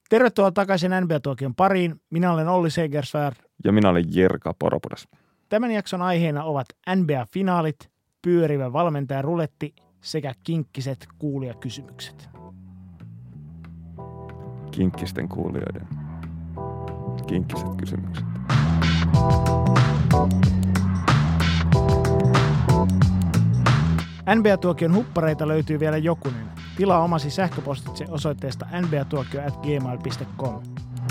Tervetuloa takaisin NBA-tuokion pariin. Minä olen Olli Segersvärd. Ja minä olen Jerka Poropudas. Tämän jakson aiheena ovat NBA-finaalit, pyörivä valmentajan ruletti sekä kinkkiset kuulijakysymykset. Kinkkisten kuulijoiden kinkkiset kysymykset. NBA-tuokion huppareita löytyy vielä jokunen. Tilaa omasi sähköpostitse osoitteesta nbatuokio@gmail.com.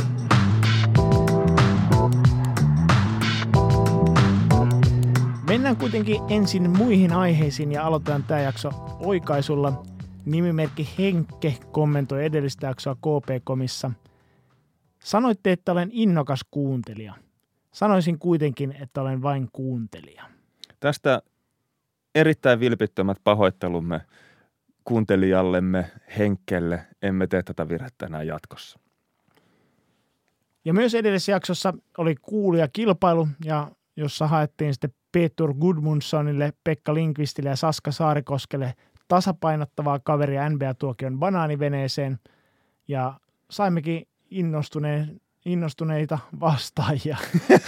Mennään kuitenkin ensin muihin aiheisiin ja aloitetaan tämä jakso oikaisulla. Nimimerkki Henkke kommentoi edellistä jaksoa KP-komissa. Sanoitte, että olen innokas kuuntelija. Sanoisin kuitenkin, että olen vain kuuntelija. Tästä erittäin vilpittömät pahoittelumme kuuntelijallemme Henkkelle. Emme tee tätä virhettä enää jatkossa. Ja myös edellisessä jaksossa oli kuulijakilpailu, ja jossa haettiin sitten Petur Gudmundssonille, Pekka Lindqvistille ja Saska Saarikoskelle tasapainottavaa kaveria NBA-tuokion banaaniveneeseen. Ja saimmekin innostuneita vastaajia,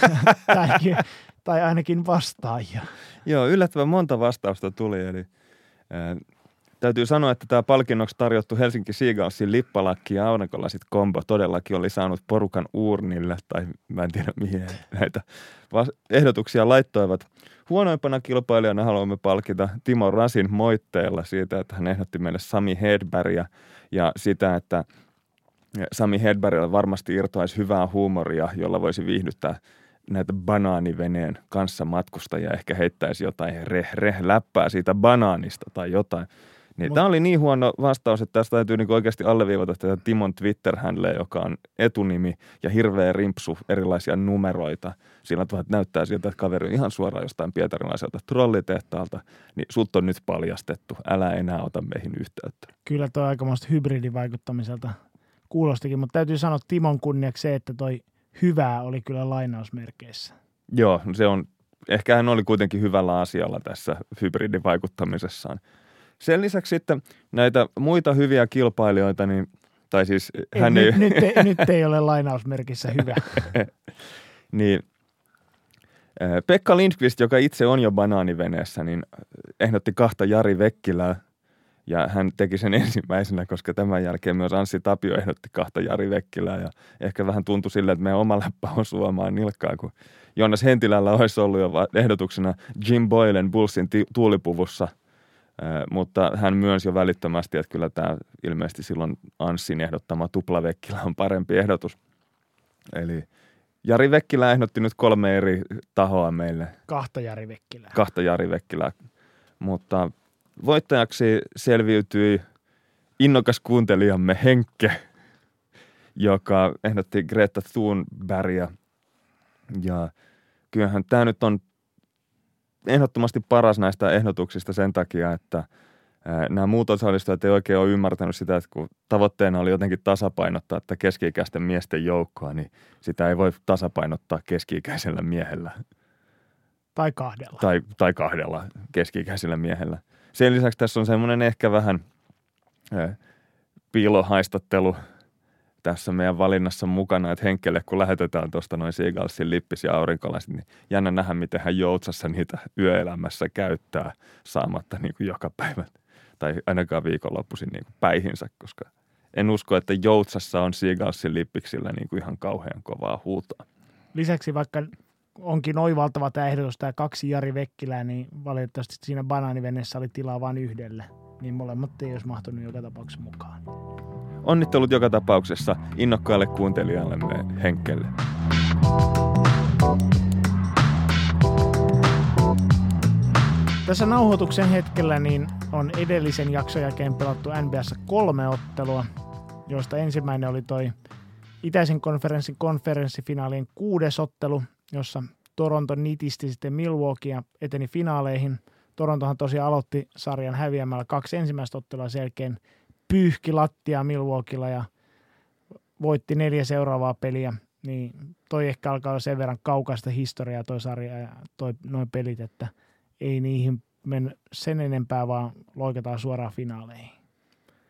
tai ainakin vastaajia. Joo, yllättävän monta vastausta tuli, eli täytyy sanoa, että tämä palkinnoksi tarjottu Helsinki Seagullsin lippalakki ja aurinkolasit kombo todellakin oli saanut porukan uurnille, tai mä en tiedä mihin näitä ehdotuksia laittoivat. Huonoimpana kilpailijana haluamme palkita Timo Rasin moitteella siitä, että hän ehdotti meille Sami Hedbergia ja sitä, että Sami Hedbergillä varmasti irtoaisi hyvää huumoria, jolla voisi viihdyttää näitä banaaniveneen kanssa matkustajia, ehkä heittäisi jotain läppää siitä banaanista tai jotain. Niin tämä oli niin huono vastaus, että tästä täytyy niinku oikeasti alleviivata tätä Timon Twitter-handleä, joka on etunimi ja hirveä rimpsu erilaisia numeroita. Sillä näyttää siltä, että kaveri on ihan suoraan jostain pietarilaiselta trollitehtaalta, niin sut on nyt paljastettu. Älä enää ota meihin yhteyttä. Kyllä toi aikamoista hybridivaikuttamiselta kuulostikin, mutta täytyy sanoa Timon kunniaksi se, että toi hyvää oli kyllä lainausmerkeissä. Joo, se on, ehkä hän oli kuitenkin hyvällä asialla tässä hybridivaikuttamisessaan. Sen lisäksi sitten näitä muita hyviä kilpailijoita, niin, tai siis hän ei... Nyt ei ole lainausmerkissä hyvä. Niin, Pekka Lindqvist, joka itse on jo banaaniveneessä, niin ehdotti 2 Jari Vekkilää. Ja hän teki sen ensimmäisenä, koska tämän jälkeen myös Anssi Tapio ehdotti 2 Jari Vekkilää. Ja ehkä vähän tuntui silleen, että meidän oma läppä on suomaan nilkkaa, kun Joonas Hentilällä olisi ollut jo ehdotuksena Jim Boylen Bullsin tuulipuvussa. Mutta hän myönsi jo välittömästi, että kyllä tämä ilmeisesti silloin Anssin ehdottama tuplavekkilä on parempi ehdotus. Eli Jari Vekkilä ehdotti nyt 3 eri tahoa meille. 2 Jari Vekkilää. 2 Jari Vekkilää, mutta voittajaksi selviytyi innokas kuuntelijamme Henkke, joka ehdotti Greta Thunbergia. Ja kyllähän tämä nyt on ehdottomasti paras näistä ehdotuksista sen takia, että nämä muut osallistujat ei oikein ole ymmärtänyt sitä, että kun tavoitteena oli jotenkin tasapainottaa että keski-ikäisten miesten joukkoa, niin sitä ei voi tasapainottaa keski-ikäisellä miehellä. Tai 2. Tai 2 keski-ikäisellä miehellä. Sen lisäksi tässä on semmoinen ehkä vähän piilohaistattelu tässä meidän valinnassa mukana, että Henkkelle kun lähetetään tuosta noin Seagullsin lippis ja aurinkolasit, niin jännä nähdä, miten hän Joutsassa niitä yöelämässä käyttää saamatta niin kuin joka päivä tai ainakaan viikonloppuisin niin kuin päihinsä, koska en usko, että Joutsassa on Seagullsin lippiksillä niin kuin ihan kauhean kovaa huutaa. Lisäksi vaikka onkin oivaltava tämä ehdotus, tämä 2 Jari Vekkilää, niin valitettavasti siinä banaaniveneessä oli tilaa vain 1. Niin molemmat ei olisi mahtunut joka tapauksessa mukaan. Onnittelut joka tapauksessa innokkaalle kuuntelijallemme Henkkelle. Tässä nauhoituksen hetkellä niin on edellisen jakson jälkeen pelattu NBA:ssa 3 ottelua, joista ensimmäinen oli toi itäisen konferenssin konferenssifinaalien 6. ottelu, jossa Toronto nitisti sitten Milwaukee ja eteni finaaleihin. Torontohan tosiaan aloitti sarjan häviämällä 2 ensimmäistä ottelua, sen jälkeen pyyhki lattia Milwaukeella ja voitti 4 seuraavaa peliä. Niin toi ehkä alkaa olla sen verran kaukaista historiaa toi sarja ja noin pelit, että ei niihin mennä sen enempää, vaan loikataan suoraan finaaleihin.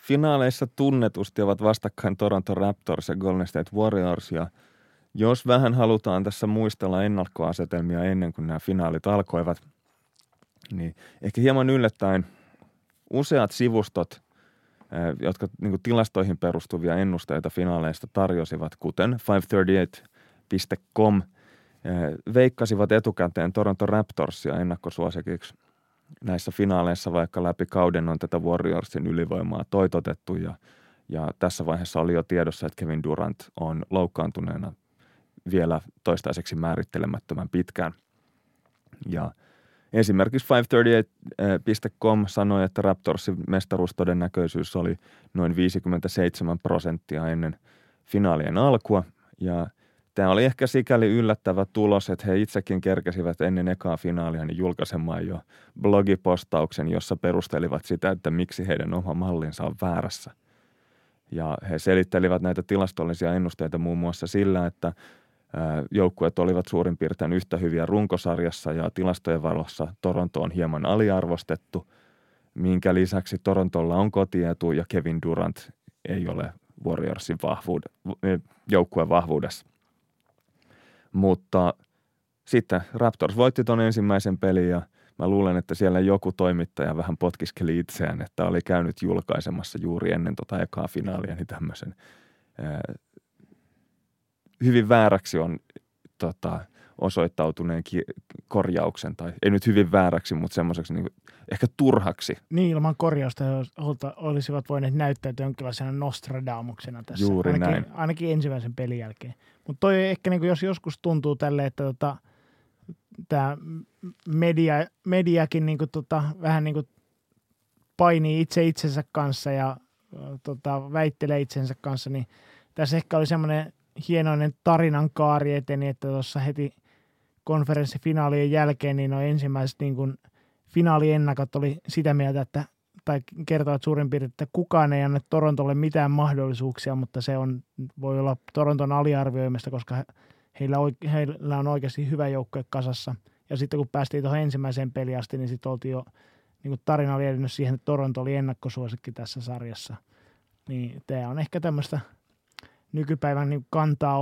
finaaleissa tunnetusti ovat vastakkain Toronto Raptors ja Golden State Warriors, ja jos vähän halutaan tässä muistella ennakkoasetelmia ennen kuin nämä finaalit alkoivat, niin ehkä hieman yllättäen useat sivustot, jotka niin kuin tilastoihin perustuvia ennusteita finaaleista tarjosivat, kuten 538.com, veikkasivat etukäteen Toronto Raptorsia ennakkosuosikiksi näissä finaaleissa, vaikka läpi kauden on tätä Warriorsin ylivoimaa toitotettu ja tässä vaiheessa oli jo tiedossa, että Kevin Durant on loukkaantuneena vielä toistaiseksi määrittelemättömän pitkään. Ja esimerkiksi 538.com sanoi, että Raptorsin mestaruustodennäköisyys oli noin 57% ennen finaalien alkua. Ja tämä oli ehkä sikäli yllättävä tulos, että he itsekin kerkesivät ennen ekaa finaalia niin julkaisemaan jo blogipostauksen, jossa perustelivat sitä, että miksi heidän oma mallinsa on väärässä. Ja he selittelivät näitä tilastollisia ennusteita muun muassa sillä, että joukkueet olivat suurin piirtein yhtä hyviä runkosarjassa ja tilastojen valossa Toronto on hieman aliarvostettu, minkä lisäksi Torontolla on kotietu ja Kevin Durant ei ole Warriorsin joukkueen vahvuudessa. Mutta sitten Raptors voitti ton ensimmäisen pelin ja mä luulen, että siellä joku toimittaja vähän potkiskeli itseään, että oli käynyt julkaisemassa juuri ennen tota ekaa finaalia niin tämmöisen hyvin vääräksi on osoittautuneen korjauksen, tai ei nyt hyvin vääräksi, mutta semmoiseksi niin ehkä turhaksi. Niin, ilman korjausta olisivat voineet näyttäytyä jonkinlaisena Nostradamuksena tässä. Juuri ainakin ensimmäisen pelin jälkeen. Mutta toi ehkä, niin jos joskus tuntuu tälle, että tämä mediakin niin vähän niin kuin painii itsensä kanssa ja väittelee itsensä kanssa, niin tässä ehkä oli semmoinen hienoinen tarinan kaari eteni, että tuossa heti konferenssifinaalien jälkeen niin nuo ensimmäiset niin kuin finaaliennakot oli sitä mieltä, tai kertovat suurin piirtein, että kukaan ei anna Torontolle mitään mahdollisuuksia, mutta se voi olla Toronton aliarvioimista, koska heillä on oikeasti hyvä joukkue kasassa. Ja sitten kun päästiin tuohon ensimmäiseen peliin asti, niin sitten oltiin jo niin kuin tarina oli edennyt siihen, että Toronto oli ennakkosuosikki tässä sarjassa. Niin tämä on ehkä tämmöistä nykypäivän niin kantaa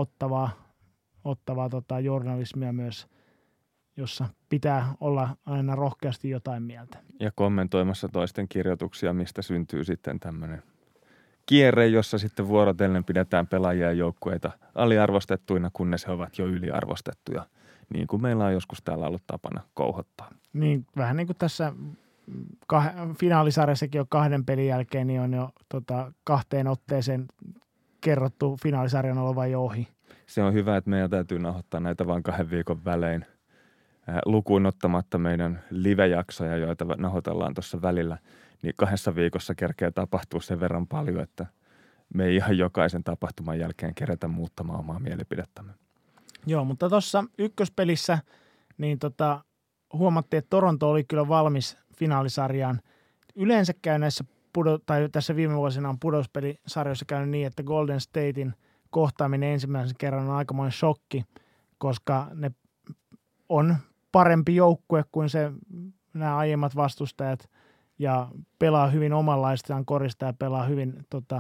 ottavaa journalismia myös, jossa pitää olla aina rohkeasti jotain mieltä. Ja kommentoimassa toisten kirjoituksia, mistä syntyy sitten tämmöinen kierre, jossa sitten vuorotellen pidetään pelaajia ja joukkueita aliarvostettuina, kunnes he ovat jo yliarvostettuja, niin kuin meillä on joskus täällä ollut tapana kouhottaa. Niin, vähän niin kuin tässä finaalisarjassakin jo 2 pelin jälkeen, niin on jo 2 otteeseen kerrottu finaalisarjan olevan jo ohi. Se on hyvä, että meidän täytyy nauhoittaa näitä vain 2 viikon välein. Lukuun ottamatta meidän live-jaksoja, joita nauhoitellaan tuossa välillä, niin 2 viikossa kerkeä tapahtuu sen verran paljon, että me ei ihan jokaisen tapahtuman jälkeen kerätä muuttamaan omaa mielipidettämme. Joo, mutta tuossa ykköspelissä niin huomattiin, että Toronto oli kyllä valmis finaalisarjaan. Yleensä käy näissä tai tässä viime vuosina on pudotuspelisarjoissa käynyt niin, että Golden Statein kohtaaminen ensimmäisen kerran on aikamoinen shokki, koska ne on parempi joukkue kuin nämä aiemmat vastustajat ja pelaa hyvin omanlaistaan korista ja pelaa hyvin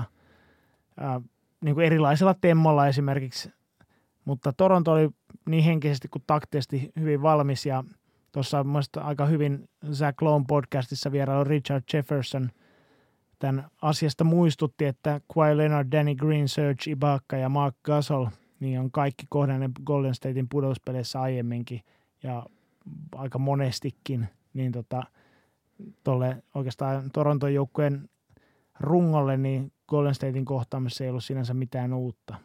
niin kuin erilaisella temmolla esimerkiksi. Mutta Toronto oli niin henkisesti kuin taktisesti hyvin valmis ja tuossa on mielestäni aika hyvin Zach Lowe podcastissa vierailu Richard Jefferson tämän asiasta muistutti, että Kawhi Leonard, Danny Green, Serge Ibaka ja Marc Gasol niin on kaikki kohdanneet Golden Statein pudotuspeleissä aiemminkin ja aika monestikin, niin tolle oikeastaan Toronton joukkueen rungolle, niin Golden Statein kohtaamisessa ei ollut sinänsä mitään uutta.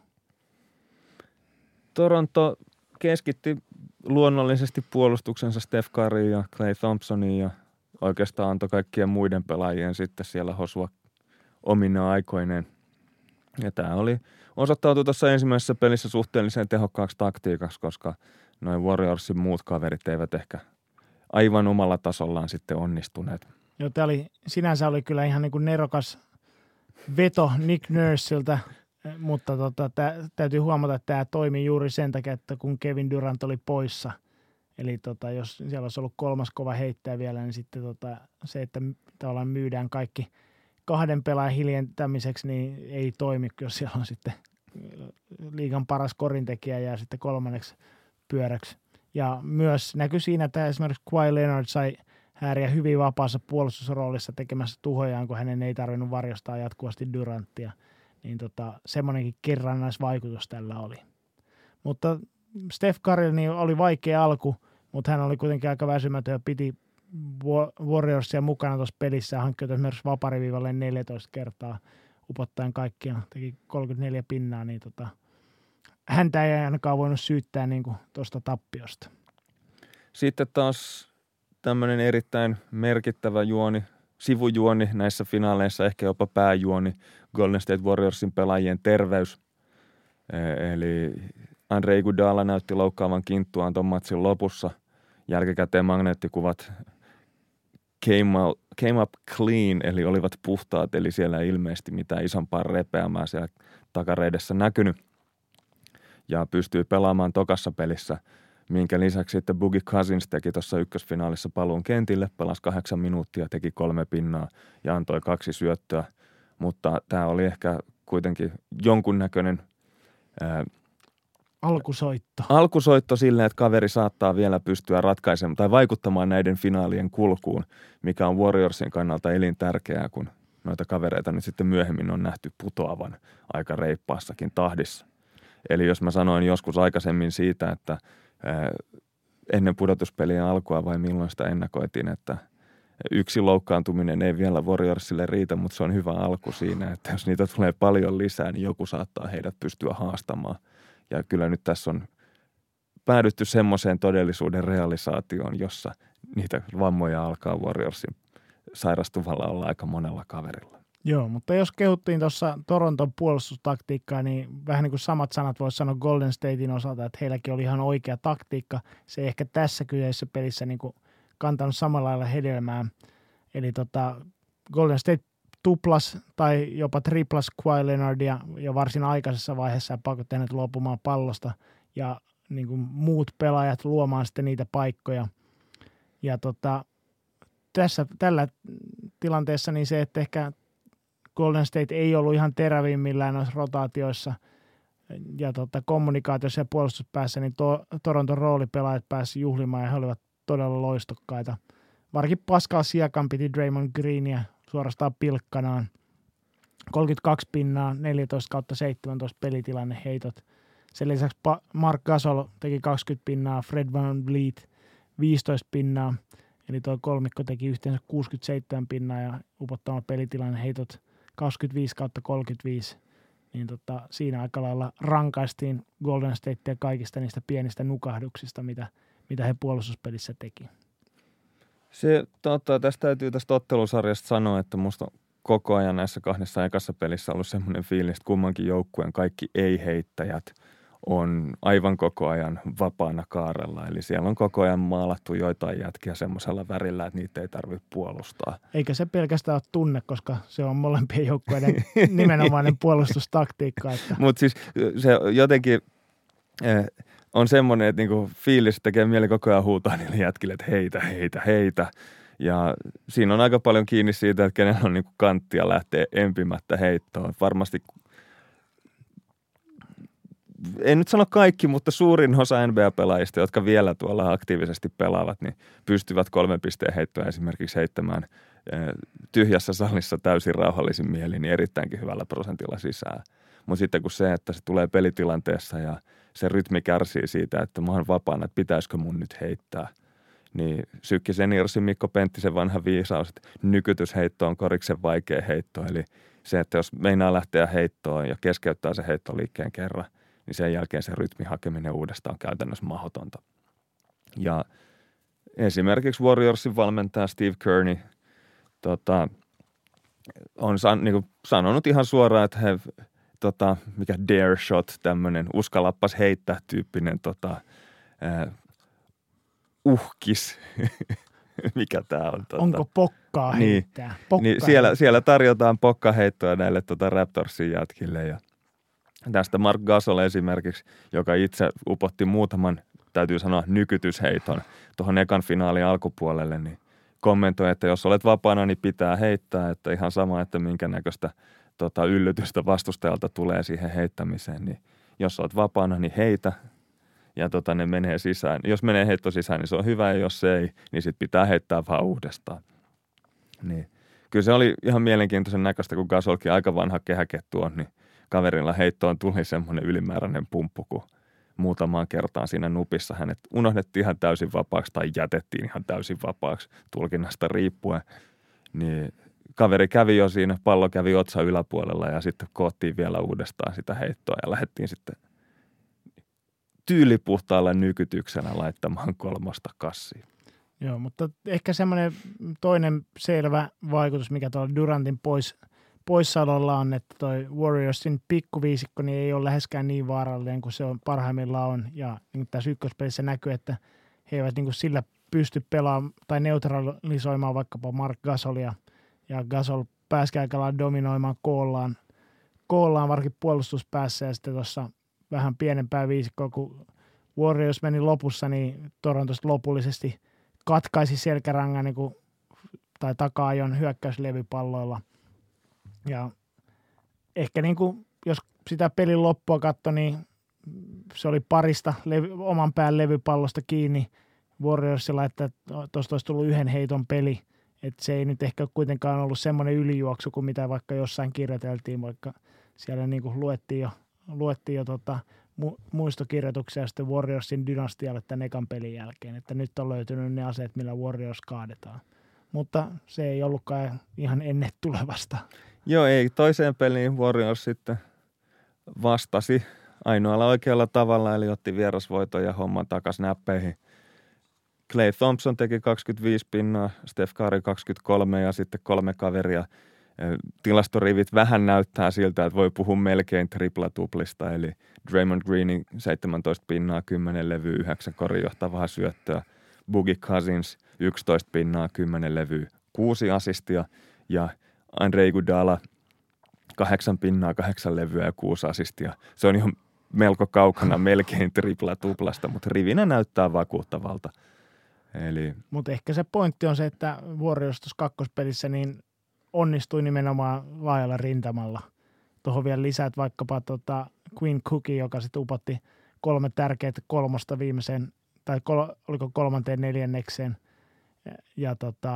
Toronto keskitti luonnollisesti puolustuksensa Steph Curryin ja Klay Thompsonin ja oikeastaan antoi kaikkien muiden pelaajien sitten siellä hosua omina aikoineen. Ja tämä osoittautui tuossa ensimmäisessä pelissä suhteellisen tehokkaaksi taktiikaksi, koska noin Warriorsin muut kaverit eivät ehkä aivan omalla tasollaan sitten onnistuneet. Joo, sinänsä oli kyllä ihan niin kuin nerokas veto Nick Nursiltä, mutta täytyy huomata, että tämä toimi juuri sen takia, että kun Kevin Durant oli poissa, eli jos siellä olisi ollut 3. kova heittäjä vielä, niin sitten se, että tavallaan myydään kaikki kahden pelaajan hiljentämiseksi niin ei toimi, jos siellä on sitten liigan paras korintekijä jää sitten kolmanneksi pyöräksi. Ja myös näkyy siinä, että esimerkiksi Kawhi Leonard sai hääriä hyvin vapaassa puolustusroolissa tekemässä tuhojaan, kun hänen ei tarvinnut varjostaa jatkuvasti Duranttia. Niin semmoinenkin kerrannaisvaikutus tällä oli. Mutta Steph Curry niin oli vaikea alku, mutta hän oli kuitenkin aika väsymätön ja piti Warriorsia mukana tuossa pelissä ja hankkiutui esimerkiksi vapariviivalle 14 kertaa upottaen kaikkia, teki 34 pinnaa, niin häntä ei ainakaan voinut syyttää niin tuosta tappiosta. Sitten taas tämmöinen erittäin merkittävä sivujuoni näissä finaaleissa, ehkä jopa pääjuoni, Golden State Warriorsin pelaajien terveys. Eli Andre Iguodala näytti loukkaavan kinttuaan ton matsin lopussa. Jälkikäteen magneettikuvat came up clean, eli olivat puhtaat, eli siellä ei ilmeisesti mitään isompaa repeämää siellä takareidessä näkynyt. Ja pystyi pelaamaan tokassa pelissä, minkä lisäksi sitten Boogie Cousins teki tuossa ykkösfinaalissa paluun kentille, pelasi 8 minuuttia, teki 3 pinnaa ja antoi 2 syöttöä. Mutta tämä oli ehkä kuitenkin jonkunnäköinen alkusoitto sille, että kaveri saattaa vielä pystyä ratkaisemaan tai vaikuttamaan näiden finaalien kulkuun, mikä on Warriorsin kannalta elintärkeää, kun noita kavereita nyt sitten myöhemmin on nähty putoavan aika reippaassakin tahdissa. Eli jos mä sanoin joskus aikaisemmin siitä, että ennen pudotuspelien alkua vai milloin sitä ennakoitiin, että yksi loukkaantuminen ei vielä Warriorsille riitä, mutta se on hyvä alku siinä, että jos niitä tulee paljon lisää, niin joku saattaa heidät pystyä haastamaan. Ja kyllä nyt tässä on päädytty semmoiseen todellisuuden realisaatioon, jossa niitä vammoja alkaa Warriorsin sairastuvalla olla aika monella kaverilla. Joo, mutta jos kehuttiin tuossa Toronton puolustustaktiikkaa, niin vähän niin kuin samat sanat voisi sanoa Golden Statein osalta, että heilläkin oli ihan oikea taktiikka. Se ei ehkä tässä kyseisessä pelissä niin kuin kantanut samalla lailla hedelmää. Eli Golden State tuplas tai jopa triplas Kawhi Leonardia jo varsin aikaisessa vaiheessa ja pakotti hänet luopumaan pallosta ja niin kuin muut pelaajat luomaan sitten niitä paikkoja. Ja tällä tilanteessa niin se, että ehkä Golden State ei ollut ihan terävimmillään noissa rotaatioissa ja kommunikaatiossa ja puolustuspäässä, niin Toronton roolipelaajat pääsivät juhlimaan ja he olivat todella loistokkaita. Varsinkin Pascal Siakam piti Draymond Greenia suorastaan pilkkanaan. 32 pinnaa, 14/17 pelitilanne heitot. Sen lisäksi Marc Gasol teki 20 pinnaa, Fred VanVleet 15 pinnaa. Eli tuo kolmikko teki yhteensä 67 pinnaa ja upottama pelitilanne heitot 25/35. Niin siinä aika lailla rankaistiin Golden Statea kaikista niistä pienistä nukahduksista, mitä he puolustuspelissä teki. Tästä täytyy tästä ottelusarjasta sanoa, että musta koko ajan näissä 2 ekassa pelissä ollut semmoinen fiilis, että kummankin joukkueen kaikki ei-heittäjät on aivan koko ajan vapaana kaarella. Eli siellä on koko ajan maalattu joitain jätkiä semmoisella värillä, että niitä ei tarvitse puolustaa. Eikä se pelkästään ole tunne, koska se on molempien joukkueiden nimenomainen puolustustaktiikka. Mutta siis se jotenkin on semmoinen, että niinku fiilis tekee mieli koko ajan huutaa niille jätkille, että heitä, heitä, heitä. Ja siinä on aika paljon kiinni siitä, että kenellä on niinku kanttia lähteä empimättä heittoon. Varmasti, en nyt sano kaikki, mutta suurin osa NBA-pelaajista, jotka vielä tuolla aktiivisesti pelaavat, niin pystyvät 3 pisteen heittoa esimerkiksi heittämään tyhjässä salissa täysin rauhallisin mielin, niin erittäinkin hyvällä prosentilla sisään. Mutta sitten kun se, että se tulee pelitilanteessa ja se rytmi kärsii siitä, että mä oon vapaana, että pitäisikö mun nyt heittää, niin Sykki Seniorsin Mikko Penttisen vanha viisaus, että nykytysheitto on koriksen vaikea heitto. Eli se, että jos meinaa lähteä heittoon ja keskeyttää se heittoliikkeen kerran, niin sen jälkeen se rytmin hakeminen uudestaan on käytännössä mahdotonta. Ja esimerkiksi Warriorsin valmentaja Steve Kerr on sanonut ihan suoraan, että he mikä dare shot, tämmöinen uskallappas heittää tyyppinen uhkis, mikä tää on. Onko pokkaa heittää? Niin siellä tarjotaan pokkaheittoa näille Raptorsin jätkille ja tästä Marc Gasol esimerkiksi, joka itse upotti muutaman, täytyy sanoa, nykytysheiton tuohon ekan finaalin alkupuolelle, niin kommentoi, että jos olet vapaana, niin pitää heittää, että ihan sama, että minkä näköistä yllytystä vastustajalta tulee siihen heittämiseen, niin jos olet vapaana, niin heitä ja ne menee sisään. Jos menee heitto sisään, niin se on hyvä ja jos se ei, niin sitten pitää heittää vaan uudestaan. Niin. Kyllä se oli ihan mielenkiintoisen näköistä, kun Gasolkin aika vanha kehäkettu on, niin kaverilla heittoon tuli semmoinen ylimääräinen pumppu, kun muutamaan kertaan siinä nupissa hänet unohdettiin ihan täysin vapaaksi tai jätettiin ihan täysin vapaaksi tulkinnasta riippuen. Niin kaveri kävi jo siinä, pallo kävi otsa yläpuolella ja sitten koottiin vielä uudestaan sitä heittoa ja lähdettiin sitten tyylipuhtaalla nykytyksellä laittamaan kolmosta kassiin. Joo, mutta ehkä semmoinen toinen selvä vaikutus, mikä tuolla Durantin poissaololla on, että toi Warriorsin pikkuviisikko niin ei ole läheskään niin vaarallinen kuin se on parhaimmillaan on. Ja niin tässä ykköspelissä näkyy, että he eivät niin kuin sillä pysty pelaamaan tai neutralisoimaan vaikkapa Marc Gasolia. Ja Gasol pääsi aika dominoimaan koollaan varsinkin puolustuspäässä ja sitten tuossa vähän pienempää viisikkoa, kun Warriors meni lopussa, niin Torontosta lopullisesti katkaisi selkärangan niin kuin, tai taka-ajon hyökkäyslevypalloilla. Ja ehkä niin kuin, jos sitä pelin loppua katsoi, niin se oli parista oman pään levypallosta kiinni Warriorsilla, että tuosta olisi tullut yhden heiton peli. Että se ei nyt ehkä kuitenkaan ollut semmoinen ylijuoksu kuin mitä vaikka jossain kirjoiteltiin, vaikka siellä niin kuin luettiin jo muistokirjoituksia sitten Warriorsin dynastialle tämän ekan pelin jälkeen, että nyt on löytynyt ne aseet, millä Warriors kaadetaan. Mutta se ei ollutkaan ihan ennen tulevasta. Joo, ei. Toiseen peliin Warriors sitten vastasi ainoalla oikealla tavalla, eli otti vierasvoiton ja homman takas näppeihin. Klay Thompson teki 25 pinnaa, Steph Curry 23 ja sitten 3 kaveria. Tilastorivit vähän näyttää siltä, että voi puhua melkein tripla-tuplista, eli Draymond Greenin 17 pinnaa, 10 levyä, 9 korinjohtavaa syöttöä. Boogie Cousins 11 pinnaa, 10 levyä, 6 assistia ja Andre Iguodala 8 pinnaa, 8 levyä ja 6 assistia. Se on ihan melko kaukana melkein tripla-tuplasta, mutta rivinä näyttää vakuuttavalta. Mutta ehkä se pointti on se, että Warriors tuossa kakkospelissä niin onnistui nimenomaan laajalla rintamalla. Tuohon vielä lisät vaikkapa Quinn Cookie, joka sitten upotti 3 tärkeää kolmosta viimeiseen, tai oliko 3. neljännekseen. Ja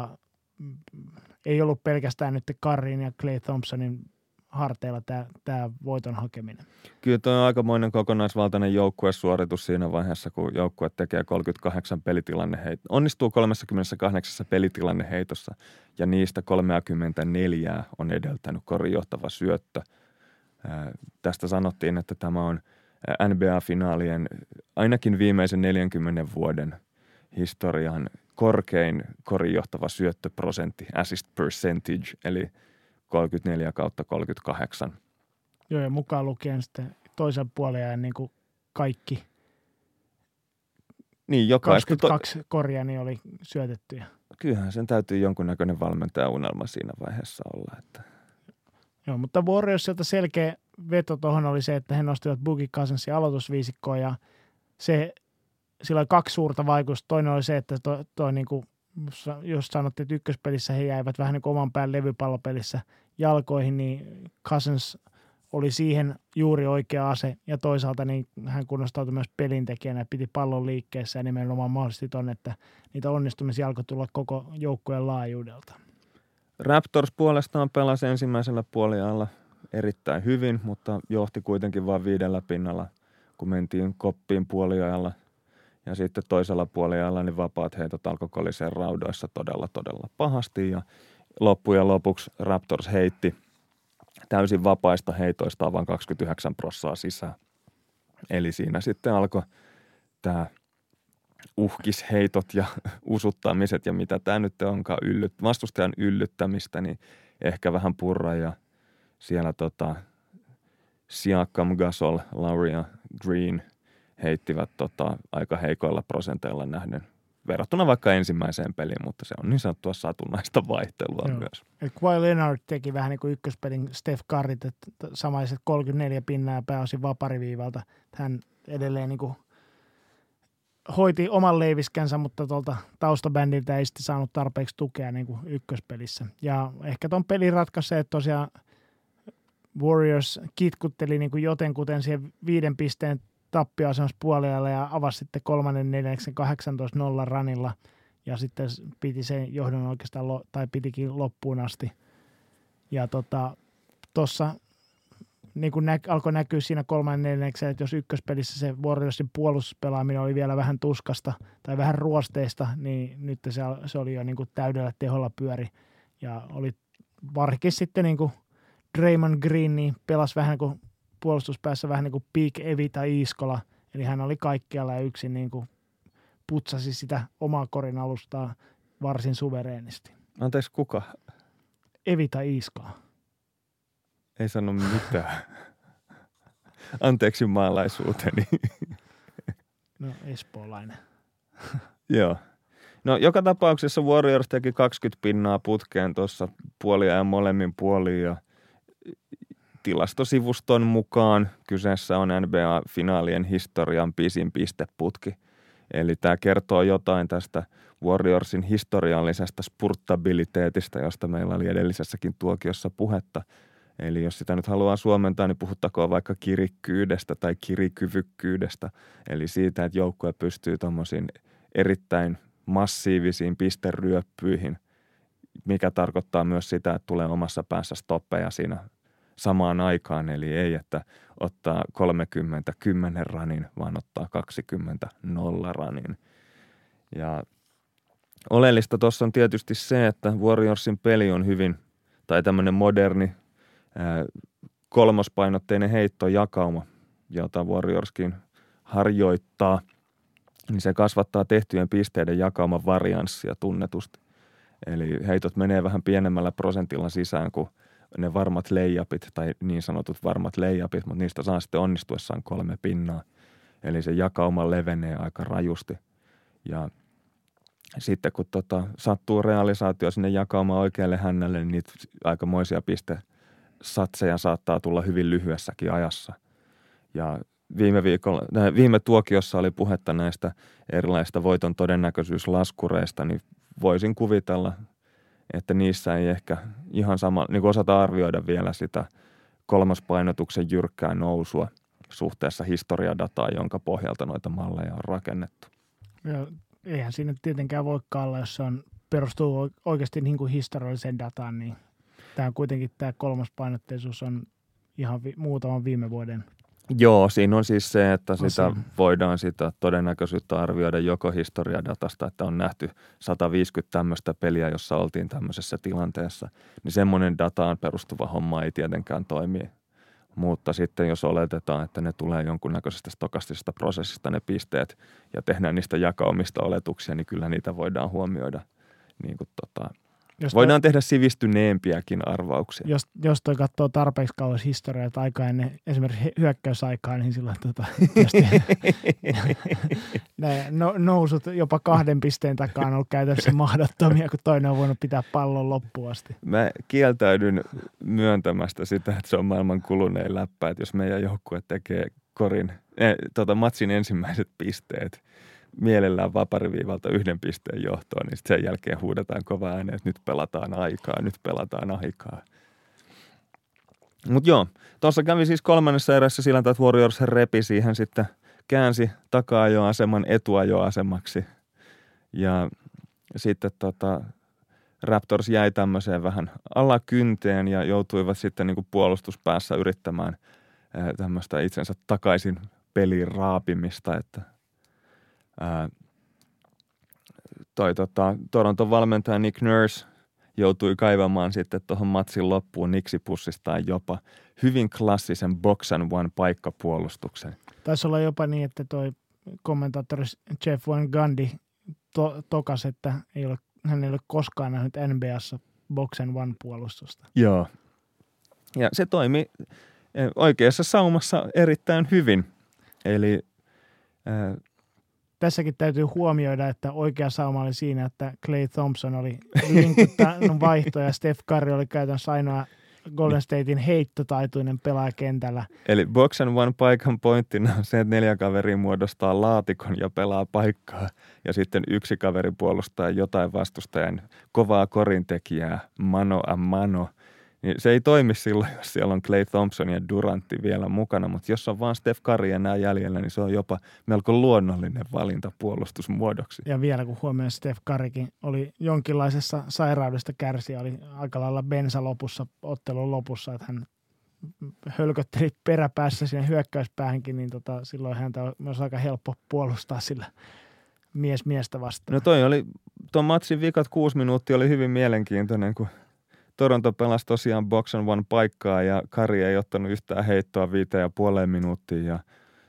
ei ollut pelkästään nyt Curryn ja Klay Thompsonin harteilla tämä voiton hakeminen. Kyllä tuo on aikamoinen kokonaisvaltainen joukkuesuoritus siinä vaiheessa, kun joukkue tekee 38 pelitilanneheitossa. Onnistuu 38 pelitilanneheitossa ja niistä 34 on edeltänyt korinjohtava syöttö. Tästä sanottiin, että tämä on NBA-finaalien ainakin viimeisen 40 vuoden historian korkein korinjohtava syöttöprosentti, assist percentage, eli 34/38. Joo, ja mukaan lukien sitten toisen puolen ja niin kuin kaikki. Niin, 22 korjaa niin oli syötettyjä. Kyllähän sen täytyy jonkunnäköinen valmentajaunelma siinä vaiheessa olla. Että. Joo, mutta Warriorsilta selkeä veto tuohon oli se, että he nostivat Boogie Cousinsin aloitusviisikkoon ja sillä oli 2 suurta vaikutusta. Toinen oli se, että toi niin kuin, jos sanottiin, että ykköspelissä he jäivät vähän niin kuin oman pään levypallopelissä jalkoihin, niin Cousins oli siihen juuri oikea ase ja toisaalta niin hän kunnostautui myös pelintekijänä ja piti pallon liikkeessä ja nimenomaan mahdollisesti ton, että niitä onnistumisia alkoi tulla koko joukkueen laajuudelta. Raptors puolestaan pelasi ensimmäisellä puoliajalla erittäin hyvin, mutta johti kuitenkin vain 5 pinnalla, kun mentiin koppiin puoliajalla. Ja sitten toisella puoliajalla niin vapaat heitot alkoi koliseen raudoissa todella pahasti ja loppujen lopuksi Raptors heitti täysin vapaista heitoista vain 29% sisään. Eli siinä sitten alkoi tämä uhkisheitot ja usuttamiset ja mitä tämä nyt onkaan vastustajan yllyttämistä, niin ehkä vähän purra ja siellä Siakam, Gasol, Lowry ja Green heittivät aika heikoilla prosenteilla nähden verrattuna vaikka ensimmäiseen peliin, mutta se on niin sanottua satunnaista vaihtelua myös. Kawhi Leonard teki vähän niin kuin ykköspelin Steph Curryt, että samaiset 34 pinnaa pääosin vapariviivalta. Hän edelleen niin kuin hoiti oman leiviskänsä, mutta tuolta taustabändiltä ei sitten saanut tarpeeksi tukea niin kuin ykköspelissä. Ja ehkä tuon pelin ratkaisee, että tosiaan Warriors kitkutteli niin kuin jotenkuten siihen 5 pisteen tappioasemassa puolella ja avasi sitten 3.4. 18-0 ranilla ja sitten piti sen johdon oikeastaan, tai pitikin loppuun asti. Ja tuossa niin kuin alkoi näkyä siinä 3.4, että jos ykköspelissä se Warriorsin puolustuspelaaminen oli vielä vähän tuskasta tai vähän ruosteista, niin nyt se oli jo niin kuin täydellä teholla pyöri. Ja oli varsinkin sitten niin kuin Draymond Green niin pelasi vähän kuin puolustuspäässä vähän niin kuin Peak Evita Iiskola, eli hän oli kaikkialla ja yksin niin kuin putsasi sitä omaa korin alustaa varsin suvereenisti. Anteeksi, kuka? Evita Iiskola. Ei sano mitään. Anteeksi maalaisuuteni. No, espoolainen. Joo. No, joka tapauksessa Warriors teki 20 pinnaa putkeen tuossa puoliajan molemmin puoliin ja tilastosivuston mukaan kyseessä on NBA-finaalien historian pisin pisteputki. Eli tämä kertoo jotain tästä Warriorsin historiallisesta spurtabiliteetistä, josta meillä oli edellisessäkin tuokiossa puhetta. Eli jos sitä nyt haluaa suomentaa, niin puhuttakoon vaikka kirikkyydestä tai kirikyvykkyydestä. Eli siitä, että joukkue pystyy tuommoisiin erittäin massiivisiin pisteryöppyihin, mikä tarkoittaa myös sitä, että tulee omassa päässä stoppeja siinä samaan aikaan. Eli ei, että ottaa 30-10 ranin, vaan ottaa 20-0 ranin. Ja oleellista tuossa on tietysti se, että Warriorsin peli on hyvin, tai tämmöinen moderni, kolmospainotteinen heittojakauma, jota Warriorskin harjoittaa, niin se kasvattaa tehtyjen pisteiden jakauman varianssia tunnetusti. Eli heitot menee vähän pienemmällä prosentilla sisään kuin ne varmat layupit tai niin sanotut varmat layupit, mutta niistä saa sitten onnistuessaan 3 pinnaa. Eli se jakauma levenee aika rajusti. Ja sitten kun sattuu realisaatio sinne jakaumaan oikealle hännälle, niin niitä aikamoisia satseja saattaa tulla hyvin lyhyessäkin ajassa. Ja viime tuokiossa oli puhetta näistä erilaisista voiton todennäköisyyslaskureista, niin voisin kuvitella, että niissä ei ehkä ihan sama, niin kuin osata arvioida vielä sitä kolmospainotuksen jyrkkää nousua suhteessa historiadataan, jonka pohjalta noita malleja on rakennettu. Ja eihän siinä tietenkään voikaan olla, jos se perustuu oikeasti niin kuin historialliseen dataan, niin tämä kuitenkin tämä kolmospainotteisuus on ihan muutaman viime vuoden. Joo, siinä on siis se, että voidaan sitä todennäköisyyttä arvioida joko historiadatasta, että on nähty 150 tämmöistä peliä, jossa oltiin tämmöisessä tilanteessa, niin semmoinen dataan perustuva homma ei tietenkään toimi. Mutta sitten jos oletetaan, että ne tulee jonkunnäköisestä stokastisesta prosessista ne pisteet ja tehdään niistä jakaumista oletuksia, niin kyllä niitä voidaan huomioida. Niin kuin voidaan tehdä sivistyneempiäkin arvauksia. Jos toi katsoo tarpeeksi kauas historiaa, että aikaa ennen esimerkiksi hyökkäysaikaa, niin silloin nousut jopa 2 pisteen takaa on ollut käytännössä mahdottomia, kun toinen on voinut pitää pallon loppuun asti. Mä kieltäydyn myöntämästä sitä, että se on maailman kulunein läppä, että jos meidän joukkue tekee matsin ensimmäiset pisteet, mielellään vapariviivalta 1 pisteen johtoon, niin sen jälkeen huudetaan kova ääneen, että nyt pelataan aikaa. Mutta joo, tuossa kävi siis 3. erässä sillä tavalla, että Warriors repi siihen sitten, käänsi taka-ajoaseman etuajoasemaksi. Ja sitten Raptors jäi tämmöiseen vähän alakynteen ja joutuivat sitten niin kuin puolustuspäässä yrittämään tämmöistä itsensä takaisin pelin raapimista, että Toronton valmentaja Nick Nurse joutui kaivamaan sitten tuohon matsin loppuun niksipussistaan jopa hyvin klassisen box and one paikkapuolustuksen. Taisi olla jopa niin, että toi kommentaattori Jeff Van Gundy tokas, että hän ei ole koskaan nähnyt NBA:ssa box and one puolustusta. Joo. Ja se toimi oikeassa saumassa erittäin hyvin. Eli tässäkin täytyy huomioida, että oikea sauma oli siinä, että Klay Thompson oli linkuttanut vaihtoja ja Steph Curry oli käytännössä ainoa Golden Statein heittotaituinen pelaaja kentällä. Eli box and one paikan pointtina on se, että 4 kaveria muodostaa laatikon ja pelaa paikkaa. Ja sitten 1 kaveri puolustaa jotain vastustajan kovaa korintekijää, mano a mano. Niin se ei toimi silloin, jos siellä on Klay Thompson ja Durantti vielä mukana, mutta jos on vaan Steph Curry enää jäljellä, niin se on jopa melko luonnollinen valinta puolustusmuodoksi. Ja vielä kun huomioon Steph Currykin oli jonkinlaisessa sairaudesta kärsiä, oli aika lailla bensa lopussa, ottelun lopussa, että hän hölkötteli peräpäässä sinne hyökkäyspäähänkin, niin silloin häntä on myös aika helppo puolustaa sillä miestä vastaan. No tuon matsin vikat 6 minuuttia oli hyvin mielenkiintoinen, kun Toronto pelasi tosiaan box and one paikkaa ja Curry ei ottanut yhtään heittoa 5,5 minuuttia ja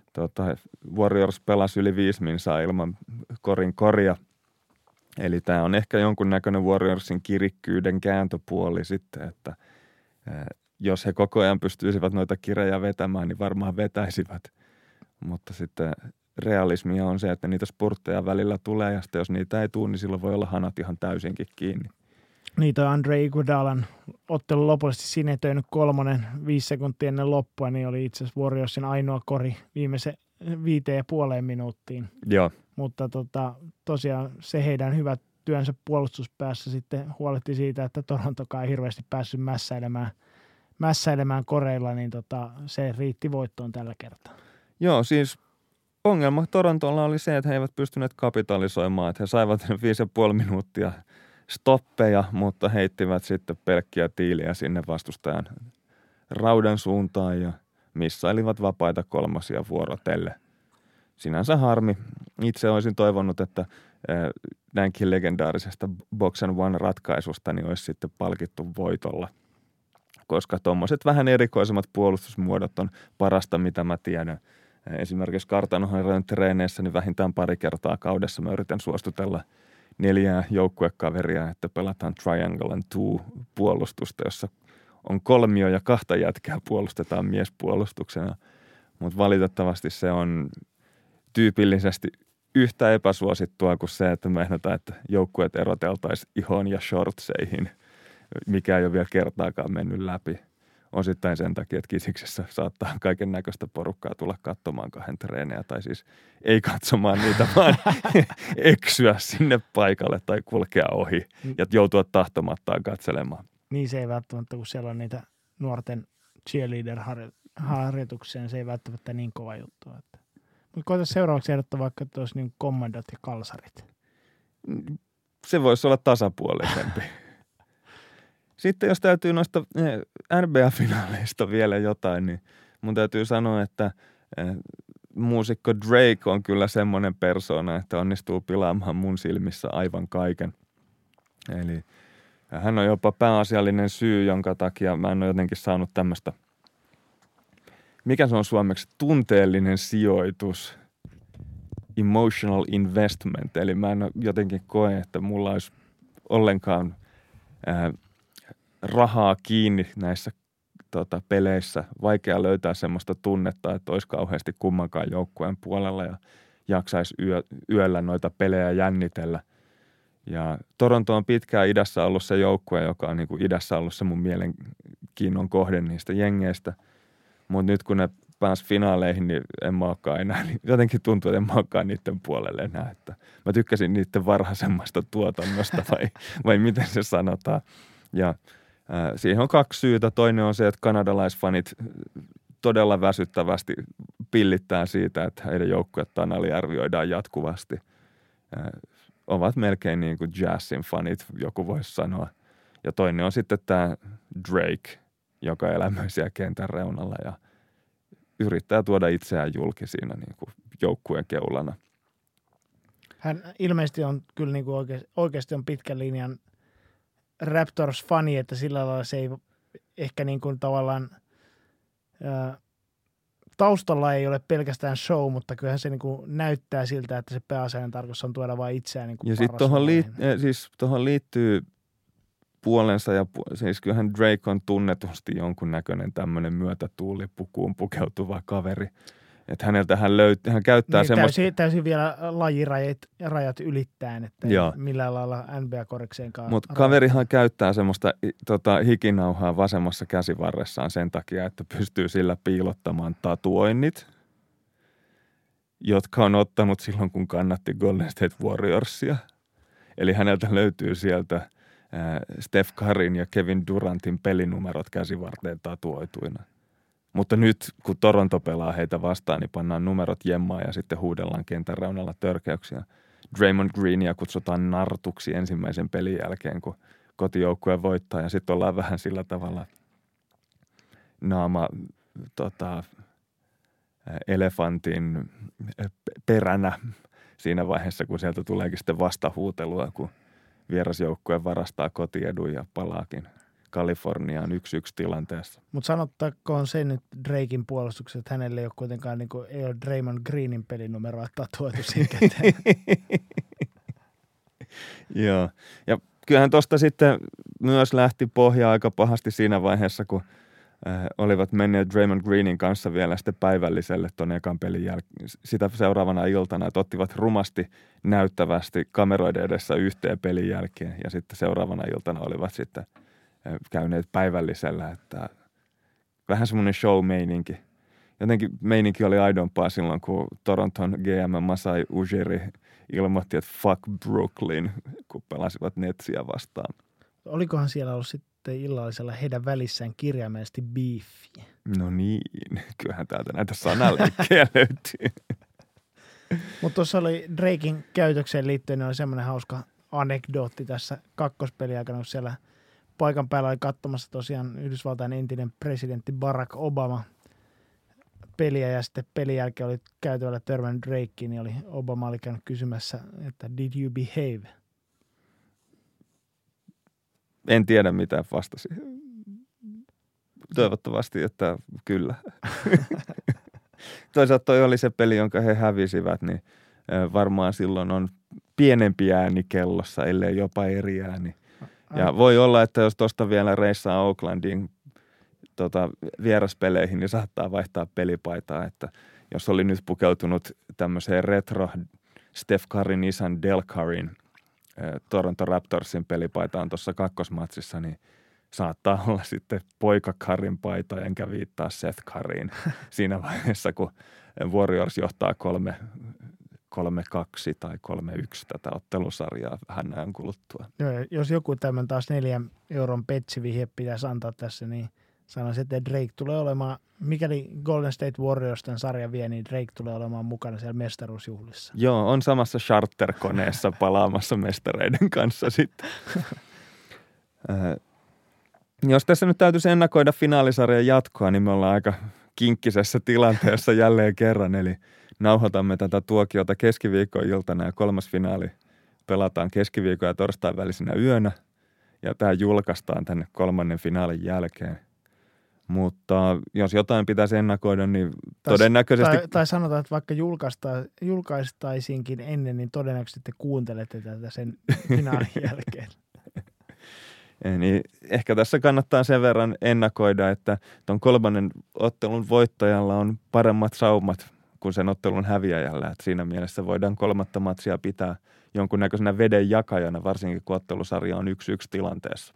Warriors pelasi yli 5 minsaa ilman koria. Eli tämä on ehkä jonkunnäköinen Warriorsin kirikkyyden kääntöpuoli sitten, että jos he koko ajan pystyisivät noita kirejä vetämään, niin varmaan vetäisivät. Mutta sitten realismia on se, että niitä spurtteja välillä tulee ja sitten jos niitä ei tule, niin silloin voi olla hanat ihan täysinkin kiinni. Niitä Andre Iguodala'n ottelun lopullisesti sinetöinyt 3, 5 sekuntia ennen loppua, niin oli itse asiassa Warriorsin ainoa kori viimeisen 5,5 minuuttiin. Joo. Mutta tosiaan se heidän hyvä työnsä puolustuspäässä sitten huolehti siitä, että Torontokaan ei hirveästi päässyt mässäilemään koreilla, niin se riitti voittoon tällä kertaa. Joo, siis ongelma Torontolla oli se, että he eivät pystyneet kapitalisoimaan, että he saivat 5,5 minuuttia stoppeja, mutta heittivät sitten pelkkiä tiiliä sinne vastustajan raudan suuntaan ja missailivat vapaita kolmosia vuorotelle. Sinänsä harmi. Itse olisin toivonut, että näinkin legendaarisesta box and one ratkaisusta niin olisi sitten palkittu voitolla, koska tuommoiset vähän erikoisemmat puolustusmuodot on parasta, mitä mä tiedän. Esimerkiksi kartanoherrojen treeneissä niin vähintään 2 kertaa kaudessa mä yritän suostutella 4 joukkuekaveria, että pelataan triangle and two puolustusta, jossa on 3 ja 2 jätkää puolustetaan miespuolustuksena. Mutta valitettavasti se on tyypillisesti yhtä epäsuosittua kuin se, että me ehdotaan, että joukkueet eroteltaisiin ihoon ja shortseihin, mikä ei ole vielä kertaakaan mennyt läpi. Osittain sen takia, että Kisiksessä saattaa kaiken näköistä porukkaa tulla katsomaan 2 treenejä, tai siis ei katsomaan niitä, vaan eksyä sinne paikalle tai kulkea ohi ja joutua tahtomattaan katselemaan. Niin se ei välttämättä, kun siellä on niitä nuorten cheerleader-harjoituksia, niin se ei välttämättä niin kova juttu. Mutta koeta seuraavaksi ehdottaa vaikka, että olisi niin kommandot ja kalsarit. Se voisi olla tasapuolisempi. Sitten jos täytyy noista NBA-finaaleista vielä jotain, niin mun täytyy sanoa, että muusikko Drake on kyllä semmoinen persona, että onnistuu pilaamaan mun silmissä aivan kaiken. Eli hän on jopa pääasiallinen syy, jonka takia mä en ole jotenkin saanut tämmöistä, mikä se on suomeksi, tunteellinen sijoitus, emotional investment. Eli mä en jotenkin koe, että mulla olisi ollenkaan rahaa kiinni näissä peleissä. Vaikea löytää semmoista tunnetta, että olisi kauheasti kummankaan joukkueen puolella ja jaksaisi yöllä noita pelejä jännitellä. Ja Toronto on pitkään idässä ollut se joukkue, joka on niin kuin idässä ollut se mun mielenkiinnon kohde niistä jengeistä. Mutta nyt kun ne pääsi finaaleihin, niin en mä olekaan enää. Niin jotenkin tuntuu, että en mä olekaan niiden puolelle enää. Että mä tykkäsin niiden varhaisemmasta tuotannosta vai miten se sanotaan. Ja siihen on 2 syytä. Toinen on se, että kanadalaisfanit todella väsyttävästi pillittää siitä, että heidän joukkuettaan aliarvioidaan jatkuvasti. Ovat melkein niin kuin Jazzin fanit, joku voisi sanoa. Ja toinen on sitten tämä Drake, joka elää myös siellä kentän reunalla ja yrittää tuoda itseään julki siinä niin kuin joukkueen keulana. Hän ilmeisesti on kyllä niin kuin oikeasti on pitkän linjan Raptors-fani, että sillä lailla se ei ehkä niin kuin tavallaan taustalla ei ole pelkästään show, mutta kyllähän se niin kuin näyttää siltä, että se pääasiallinen tarkoitus on tuoda vain itseään niin kuin ja sitten tuohon liittyy puolensa ja siis kyllähän Drake on tunnetusti jonkunnäköinen tämmöinen myötätuulipukuun pukeutuva kaveri. Että häneltä hän käyttää niin, semmoista... Täysin vielä lajirajat ylittäen, että ei millään lailla NBA-korikseenkaan. Mutta kaverihan käyttää semmoista hikinauhaa vasemmassa käsivarressaan sen takia, että pystyy sillä piilottamaan tatuoinnit, jotka on ottanut silloin, kun kannatti Golden State Warriorsia. Eli häneltä löytyy sieltä Steph Curryn ja Kevin Durantin pelinumerot käsivarteen tatuoituina. Mutta nyt, kun Toronto pelaa heitä vastaan, niin pannaan numerot jemmaan ja sitten huudellaan kentän reunalla törkeyksiä. Draymond Greenia kutsutaan nartuksi ensimmäisen pelin jälkeen, kun kotijoukkue voittaa. Ja sitten ollaan vähän sillä tavalla naama elefantin peränä siinä vaiheessa, kun sieltä tuleekin sitten vastahuutelua, kun vierasjoukkue varastaa kotiedun ja palaakin Kaliforniaan 1-1 tilanteessa. Mutta sanottakoon se nyt Drakein puolustuksessa, että hänelle ei ole kuitenkaan ei ole Draymond Greenin pelinumeroa tatuoitu siinä käteen. Joo, ja kyllähän tuosta sitten myös lähti pohja aika pahasti siinä vaiheessa, kun olivat menneet Draymond Greenin kanssa vielä sitten päivälliselle ton ekan pelin jälkeen. Sitä seuraavana iltana, että ottivat rumasti näyttävästi kameroiden edessä yhteen pelin jälkeen ja sitten seuraavana iltana olivat sitten käyneet päivällisellä, että vähän semmoinen show-meininki. Jotenkin meininki oli aidompaa silloin, kun Toronton GM Masai Ujiri ilmoitti, että fuck Brooklyn, kun pelasivat Netsiä vastaan. Olikohan siellä ollut sitten illallisella heidän välissään kirjaimellisesti beefiä? No niin, kyllähän täältä näitä sanaleikkejä löytyy. Mutta tuossa oli Drakein käytökseen liittyen, oli semmoinen hauska anekdootti tässä kakkospelin aikana, kun siellä paikan päällä oli katsomassa tosiaan Yhdysvaltain entinen presidentti Barack Obama peliä ja sitten pelin jälkeen oli käytävällä törmännyt Drakeen, niin Obama oli käynyt kysymässä, että did you behave? En tiedä mitä vastasi. Toivottavasti, että kyllä. Toisaalta toi oli se peli, jonka he hävisivät, niin varmaan silloin on pienempi ääni kellossa, ellei jopa eri ääni. Ja voi olla, että jos tuosta vielä reissaa Oaklandiin vieraspeleihin, niin saattaa vaihtaa pelipaitaa. Että jos oli nyt pukeutunut tämmöiseen retro Steph Curryn isän Del Curryn Toronto Raptorsin pelipaitaan tuossa kakkosmatsissa, niin saattaa olla sitten poika Curryn paita, enkä viittaa Seth Curryin siinä vaiheessa, kun Warriors johtaa 3-2 tai 3-1 tätä ottelusarjaa vähän ajan kuluttua. Joo, jos joku tämän taas 4 euron petsivihje pitäisi antaa tässä, niin sanoisin, että Drake tulee olemaan, mikäli Golden State Warriors tämän sarjan vie, niin Drake tulee olemaan mukana siellä mestaruusjuhlissa. Joo, on samassa charterkoneessa palaamassa mestareiden kanssa sitten. Jos tässä nyt täytyisi ennakoida finaalisarjan jatkoa, niin me ollaan aika kinkkisessä tilanteessa jälleen kerran, eli nauhoitamme tätä tuokiota keskiviikon iltana ja kolmas finaali pelataan keskiviikon ja torstain välisenä yönä ja tämä julkaistaan tänne kolmannen finaalin jälkeen. Mutta jos jotain pitäisi ennakoida, niin todennäköisesti... Tai sanotaan, että vaikka julkaistaisiinkin ennen, niin todennäköisesti te kuuntelette tätä sen finaalin jälkeen. Niin ehkä tässä kannattaa sen verran ennakoida, että tuon kolmannen ottelun voittajalla on paremmat saumat kuin sen ottelun häviäjällä. Että siinä mielessä voidaan kolmatta matsia pitää jonkunnäköisenä veden jakajana, varsinkin kun ottelusarja on 1-1 tilanteessa.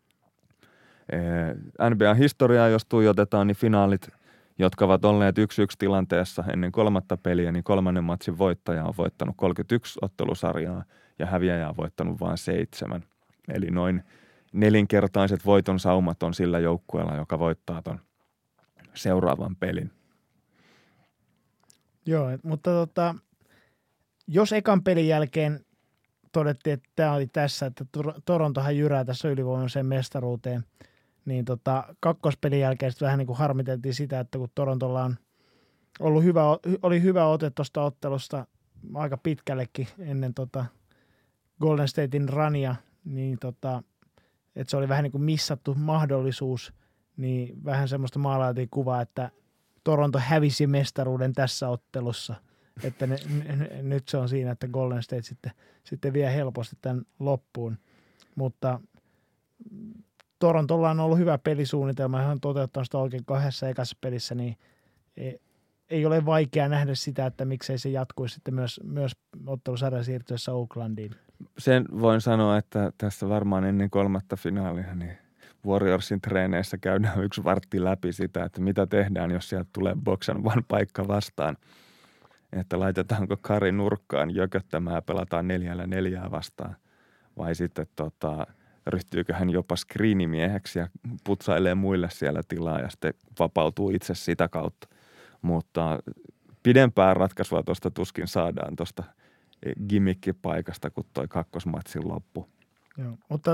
NBA-historiaa, jos tuijotetaan, niin finaalit, jotka ovat olleet 1-1 tilanteessa ennen kolmatta peliä, niin kolmannen matsin voittaja on voittanut 31 ottelusarjaa ja häviäjä on voittanut vain 7. Eli noin 4-kertaiset voiton saumat on sillä joukkueella, joka voittaa ton seuraavan pelin. Joo, mutta jos ekan pelin jälkeen todettiin, että tämä oli tässä, että Torontohan jyrää tässä ylivoimaiseen mestaruuteen, niin kakkospelin jälkeen sitten vähän niin kuin harmiteltiin sitä, että kun Torontolla on ollut oli hyvä ote tuosta ottelusta aika pitkällekin ennen Golden Statein runia, niin että se oli vähän niin kuin missattu mahdollisuus, niin vähän semmoista maalailtiin kuvaa, että Toronto hävisi mestaruuden tässä ottelussa, että nyt se on siinä, että Golden State sitten vie helposti tämän loppuun, mutta Torontolla on ollut hyvä pelisuunnitelma, hän on toteuttanut sitä oikein 2 ekassa pelissä, niin ei ole vaikea nähdä sitä, että miksei se jatkuisi sitten myös ottelusarjan siirtyessä Oaklandiin. Sen voin sanoa, että tässä varmaan ennen 3. finaalia niin Warriorsin treeneissä käydään 1 vartti läpi sitä, että mitä tehdään, jos sieltä tulee box and one paikka vastaan. Että laitetaanko Kari nurkkaan jököttämään ja pelataan 4-4 vastaan. Vai sitten ryhtyykö hän jopa screenimieheksi ja putsailee muille siellä tilaa ja sitten vapautuu itse sitä kautta. Mutta pidempään ratkaisua tuosta tuskin saadaan tuosta gimmikkipaikasta, kun toi kakkosmatsin loppu. Joo, mutta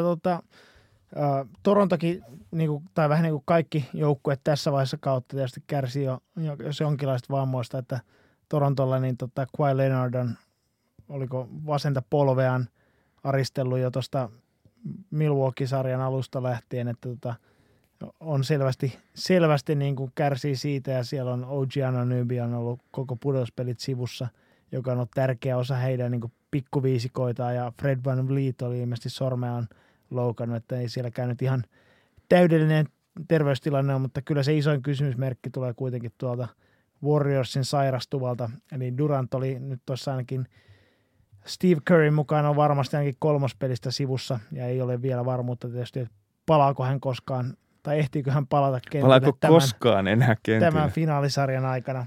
Torontokin, tai vähän niin kuin kaikki joukkueet tässä vaiheessa kautta tietysti kärsii jo jonkinlaista vammoista, että Torontolla niin Kawhi Leonard on, oliko vasenta polveaan aristellut jo tuosta Milwaukee-sarjan alusta lähtien, että on selvästi niin kuin kärsii siitä, ja siellä on OG Anunoby on ollut koko pudotuspelit sivussa, joka on ollut tärkeä osa heidän niin kuin pikkuviisikoitaan, ja Fred VanVleet oli ilmeisesti sormeaan loukannut, että ei siellä käynyt ihan täydellinen terveystilanne, mutta kyllä se isoin kysymysmerkki tulee kuitenkin tuolta Warriorsin sairastuvalta, eli Durant oli nyt tuossa ainakin Steve Curryn mukaan on varmasti ainakin 3. pelistä sivussa, ja ei ole vielä varmuutta tietysti, että palaako hän koskaan, tai ehtiikö hän palata kentälle koskaan enää kentälle tämän finaalisarjan aikana.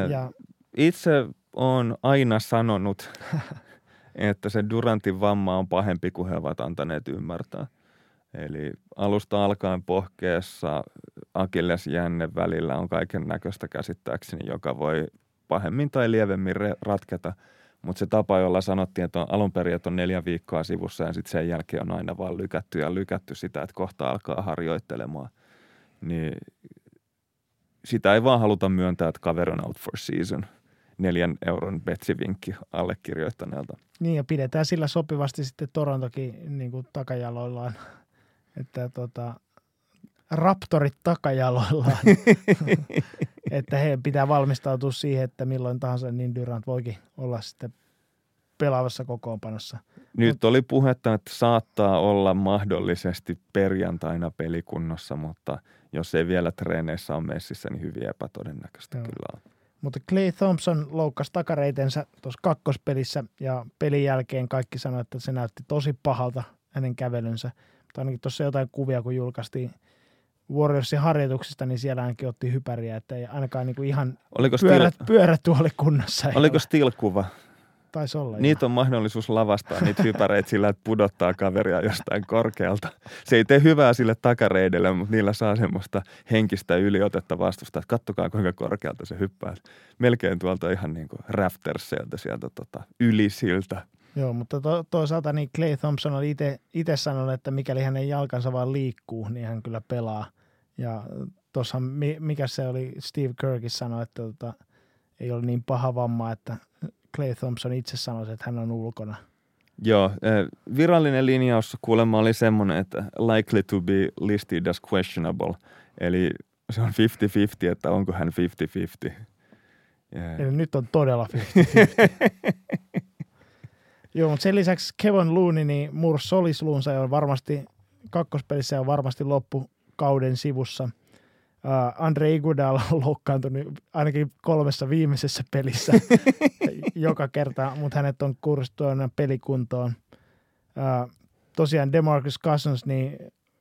Itse olen aina sanonut, että se Durantin vamma on pahempi kuin he ovat antaneet ymmärtää. Eli alusta alkaen pohkeessa akillesjänne välillä on kaiken näköistä käsittääkseni, joka voi pahemmin tai lievemmin ratketa. Mutta se tapa, jolla sanottiin, että on alun perin, että on 4 viikkoa sivussa ja sitten sen jälkeen on aina vaan lykätty sitä, että kohta alkaa harjoittelemaan. Niin sitä ei vaan haluta myöntää, että kaveri on out for season. 4 euron betsivinkki allekirjoittaneelta. Niin, ja pidetään sillä sopivasti sitten Torontokin niin kuin takajaloillaan, että Raptorit takajaloillaan, että heidän pitää valmistautua siihen, että milloin tahansa niin Durant voikin olla sitten pelaavassa kokoonpanossa. Nyt oli puhetta, että saattaa olla mahdollisesti perjantaina pelikunnossa, mutta jos ei vielä treeneissä ole messissä, niin hyvin epätodennäköistä kyllä on. Mutta Klay Thompson loukkasi takareitensä tuossa 2. pelissä ja pelin jälkeen kaikki sanoivat, että se näytti tosi pahalta hänen kävelynsä. Mutta ainakin tuossa jotain kuvia, kun julkaistiin Warriorsin harjoituksista, niin siellä ainakin otti hypäriä, että ei ainakaan niinku ihan pyörätuoli kunnossa. Oliko still-kuva? Taisi olla. Niitä on mahdollisuus lavastaa niitä hypäreitä sillä, että pudottaa kaveria jostain korkealta. Se ei tee hyvää sille takareidelle, mutta niillä saa semmoista henkistä yliotetta vastusta, että kattokaa kuinka korkealta se hyppää. Melkein tuolta ihan niin kuin Raftersilta sieltä ylisiltä. Joo, mutta toisaalta niin Klay Thompson oli itse sanonut, että mikäli hänen jalkansa vaan liikkuu, niin hän kyllä pelaa. Ja tuossa mikä se oli, Steve Kerrkin sanoi, että ei ole niin paha vamma, että Klay Thompson itse sanoi, että hän on ulkona. Joo, virallinen linjaus kuulemma oli semmoinen, että likely to be listed as questionable. Eli se on 50-50, että onko hän 50-50. Yeah. Eli nyt on todella 50-50. Joo, mutta sen lisäksi Kevon Looney niin mursi solisluunsa ja on varmasti kakkospelissä on varmasti loppukauden sivussa. Andre Iguodala on loukkaantunut ainakin 3 viimeisessä pelissä joka kerta, mutta hänet on kursittu pelikuntoon. Tosiaan DeMarcus Cousins, niin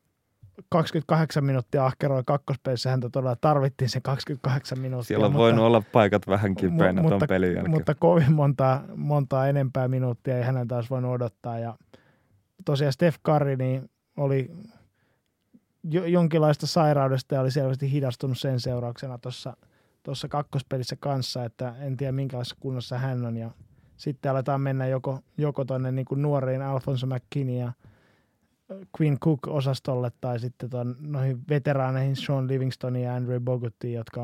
28 minuuttia ahkeroi kakkospelissä, häntä todella tarvittiin se 28 minuuttia. Siellä on voinut olla paikat vähän kipeänä tuon pelin jälkeen. Mutta kovin montaa enempää minuuttia ei hänen taas voinut odottaa. Ja tosiaan Steph Curry niin oli jonkinlaista sairaudesta ja oli selvästi hidastunut sen seurauksena tuossa kakkospelissä kanssa, että en tiedä minkälaisessa kunnossa hän on. Ja sitten aletaan mennä joko tuonne niin kuin nuoriin Alfonso McKinney ja Quinn Cook-osastolle tai sitten noihin veteraaneihin Sean Livingston ja Andrew Boguttiin, jotka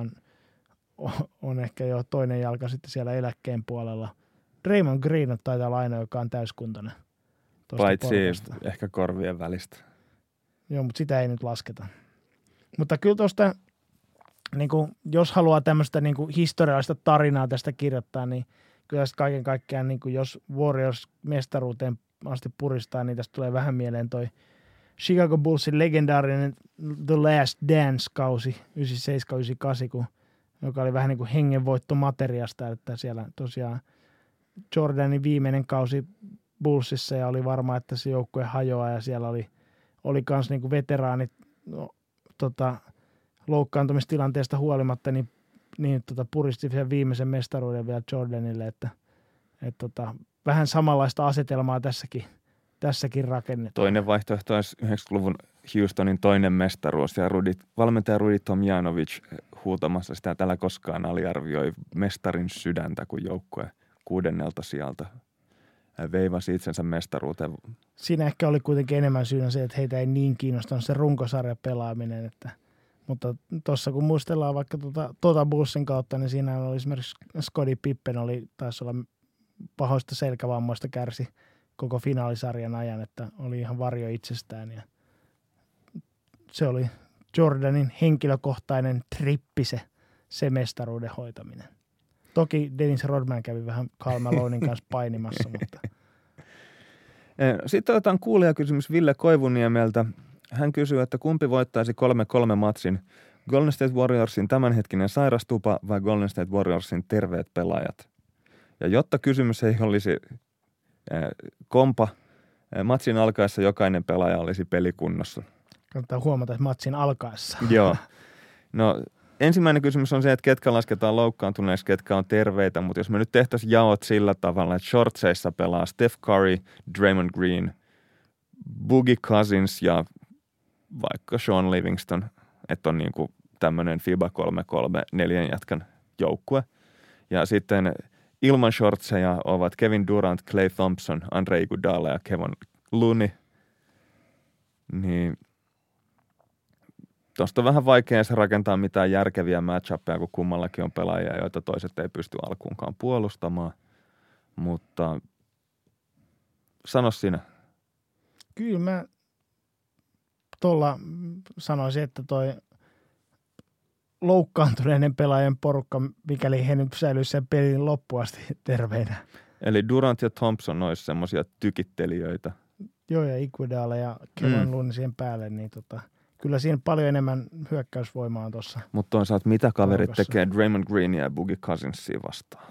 on ehkä jo toinen jalka sitten siellä eläkkeen puolella. Draymond Green taitaa olla aina, joka on täyskuntoinen. Paitsi ehkä korvien välistä. Joo, mutta sitä ei nyt lasketa. Mutta kyllä tuosta, niin jos haluaa tämmöistä niin historiallista tarinaa tästä kirjoittaa, niin kyllä sitten kaiken kaikkiaan, niin jos Warriors mestaruuteen asti puristaa, niin tästä tulee vähän mieleen toi Chicago Bullsin legendaarinen The Last Dance-kausi 97-98, kun joka oli vähän niin kuin hengenvoitto materiasta, että siellä tosiaan Jordanin viimeinen kausi Bullsissa ja oli varma, että se joukkue hajoaa ja siellä oli kans niin kuin veteraanit loukkaantumistilanteesta huolimatta, niin puristi sen viimeisen mestaruuden vielä Jordanille, että vähän samanlaista asetelmaa tässäkin rakennetaan. Toinen vaihtoehto olisi 90-luvun Houstonin toinen mestaruus ja valmentaja Rudy Tomjanovic huutamassa sitä, että älä koskaan aliarvioi mestarin sydäntä, kun joukkue 6. sijalta veivasi itsensä mestaruuteen. Siinä ehkä oli kuitenkin enemmän syynä se, että heitä ei niin kiinnostanut se runkosarja pelaaminen, mutta tuossa kun muistellaan vaikka Bullsin kautta, niin siinä oli esimerkiksi Scottie Pippen taisi olla pahoista selkävammoista kärsi koko finaalisarjan ajan, että oli ihan varjo itsestään ja se oli Jordanin henkilökohtainen trippi se mestaruuden hoitaminen. Toki Dennis Rodman kävi vähän Karl Malonen kanssa painimassa, mutta... Sitten otetaan kuulijakysymys Ville Koivuniemeltä. Hän kysyy, että kumpi voittaisi 3-3 matsin, Golden State Warriorsin tämänhetkinen sairastupa vai Golden State Warriorsin terveet pelaajat? Ja jotta kysymys ei olisi kompa, matsin alkaessa jokainen pelaaja olisi pelikunnossa. Kannattaa huomata, että matsin alkaessa. Joo. No ensimmäinen kysymys on se, että ketkä lasketaan loukkaantuneiksi, ketkä on terveitä, mutta jos me nyt tehtäisiin jaot sillä tavalla, että shortseissa pelaa Steph Curry, Draymond Green, Boogie Cousins ja vaikka Sean Livingston, että on niin kuin tämmöinen FIBA 3-3 4 jätkän joukkue. Ja sitten ilman shortseja ovat Kevin Durant, Klay Thompson, Andre Iguodala ja Kevin Looney. Niin tuosta on vähän vaikea se rakentaa mitään järkeviä match-uppeja, kun kummallakin on pelaajia, joita toiset ei pysty alkuunkaan puolustamaan. Mutta sano sinä. Kyllä mä tuolla sanoisin, että toi loukkaantuneiden pelaajien porukka, mikäli he nyt säilyisi sen pelin loppuun asti terveinä. Eli Durant ja Thompson olisi semmoisia tykittelijöitä. Joo, ja Iguodala ja Kevin Looney siihen päälle, niin kyllä siinä paljon enemmän hyökkäysvoimaa on tuossa. Mutta toisaalta mitä kaverit tekee Draymond Greenia ja Boogie Cousinsia vastaan?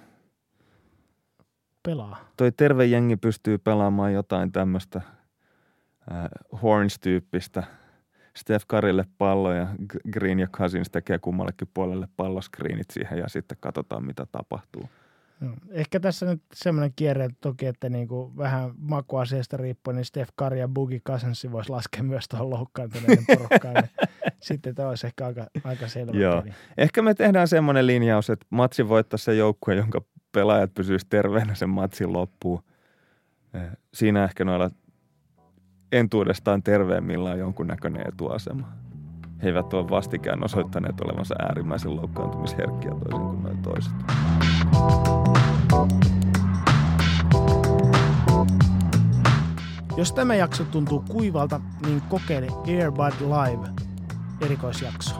Pelaa. Toi terve jengi pystyy pelaamaan jotain tämmöistä Horns-tyyppistä. Steph Currylle pallo ja Green ja Cousins tekee kummallekin puolelle palloskriinit siihen ja sitten katsotaan mitä tapahtuu. Ehkä tässä nyt semmoinen kierre toki, että niinku vähän makuasiasta riippuen, niin Steph Curry ja Boogie Cousins voisi laskea myös tuohon loukkaantuneiden porukkaan. Sitten tämä olisi ehkä aika selvä. Joo. Peli. Ehkä me tehdään semmoinen linjaus, että matsi voittaa se joukkue, jonka pelaajat pysyisi terveenä sen matsin loppuun. Siinä ehkä noilla entuudestaan terveemmillään jonkunnäköinen etuasema. He eivät ole vastikään osoittaneet olevansa äärimmäisen loukkaantumisherkkiä toisin kuin noin toiset. Jos tämä jakso tuntuu kuivalta, niin kokeile Airbud Live erikoisjakso.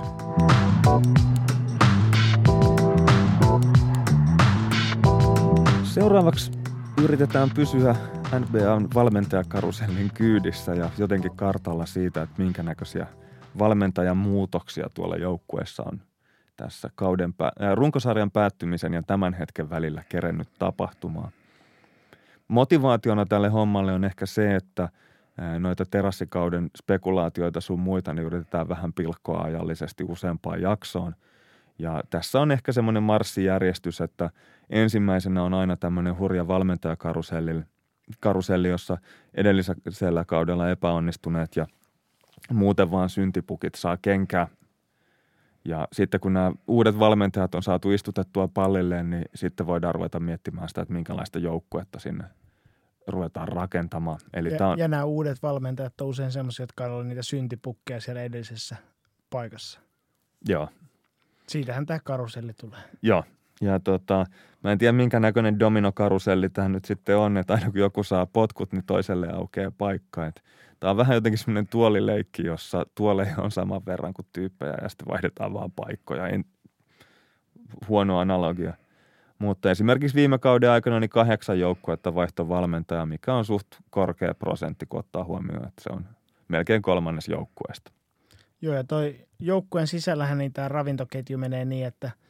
Seuraavaksi yritetään pysyä NBA:n valmentajakarusellin kyydissä ja jotenkin kartalla siitä, että minkä näköisiä valmentajan muutoksia tuolla joukkueessa on tässä runkosarjan päättymisen ja tämän hetken välillä kerennyt tapahtumaan. Motivaationa tälle hommalle on ehkä se, että noita terassikauden spekulaatioita sun muita niin yritetään vähän pilkkoa ajallisesti useampaan jaksoon. Ja tässä on ehkä semmoinen marssijärjestys, että ensimmäisenä on aina tämmöinen hurja valmentajakaruselli, jossa edellisellä kaudella epäonnistuneet ja muuten vaan syntipukit saa kenkää. Ja sitten kun nämä uudet valmentajat on saatu istutettua pallilleen, niin sitten voidaan ruveta miettimään sitä, että minkälaista joukkuetta sinne ruvetaan rakentamaan. Eli ja nämä uudet valmentajat on usein semmoisia, jotka on ollut niitä syntipukkeja siellä edellisessä paikassa. Joo. Siitähän tämä karuselli tulee. Joo. Ja mä en tiedä minkä näköinen dominokaruselli tämä nyt sitten on, että aina kun joku saa potkut, niin toiselle aukeaa paikka. Tämä on vähän jotenkin semmoinen tuolileikki, jossa tuoleja on saman verran kuin tyyppejä ja sitten vaihdetaan vaan paikkoja. Huono analogia. Mutta esimerkiksi viime kauden aikana niin 8 joukkuetta vaihtoi valmentaja, mikä on suht korkea prosentti, kun ottaa huomioon, että se on melkein 1/3 joukkueesta. Joo, ja toi joukkueen sisällähän niin tämä ravintoketju menee niin, että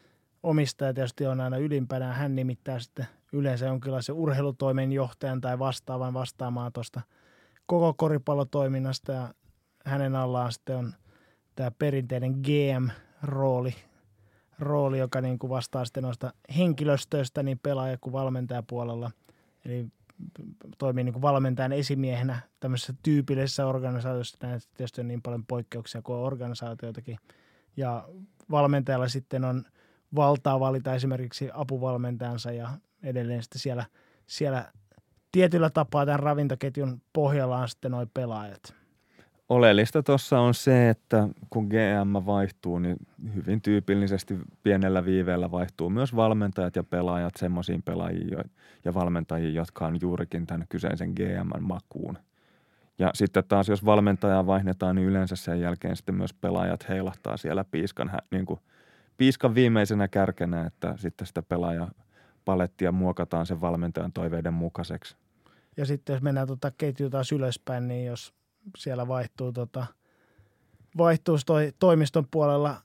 omistaja tietysti on aina ylimpänä. Hän nimittää sitten yleensä jonkinlaisen urheilutoimenjohtajan tai vastaavan vastaamaan tuosta koko koripallotoiminnasta. Ja hänen allaan sitten on tämä perinteinen GM-rooli, joka niin kuin vastaa sitten noista henkilöstöistä niin pelaaja- kuin valmentajapuolella. Eli toimii niin kuin valmentajan esimiehenä tämmöisessä tyypillisessä organisaatiossa. Näitä tietysti on niin paljon poikkeuksia kuin organisaatioitakin. Ja valmentajalla sitten on valtaa valita esimerkiksi apuvalmentajansa ja edelleen sitten siellä tietyllä tapaa tämän ravintoketjun pohjalla on sitten nuo pelaajat. Oleellista tuossa on se, että kun GM vaihtuu, niin hyvin tyypillisesti pienellä viiveellä vaihtuu myös valmentajat ja pelaajat semmoisiin pelaajiin ja valmentajiin, jotka on juurikin tämän kyseisen GM:n makuun. Ja sitten taas, jos valmentajaa vaihdetaan, niin yleensä sen jälkeen sitten myös pelaajat heilahtaa siellä piiskan viimeisenä kärkenä, että sitten sitä pelaajapalettia muokataan sen valmentajan toiveiden mukaiseksi. Ja sitten jos mennään ketjua taas ylöspäin, niin jos siellä vaihtuu toimiston puolella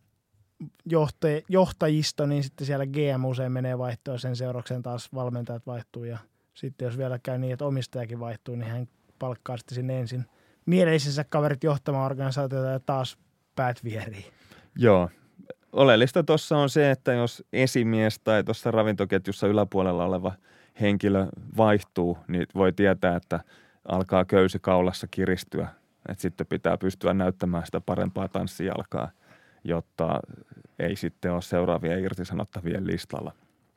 johtajisto, niin sitten siellä GM usein menee vaihtoon, sen seurauksen taas valmentajat vaihtuu. Ja sitten jos vielä käy niin, että omistajakin vaihtuu, niin hän palkkaa sitten sinne ensin mielisensä kaverit johtamaan organisaatiota ja taas päät vierii. Joo. Oleellista tuossa on se, että jos esimies tai tuossa ravintoketjussa yläpuolella oleva henkilö vaihtuu, niin voi tietää, että alkaa köysi kaulassa kiristyä. Että sitten pitää pystyä näyttämään sitä parempaa tanssijalkaa, jotta ei sitten ole seuraavia irtisanottavien listalla.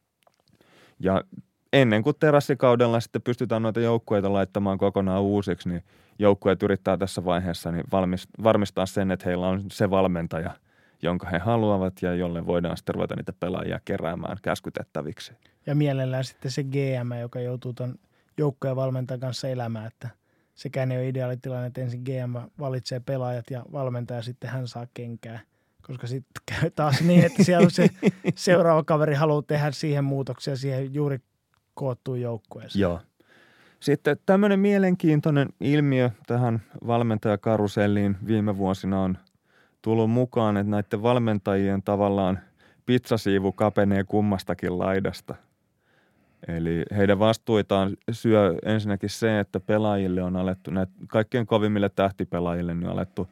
Ja ennen kuin terassikaudella sitten pystytään noita joukkueita laittamaan kokonaan uusiksi, niin joukkueet yrittää tässä vaiheessa niin varmistaa sen, että heillä on se valmentaja, jonka he haluavat ja jolle voidaan sitten ruveta niitä pelaajia keräämään käskytettäviksi. Ja mielellään sitten se GM, joka joutuu tuon joukkojen valmentajan kanssa elämään, että sekään ei ole ideaalitilanne, että ensin GM valitsee pelaajat ja valmentaja sitten hän saa kenkää. Koska sitten käy taas niin, että siellä se seuraava kaveri haluaa tehdä siihen muutoksia siihen juuri koottuun joukkueeseen. Joo. Sitten tämmöinen mielenkiintoinen ilmiö tähän valmentajakaruselliin viime vuosina on tullut mukaan, että näiden valmentajien tavallaan pizzasiivu kapenee kummastakin laidasta. Eli heidän vastuitaan syö ensinnäkin se, että pelaajille on alettu, kaikkein kovimmille tähtipelaajille niin on alettu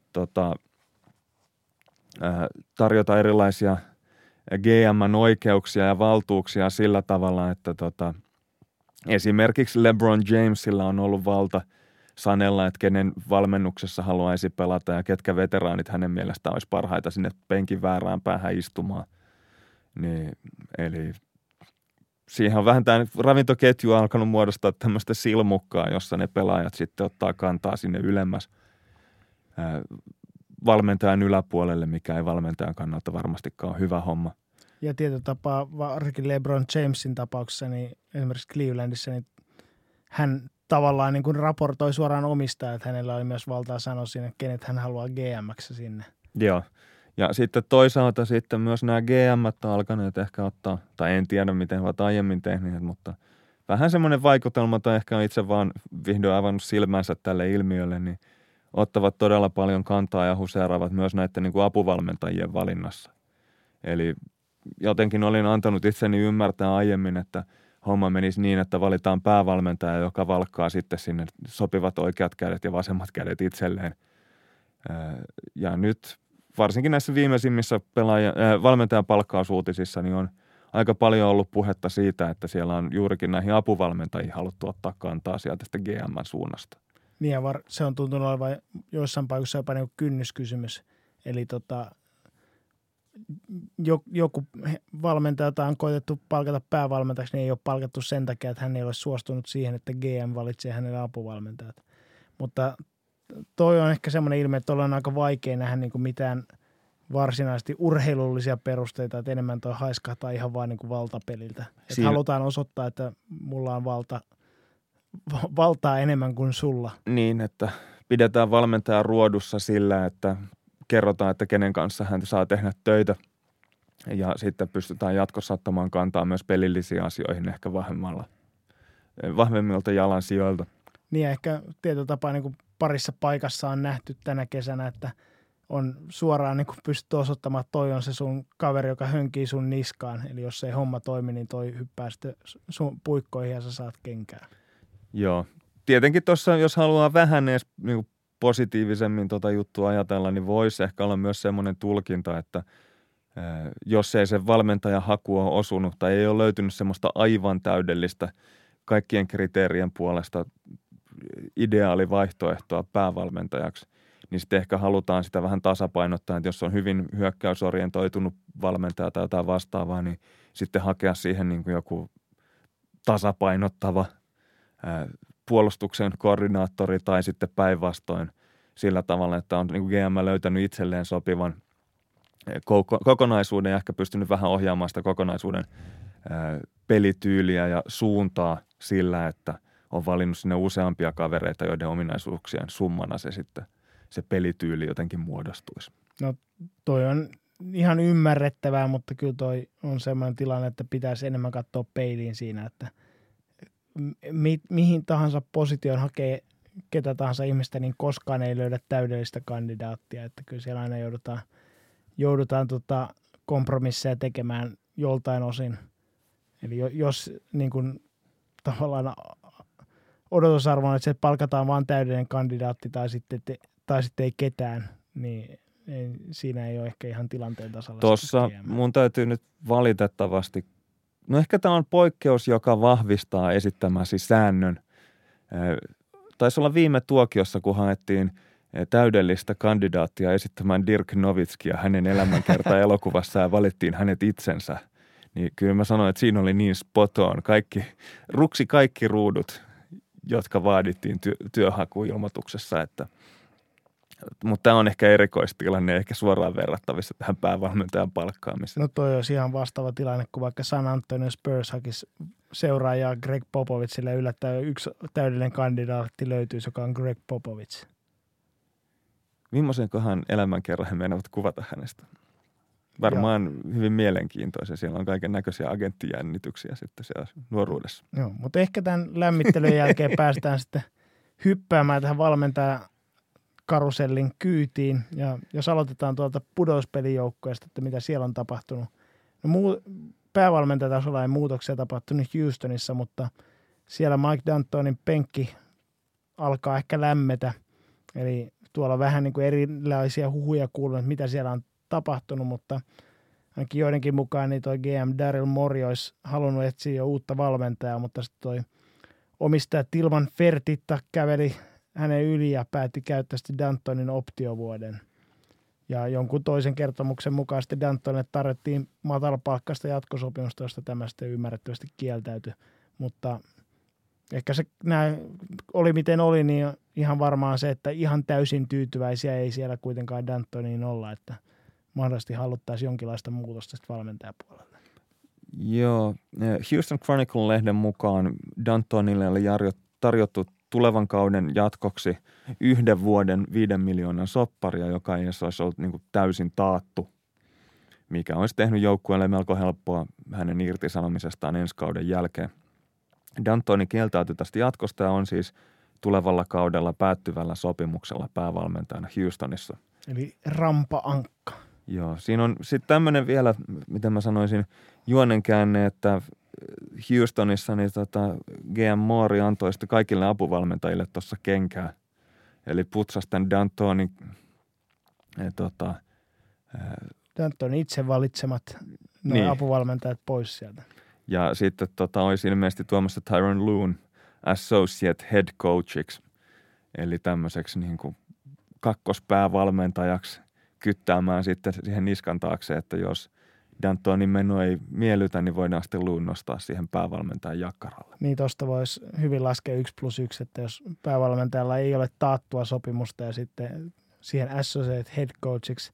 tarjota erilaisia GM:n oikeuksia ja valtuuksia sillä tavalla, että esimerkiksi LeBron Jamesilla on ollut valta sanella, että kenen valmennuksessa haluaisi pelata ja ketkä veteraanit hänen mielestään olisi parhaita sinne penkin väärään päähän istumaan. Niin, eli siihen on vähän tämä ravintoketju alkanut muodostaa tämmöistä silmukkaa, jossa ne pelaajat sitten ottaa kantaa sinne ylemmäs valmentajan yläpuolelle, mikä ei valmentajan kannalta varmastikaan ole hyvä homma. Ja tietyllä tapaa, varsinkin LeBron Jamesin tapauksessa, niin esimerkiksi Clevelandissa, niin hän tavallaan niin kuin raportoi suoraan omistaan, että hänellä oli myös valtaa sanoa sinne, kenet hän haluaa GM:ksi sinne. Joo. Ja sitten toisaalta sitten myös nämä GM:t on alkaneet ehkä ottaa, tai en tiedä miten he ovat aiemmin tehneet, mutta vähän semmoinen vaikutelma, tai ehkä on itse vaan vihdoin avannut silmänsä tälle ilmiölle, niin ottavat todella paljon kantaa ja huseeraavat myös näiden niin kuin apuvalmentajien valinnassa. Eli jotenkin olin antanut itseni ymmärtää aiemmin, että homma menisi niin, että valitaan päävalmentaja, joka valkkaa sitten sinne sopivat oikeat kädet ja vasemmat kädet itselleen. Ja nyt varsinkin näissä viimeisimmissä valmentajan palkkausuutisissa niin on aika paljon ollut puhetta siitä, että siellä on juurikin näihin apuvalmentajiin haluttu ottaa kantaa sieltä tästä GM:n suunnasta. Niin ja se on tuntunut olevan joissain paikoissa jopa niin kynnyskysymys. Eli joku valmentaja, jota on koetettu palkata päävalmentajaksi, niin ei ole palkattu sen takia, että hän ei ole suostunut siihen, että GM valitsee hänelle apuvalmentajat. Mutta toi on ehkä semmoinen ilme, että on aika vaikea nähdä niin kuin mitään varsinaisesti urheilullisia perusteita, että enemmän toi haiskahtaa ihan vaan niin kuin valtapeliltä. Että halutaan osoittaa, että mulla on valtaa enemmän kuin sulla. Niin, että pidetään valmentaja ruodussa sillä, että kerrotaan, että kenen kanssa hän saa tehdä töitä ja sitten pystytään jatkossa ottamaan kantaa myös pelillisiin asioihin ehkä vahvemmilta jalansijoilta. Niin ja ehkä tietyllä tapaa niin kuin parissa paikassa on nähty tänä kesänä, että on suoraan niin kuin pystyt osoittamaan, että toi on se sun kaveri, joka hönkii sun niskaan. Eli jos ei homma toimi, niin toi hyppää sitten sun puikkoihin ja sä saat kenkää. Joo. Tietenkin tuossa, jos haluaa vähän edes niin positiivisemmin juttua ajatella, niin voisi ehkä olla myös semmoinen tulkinta, että jos ei se valmentajan haku ole osunut tai ei ole löytynyt semmoista aivan täydellistä kaikkien kriteerien puolesta ideaalivaihtoehtoa päävalmentajaksi, niin sitten ehkä halutaan sitä vähän tasapainottaa, että jos on hyvin hyökkäysorientoitunut valmentaja tai jotain vastaavaa, niin sitten hakea siihen niin kuin joku tasapainottava puolustuksen koordinaattori tai sitten päinvastoin sillä tavalla, että on niin kuin GM löytänyt itselleen sopivan kokonaisuuden ja ehkä pystynyt vähän ohjaamaan sitä kokonaisuuden pelityyliä ja suuntaa sillä, että on valinnut sinne useampia kavereita, joiden ominaisuuksien summana se pelityyli jotenkin muodostuisi. No toi on ihan ymmärrettävää, mutta kyllä toi on sellainen tilanne, että pitäisi enemmän katsoa peiliin siinä, että mihin tahansa positioon hakee ketä tahansa ihmistä, niin koskaan ei löydä täydellistä kandidaattia, että kyllä siellä aina joudutaan kompromisseja tekemään joltain osin. Eli jos niin kuin tavallaan odotusarvo on, että se palkataan vain täydellinen kandidaatti tai sitten ei ketään, niin siinä ei ole ehkä ihan tilanteen tasalla. Tuossa mun täytyy nyt valitettavasti, no ehkä tämä on poikkeus, joka vahvistaa esittämäsi säännön. Taisi olla viime tuokiossa, kun haettiin täydellistä kandidaattia esittämään Dirk Nowitzkia hänen elämänkerta-elokuvassa ja valittiin hänet itsensä. Niin kyllä mä sanoin, että siinä oli niin spot on. Kaikki ruudut, jotka vaadittiin työhakuilmoituksessa. Mutta tämä on ehkä erikoistilanne, ehkä suoraan verrattavissa tähän päävalmentajan palkkaamiseen. No toi olisi ihan vastaava tilanne, kun vaikka San Antonio Spurs hakisi seuraajaa Greg Popovicille ja yllättäen yksi täydellinen kandidaatti löytyisi, joka on Greg Popovich. Millaisenkohan elämänkerran he menevät kuvata hänestä? Varmaan hyvin mielenkiintoisia. Siellä on kaiken näköisiä agenttijännityksiä sitten siellä nuoruudessa. Joo, mutta ehkä tämän lämmittelyn jälkeen päästään sitten hyppäämään tähän valmentajakarusellin kyytiin. Ja jos aloitetaan tuolta pudotuspelijoukkoista, että mitä siellä on tapahtunut. No päävalmentajatasolla ei muutoksia tapahtunut Houstonissa, mutta siellä Mike D'Antonin penkki alkaa ehkä lämmetä. Eli tuolla vähän niin kuin erilaisia huhuja kuulunut, mitä siellä on tapahtunut, mutta ainakin joidenkin mukaan niin toi GM Daryl Morey olisi halunnut etsiä jo uutta valmentajaa, mutta sitten toi omistaja Tilman Fertitta käveli hänen yli ja päätti käyttää sitten D'Antonin optiovuoden. Ja jonkun toisen kertomuksen mukaan sitten D'Antonille tarjottiin matalapalkkaista jatkosopimusta, josta tämä sitten ymmärrettävästi kieltäytyi, mutta ehkä se oli miten oli, niin ihan varmaan se, että ihan täysin tyytyväisiä ei siellä kuitenkaan D'Antoniin olla, että mahdollisesti haluttaisiin jonkinlaista muutosta sitten valmentajapuolelle. Joo, Houston Chronicle-lehden mukaan D'Antonille oli tarjottu tulevan kauden jatkoksi 1 vuoden 5 miljoonan sopparia, joka ei olisi ollut niin kuin täysin taattu, mikä olisi tehnyt joukkueelle melko helppoa hänen irtisanomisestaan ensi kauden jälkeen. D'Antoni kieltäytyi tästä jatkosta ja on siis tulevalla kaudella päättyvällä sopimuksella päävalmentajana Houstonissa. Eli rampa-ankka. Joo, siinä on sitten tämmöinen vielä, miten mä sanoisin, juonenkäänne, että Houstonissa niin GM Moore antoi sitten kaikille apuvalmentajille tuossa kenkää. Eli putsasi tämän D'Antonin D'Antonin itse valitsemat niin apuvalmentajat pois sieltä. Ja sitten olisi ilmeisesti tuomassa Tyronn Lue associate head coachiksi, eli tämmöiseksi niin kuin kakkospäävalmentajaksi kyttäämään sitten siihen niskan taakse, että jos D'Antonin meno ei miellytä, niin voidaan sitten Lue nostaa siihen päävalmentajan jakkaralle. Niin tuosta voisi hyvin laskea 1+1, että jos päävalmentajalla ei ole taattua sopimusta ja sitten siihen associate head coachiksi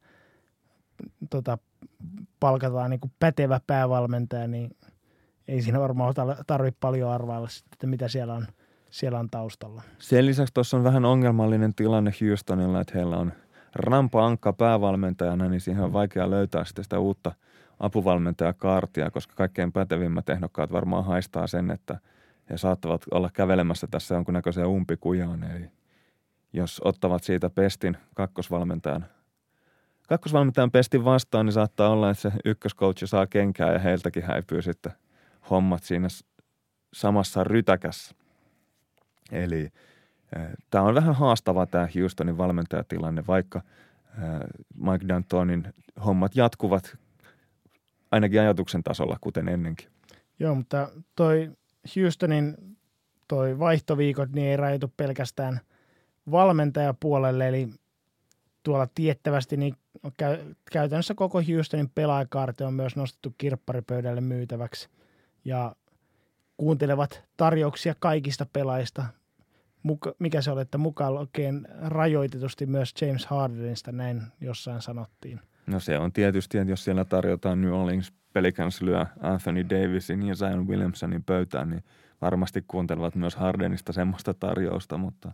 palkataan niin kuin pätevä päävalmentaja, niin ei siinä varmaan tarvitse paljon arvailla, että mitä siellä on taustalla. Sen lisäksi tuossa on vähän ongelmallinen tilanne Houstonilla, että heillä on rampa-ankka päävalmentajana, niin siihen on vaikea löytää sitä uutta apuvalmentajakaartia, koska kaikkein pätevimmät ehdokkaat varmaan haistaa sen, että he saattavat olla kävelemässä tässä jonkunnäköiseen umpikujaan. Eli jos ottavat siitä pestin kakkosvalmentajan kakkosvalmentajan pestin vastaan, niin saattaa olla, että se ykköskoutsi saa kenkää ja heiltäkin häipyy sitten hommat siinä samassa rytäkässä. Eli tämä on vähän haastava tämä Houstonin valmentajatilanne, vaikka Mike D'Antonin hommat jatkuvat ainakin ajatuksen tasolla, kuten ennenkin. Joo, mutta toi Houstonin vaihtoviikot niin ei rajoitu pelkästään valmentajapuolelle, eli tuolla tiettävästi niin käytännössä koko Houstonin pelaajakaarti on myös nostettu kirpparipöydälle myytäväksi ja kuuntelevat tarjouksia kaikista pelaajista, mikä se oli, että mukaan oikein rajoitetusti myös James Hardenista, näin jossain sanottiin. No se on tietysti, että jos siellä tarjotaan New Orleans Pelicans lyö Anthony Davisin ja Zion Williamsonin pöytään, niin varmasti kuuntelevat myös Hardenista semmoista tarjousta, mutta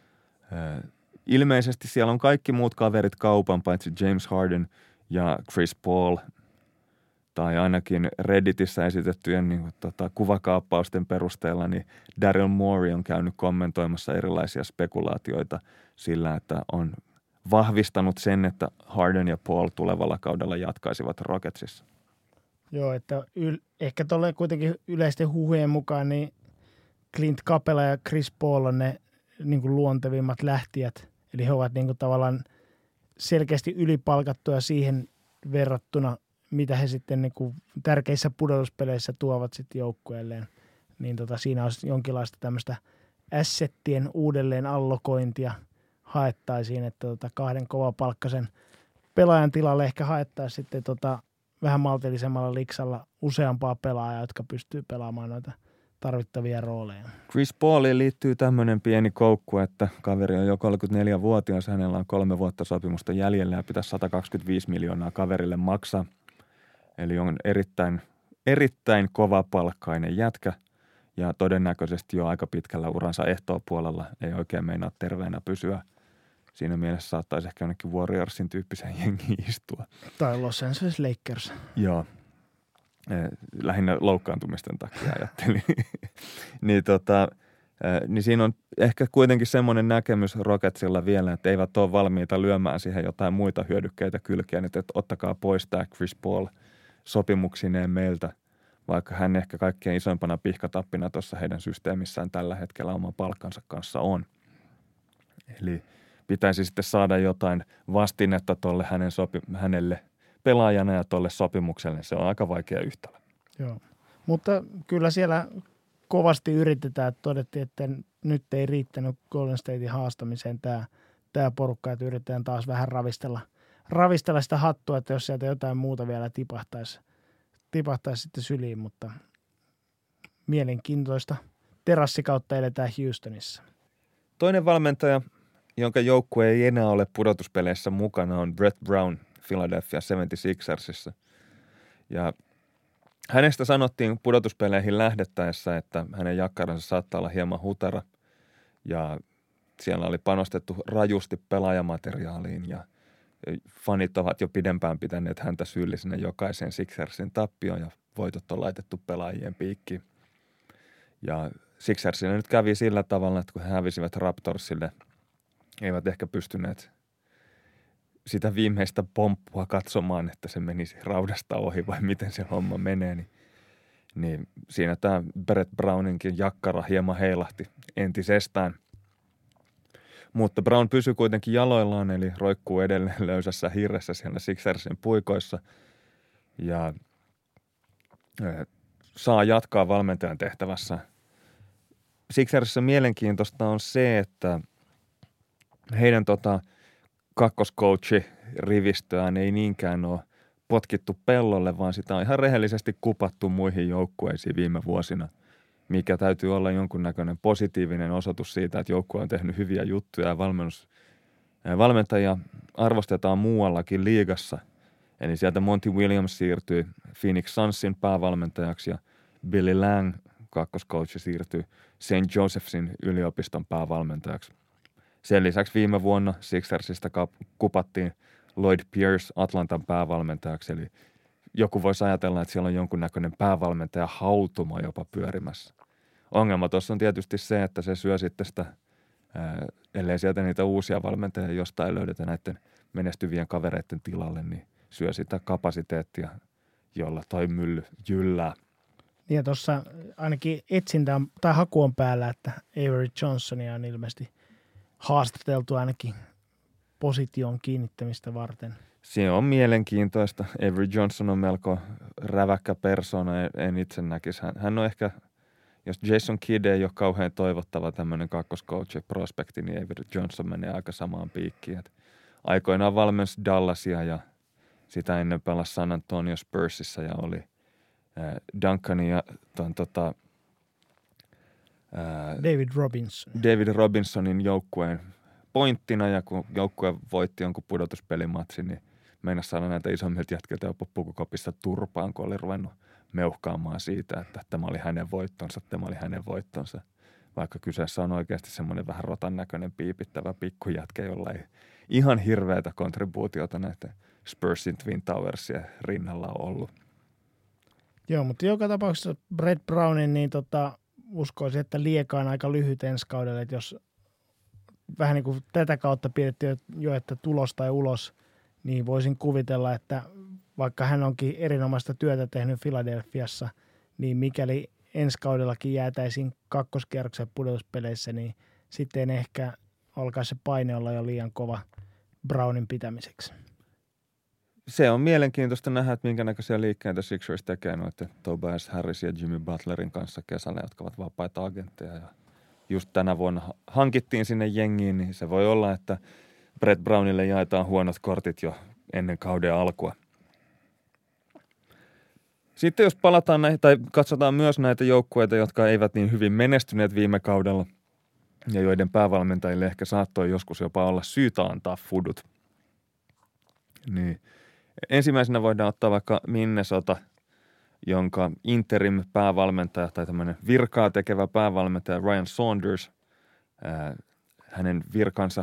ilmeisesti siellä on kaikki muut kaverit kaupan, paitsi James Harden ja Chris Paul, tai ainakin Redditissä esitettyjen niin kuvakaappausten perusteella, niin Daryl Morey on käynyt kommentoimassa erilaisia spekulaatioita sillä, että on vahvistanut sen, että Harden ja Paul tulevalla kaudella jatkaisivat Rocketsissa. Joo, että ehkä tuolle kuitenkin yleisten huhujen mukaan niin Clint Capela ja Chris Paul on ne niin kuin luontevimmat lähtijät. Eli he ovat niin kuin tavallaan selkeästi ylipalkattuja siihen verrattuna, mitä he sitten niin kuin tärkeissä pudotuspeleissä tuovat sitten joukkueelleen. Niin siinä olisi jonkinlaista tämmöistä assettien uudelleen allokointia haettaisiin, että kahden kovapalkkaisen pelaajan tilalle ehkä haettaisiin sitten vähän maltillisemmalla liksalla useampaa pelaajaa, jotka pystyy pelaamaan noita tarvittavia rooleja. Chris Pauliin liittyy tämmöinen pieni koukku, että kaveri on jo 34-vuotias, hänellä on 3 vuotta sopimusta jäljellä ja pitäisi 125 miljoonaa kaverille maksaa. Eli on erittäin kovapalkkainen jätkä ja todennäköisesti jo aika pitkällä uransa ehtoopuolella ei oikein meinaa terveenä pysyä. Siinä mielessä saattaisi ehkä jonnekin Warriorsin tyyppisen jengiin istua. Tai Los Angeles Lakers. Joo. Lähinnä loukkaantumisten takia ajattelin. niin siinä on ehkä kuitenkin semmoinen näkemys Rocketsilla vielä, että eivät ole valmiita lyömään siihen jotain muita hyödykkeitä kylkeen, että ottakaa pois tämä Chris Paul sopimuksineen meiltä, vaikka hän ehkä kaikkein isoimpana pihkatappina tuossa heidän systeemissään tällä hetkellä oman palkkansa kanssa on. Eli pitäisi sitten saada jotain vastinetta tuolle hänelle pelaajana ja tuolle sopimukselle. Se on aika vaikea yhtälö. Joo, mutta kyllä siellä kovasti yritetään. Todettiin, että nyt ei riittänyt Golden Statein haastamiseen tämä porukka, että yritetään taas vähän ravistella sitä hattua, että jos sieltä jotain muuta vielä tipahtaisi sitten syliin, mutta mielenkiintoista terassikautta eletään Houstonissa. Toinen valmentaja, jonka joukkue ei enää ole pudotuspeleissä mukana, on Brett Brown Philadelphia 76ersissa. Ja hänestä sanottiin pudotuspeleihin lähdettäessä, että hänen jakkaransa saattaa olla hieman hutara ja siellä oli panostettu rajusti pelaajamateriaaliin ja fanit ovat jo pidempään pitäneet häntä syyllisenä jokaisen Sixersin tappioon ja voitot on laitettu pelaajien piikkiin. Ja Sixersille nyt kävi sillä tavalla, että kun he hävisivät Raptorsille, eivät ehkä pystyneet sitä viimeistä pomppua katsomaan, että se menisi raudasta ohi vai miten se homma menee, niin siinä tämä Brett Browninkin jakkara hieman heilahti entisestään. Mutta Brown pysyy kuitenkin jaloillaan, eli roikkuu edelleen löysässä hirressä siellä Sixersin puikoissa ja saa jatkaa valmentajan tehtävässä. Sixersissä mielenkiintoista on se, että heidän kakkoskoutsi rivistöään ei niinkään ole potkittu pellolle, vaan sitä on ihan rehellisesti kupattu muihin joukkueisiin viime vuosina, mikä täytyy olla jonkunnäköinen positiivinen osoitus siitä, että joukkue on tehnyt hyviä juttuja ja valmentajia arvostetaan muuallakin liigassa. Eli sieltä Monty Williams siirtyi Phoenix Sunsin päävalmentajaksi ja Billy Lang, kakkoskoutsi, siirtyi St. Josephsin yliopiston päävalmentajaksi. Sen lisäksi viime vuonna Sixersista kupattiin Lloyd Pierce Atlantan päävalmentajaksi, eli joku voisi ajatella, että siellä on jonkunnäköinen päävalmentaja hautuma jopa pyörimässä. Ongelma tuossa on tietysti se, että se syö sitten sitä, ellei sieltä niitä uusia valmentajia jostain löydetä näiden menestyvien kavereiden tilalle, niin syö sitä kapasiteettia, jolla toi mylly jyllää. Ja tuossa ainakin etsintä tai haku on päällä, että Avery Johnsonia on ilmeisesti haastateltu ainakin position kiinnittämistä varten. Se on mielenkiintoista. Avery Johnson on melko räväkkä persona, en itse näkisi. Hän on ehkä, jos Jason Kidd ei ole kauhean toivottava tämmöinen kakkoscoach-prospekti, niin Avery Johnson menee aika samaan piikkiin. Et aikoinaan valmensi Dallasia ja sitä ennen pelasi San Antonio Spursissa ja oli Duncanin ja David Robinsonin joukkueen pointtina, ja kun joukkue voitti jonkun pudotuspelimatsin, niin meinasi saada näitä isommilta jätkiltä jopa pukukopissa turpaan, kun oli ruvennut meuhkaamaan siitä, että tämä oli hänen voittonsa. Vaikka kyseessä on oikeasti semmoinen vähän rotan näköinen piipittävä pikkujätkä, jolla ei ihan hirveätä kontribuutiota näitä Spursin Twin Towersien rinnalla on ollut. Joo, mutta joka tapauksessa Brett Brownin, niin uskoisin, että lieka on aika lyhyt ensi kaudelle, että jos vähän niin kuin tätä kautta pidettiin jo, että tulos tai ulos, niin voisin kuvitella, että vaikka hän onkin erinomaista työtä tehnyt Philadelphiassa, niin mikäli ensi kaudellakin jäätäisiin kakkoskierroksen pudotuspeleissä, niin sitten ehkä alkaisi se paine olla jo liian kova Brownin pitämiseksi. Se on mielenkiintoista nähdä, että minkä näköisiä liikkeitä Sixers tekee noiden Tobias Harris ja Jimmy Butlerin kanssa kesällä, jotka ovat vapaita agentteja. Ja just tänä vuonna hankittiin sinne jengiin, niin se voi olla, että Brett Brownille jaetaan huonot kortit jo ennen kauden alkua. Sitten jos palataan näihin, tai katsotaan myös näitä joukkueita, jotka eivät niin hyvin menestyneet viime kaudella ja joiden päävalmentajille ehkä saattoi joskus jopa olla syytä antaa fudut. Niin ensimmäisenä voidaan ottaa vaikka Minnesota, jonka interim päävalmentaja tai tämmöinen virkaa tekevä päävalmentaja Ryan Saunders, hänen virkansa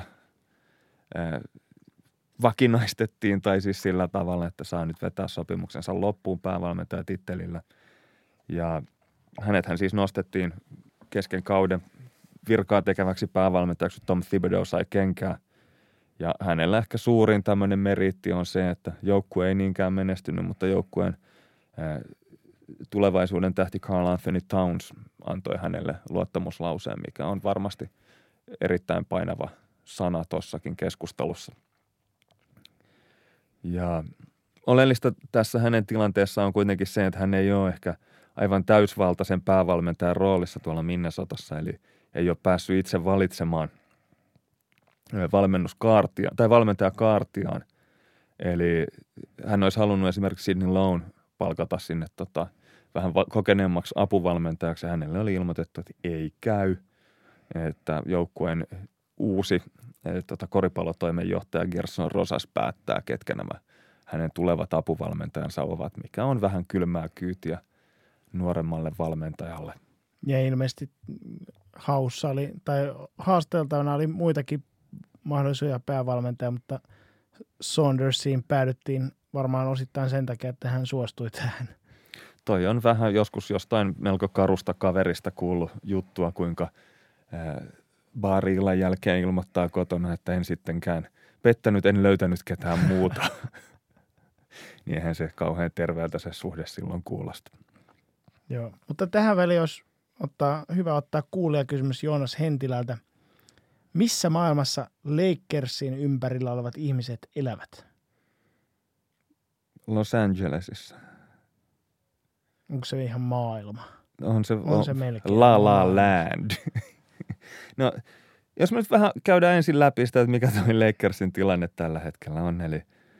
vakinaistettiin, tai siis sillä tavalla, että saa nyt vetää sopimuksensa loppuun päävalmentajatittelillä. Ja hänethän siis nostettiin kesken kauden virkaa tekeväksi päävalmentajaksi, Tom Thibodeau sai kenkää. Ja hänellä ehkä suurin tämmöinen meriitti on se, että joukkue ei niinkään menestynyt, mutta joukkueen tulevaisuuden tähti Karl Anthony Towns antoi hänelle luottamuslauseen, mikä on varmasti erittäin painava sana tossakin keskustelussa. Ja oleellista tässä hänen tilanteessaan on kuitenkin se, että hän ei ole ehkä aivan täysvaltaisen päävalmentajan roolissa tuolla Minnesotassa, eli ei ole päässyt itse valitsemaan valmentajakaartiaan. Eli hän olisi halunnut esimerkiksi Sidney Lone palkata sinne vähän kokeneemmaksi apuvalmentajaksi. Hänelle oli ilmoitettu, että ei käy, että joukkueen uusi koripallotoimenjohtaja Gerson Rosas päättää, ketkä nämä hänen tulevat apuvalmentajansa ovat, mikä on vähän kylmää kyytiä nuoremmalle valmentajalle. Ja ilmeisesti haasteltavana oli muitakin mahdollisia päävalmentajia, mutta Saundersiin päädyttiin varmaan osittain sen takia, että hän suostui tähän. Toi on vähän joskus jostain melko karusta kaverista kuullut juttua, kuinka baari-illan jälkeen ilmoittaa kotona, että en sittenkään pettänyt, en löytänyt ketään muuta. Niin eihän se kauhean terveeltä se suhde silloin kuulosta. Joo, mutta tähän väliin olisi hyvä ottaa kuulijakysymys Joonas Hentilältä. Missä maailmassa Lakersin ympärillä olevat ihmiset elävät? Los Angelesissa. Onko se ihan maailma? On se melkein. La La Land. No, jos me nyt vähän käydään ensin läpi sitä, että mikä toi Lakersin tilanne tällä hetkellä on. Eli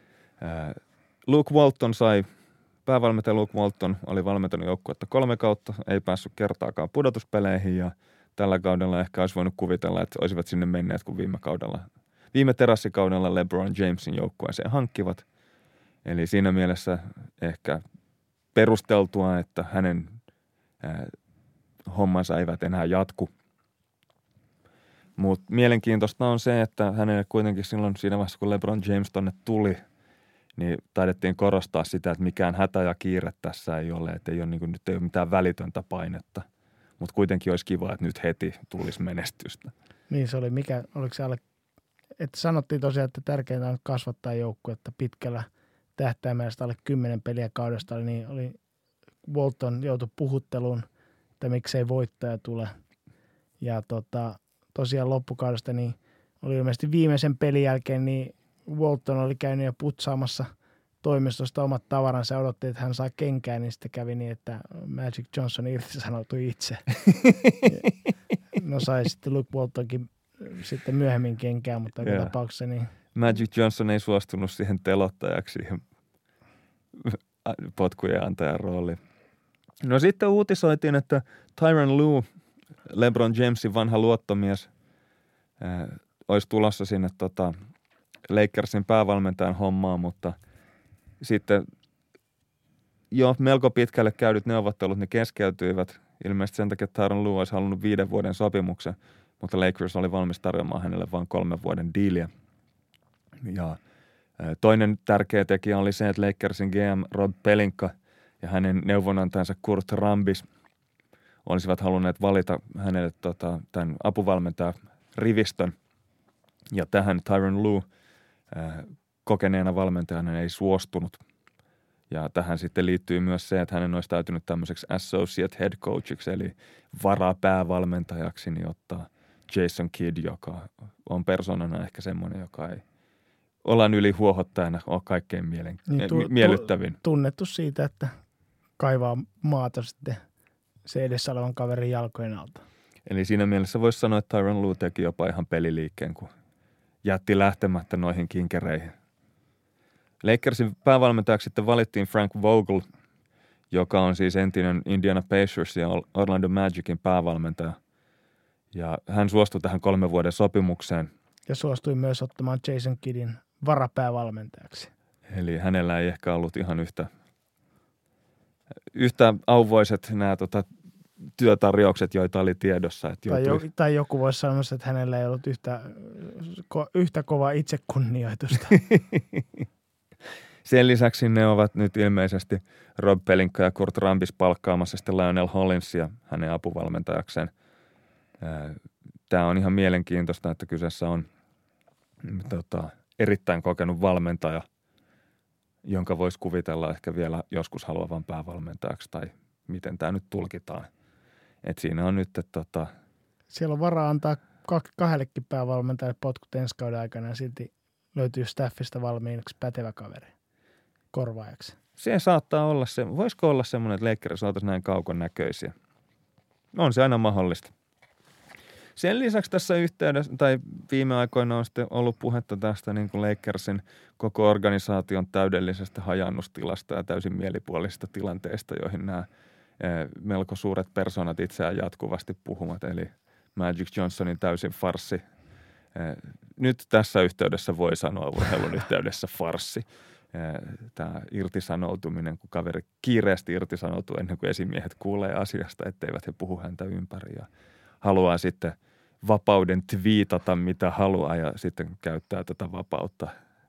päävalmentaja Luke Walton oli valmentanut joukkuetta 3 kautta, ei päässyt kertaakaan pudotuspeleihin ja tällä kaudella ehkä olisi voinut kuvitella, että olisivat sinne menneet, kun viime terassikaudella LeBron Jamesin joukkueeseen hankkivat. Eli siinä mielessä ehkä perusteltua, että hänen hommansa eivät enää jatku. Mutta mielenkiintoista on se, että hänelle kuitenkin silloin siinä vaiheessa, kun LeBron James tonne tuli, niin taidettiin korostaa sitä, että mikään hätä ja kiire tässä ei ole, että nyt ei ole mitään välitöntä painetta. Mutta kuitenkin olisi kiva, että nyt heti tulisi menestystä. Niin se oli, oliko se alle että sanottiin tosiaan, että tärkeintä on kasvattaa joukkuetta pitkällä tähtäimellä, alle 10 peliä kaudesta, niin oli Walton joutui puhutteluun, että miksei voittaja tule. Ja tosiaan loppukaudesta niin oli ilmeisesti viimeisen pelin jälkeen, niin Walton oli käynyt jo putsaamassa toimistosta omat tavaransa ja odotti, että hän saa kenkään, niin sitten kävi niin, että Magic Johnson irtisanoutui itse. No sai sitten Luke Waltonkin sitten myöhemmin kenkään, mutta joka tapauksessa niin... Magic Johnson ei suostunut siihen telottajaksi, siihen potkujen antajan rooliin. No sitten uutisoitiin, että Tyronn Lue, LeBron Jamesin vanha luottomies, olisi tulossa sinne Lakersin päävalmentajan hommaan, mutta sitten jo melko pitkälle käydyt neuvottelut, ne keskeytyivät. Ilmeisesti sen takia, että Tyronn Lue olisi halunnut 5 vuoden sopimuksen, mutta Lakers oli valmis tarjoamaan hänelle vain 3 vuoden diiliä. Ja toinen tärkeä tekijä oli se, että Lakersin GM Rob Pelinka ja hänen neuvonantajansa Kurt Rambis olisivat halunneet valita hänelle tämän apuvalmentajan rivistön. Ja tähän Tyronn Lue kokeneena valmentajana ei suostunut. Ja tähän sitten liittyy myös se, että hänen olisi täytynyt tämmöiseksi associate head coachiksi, eli varapäävalmentajaksi, niin ottaa Jason Kidd, joka on persoonana ehkä semmoinen, joka ei ollaan yli huohottajana ole kaikkein miellyttävin. Tunnettu siitä, että kaivaa maata sitten se edessä olevan kaverin jalkojen alta. Eli siinä mielessä voisi sanoa, että Tyronn Lue teki jopa ihan peliliikkeen, kun jätti lähtemättä noihin kinkereihin. Lakersin päävalmentajaksi sitten valittiin Frank Vogel, joka on siis entinen Indiana Pacers ja Orlando Magicin päävalmentaja. Ja hän suostui tähän 3 vuoden sopimukseen. Ja suostui myös ottamaan Jason Kiddin varapäävalmentajaksi. Eli hänellä ei ehkä ollut ihan yhtä auvoiset nämä työtarjoukset, joita oli tiedossa. Että tai joku voisi sanoa, että hänellä ei ollut yhtä kovaa itsekunnioitusta. Sen lisäksi ne ovat nyt ilmeisesti Rob Pelinka ja Kurt Rambis palkkaamassa sitten Lionel Hollinsia hänen apuvalmentajakseen. Tämä on ihan mielenkiintoista, että kyseessä on erittäin kokenut valmentaja, jonka voisi kuvitella ehkä vielä joskus haluavan päävalmentajaksi tai miten tämä nyt tulkitaan. Et siinä on nyt, siellä on varaa antaa 2 päävalmentajalle potkut ensi kauden aikana ja silti löytyy staffista valmiiksi pätevä kaveri korvaajaksi. Se saattaa olla se. Voisiko olla semmoinen, että Lakers oltaisiin näin kaukon näköisiä? On se aina mahdollista. Sen lisäksi tässä yhteydessä, tai viime aikoina on sitten ollut puhetta tästä niin kuin Lakersin koko organisaation täydellisestä hajannustilasta ja täysin mielipuolisista tilanteista, joihin nämä melko suuret persoonat itseään jatkuvasti puhuvat, eli Magic Johnsonin täysin farssi. Nyt tässä yhteydessä voi sanoa urheilun yhteydessä farssi. Tämä irtisanoutuminen, kun kaveri kiireesti irtisanoutuu ennen kuin esimiehet kuulee asiasta, etteivät he puhu häntä ympäri ja haluaa sitten vapauden twiitata mitä haluaa ja sitten käyttää tätä vapautta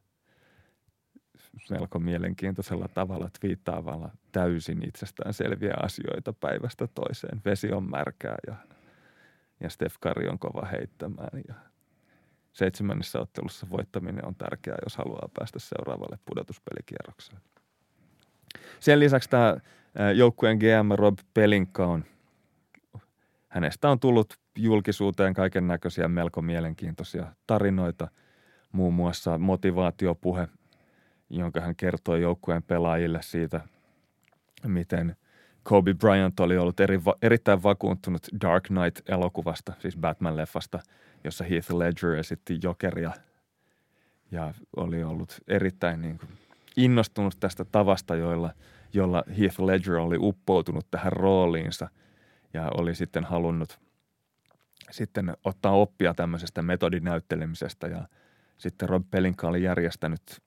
melko mielenkiintoisella tavalla twiittaavalla täysin itsestään selviä asioita päivästä toiseen. Vesi on märkää ja Steph Curry on kova heittämään ja 7. ottelussa voittaminen on tärkeää, jos haluaa päästä seuraavalle pudotuspelikierrokselle. Sen lisäksi tämä joukkueen GM Rob Pelinka hänestä on tullut julkisuuteen kaiken näköisiä melko mielenkiintoisia tarinoita, muun muassa motivaatiopuhe, jonka hän kertoi joukkueen pelaajille siitä, miten Kobe Bryant oli ollut erittäin vakuuttunut Dark Knight-elokuvasta, siis Batman-leffasta, jossa Heath Ledger esitti Jokeria ja oli ollut erittäin innostunut tästä tavasta, jolla Heath Ledger oli uppoutunut tähän rooliinsa ja oli sitten halunnut ottaa oppia tämmöisestä metodinäyttelemisestä ja sitten Rob Pelinka oli järjestänyt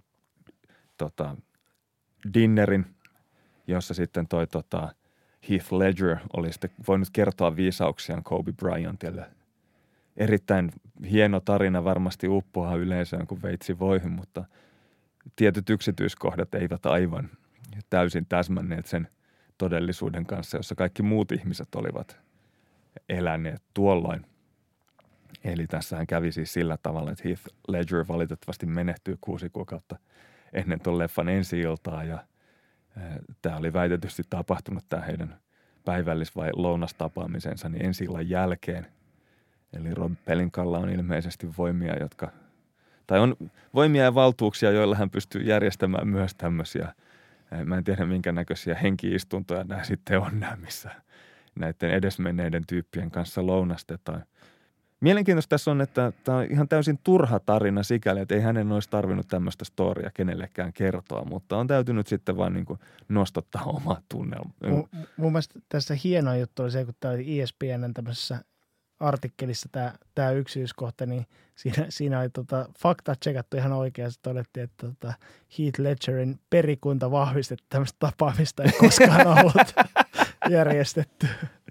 dinnerin, jossa sitten Heath Ledger oli sitten voinut kertoa viisauksiaan Kobe Bryantille. Erittäin hieno tarina, varmasti uppoaa yleisöön kuin veitsi voihin, mutta tietyt yksityiskohdat eivät aivan täysin täsmänneet sen todellisuuden kanssa, jossa kaikki muut ihmiset olivat eläneet tuolloin. Eli tässähän kävi siis sillä tavalla, että Heath Ledger valitettavasti menehtyy 6 kuukautta ennen tuon leffan ensi-iltaa ja tämä oli väitetysti tapahtunut tämä heidän päivällis- vai lounastapaamisensa niin ensi-illan jälkeen. Eli Rob Pelinkalla on ilmeisesti voimia, on voimia ja valtuuksia, joilla hän pystyy järjestämään myös tämmöisiä, mä en tiedä minkä näköisiä henki-istuntoja nämä sitten on nämä, missä näiden edesmenneiden tyyppien kanssa lounastetaan. Mielenkiintoista tässä on, että tämä on ihan täysin turha tarina sikäli, että ei hänen olisi tarvinnut tämmöistä storia kenellekään kertoa, mutta on täytynyt sitten vaan niin kuin nostottaa omaa tunnelmaa. Mun mielestä tässä hieno juttu oli se, kun tämä oli ESPN:n tämmöisessä artikkelissa tämä yksityiskohta, niin siinä oli fakta tsekattu ihan oikein. Se todettiin, että Heath Ledgerin perikunta vahvisti, että tämmöistä tapaamista ei koskaan ollut järjestetty.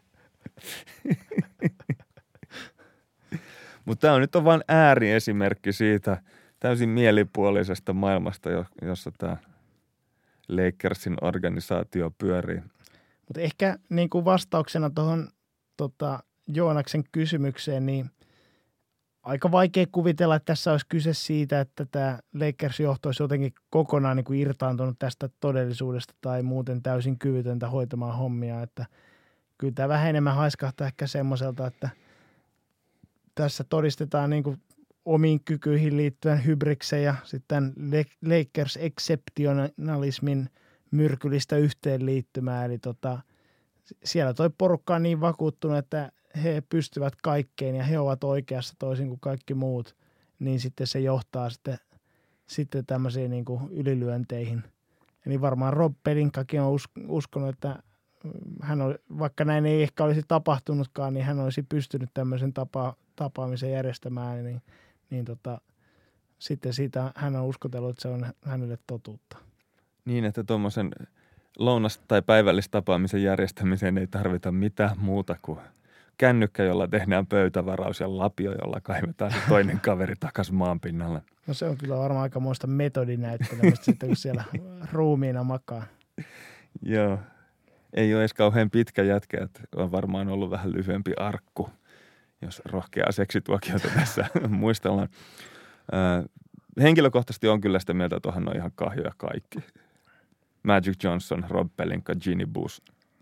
Mutta tämä on nyt vain ääriesimerkki siitä täysin mielipuolisesta maailmasta, jossa tämä Lakersin organisaatio pyörii. Mutta ehkä niin kuin vastauksena tuohon Joonaksen kysymykseen, niin aika vaikea kuvitella, että tässä olisi kyse siitä, että tämä Lakers-johto olisi jotenkin kokonaan niin kuin irtaantunut tästä todellisuudesta tai muuten täysin kyvytöntä hoitamaan hommia. Että kyllä tämä vähän enemmän haiskahtaa ehkä semmoiselta, että tässä todistetaan niin kuin omiin kykyihin liittyen hybriksen ja sitten Lakers exceptionalismin myrkyllistä yhteenliittymää. Eli siellä toi porukka on niin vakuuttunut, että he pystyvät kaikkeen ja he ovat oikeassa toisin kuin kaikki muut, niin sitten se johtaa sitten tämmöisiin niin kuin ylilyönteihin. Eli varmaan Rob Pelinkakin on uskonut, että hän oli, vaikka näin ei ehkä olisi tapahtunutkaan, niin hän olisi pystynyt tämmöisen tapaamisen järjestämään, niin sitten siitä hän on uskotellut, että se on hänelle totuutta. Niin, että tuommoisen lounas- tai päivällistapaamisen järjestämiseen ei tarvita mitään muuta kuin kännykkä, jolla tehdään pöytävaraus ja lapio, jolla kaivetaan se toinen kaveri takaisin maan pinnalle. No se on kyllä varmaan aikamoista metodinäyttelemistä sitten, kun siellä ruumiina makaa. Joo. Ei ole edes kauhean pitkä jätkä, että on varmaan ollut vähän lyhyempi arkku, jos rohkeaa seksituokiota tässä muistellaan. Henkilökohtaisesti on kyllä sitä mieltä, että onhan on ihan kahjoja kaikki. Magic Johnson, Rob Pelinka, Ginny Buss.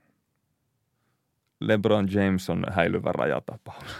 LeBron James on häilyvä rajatapaus.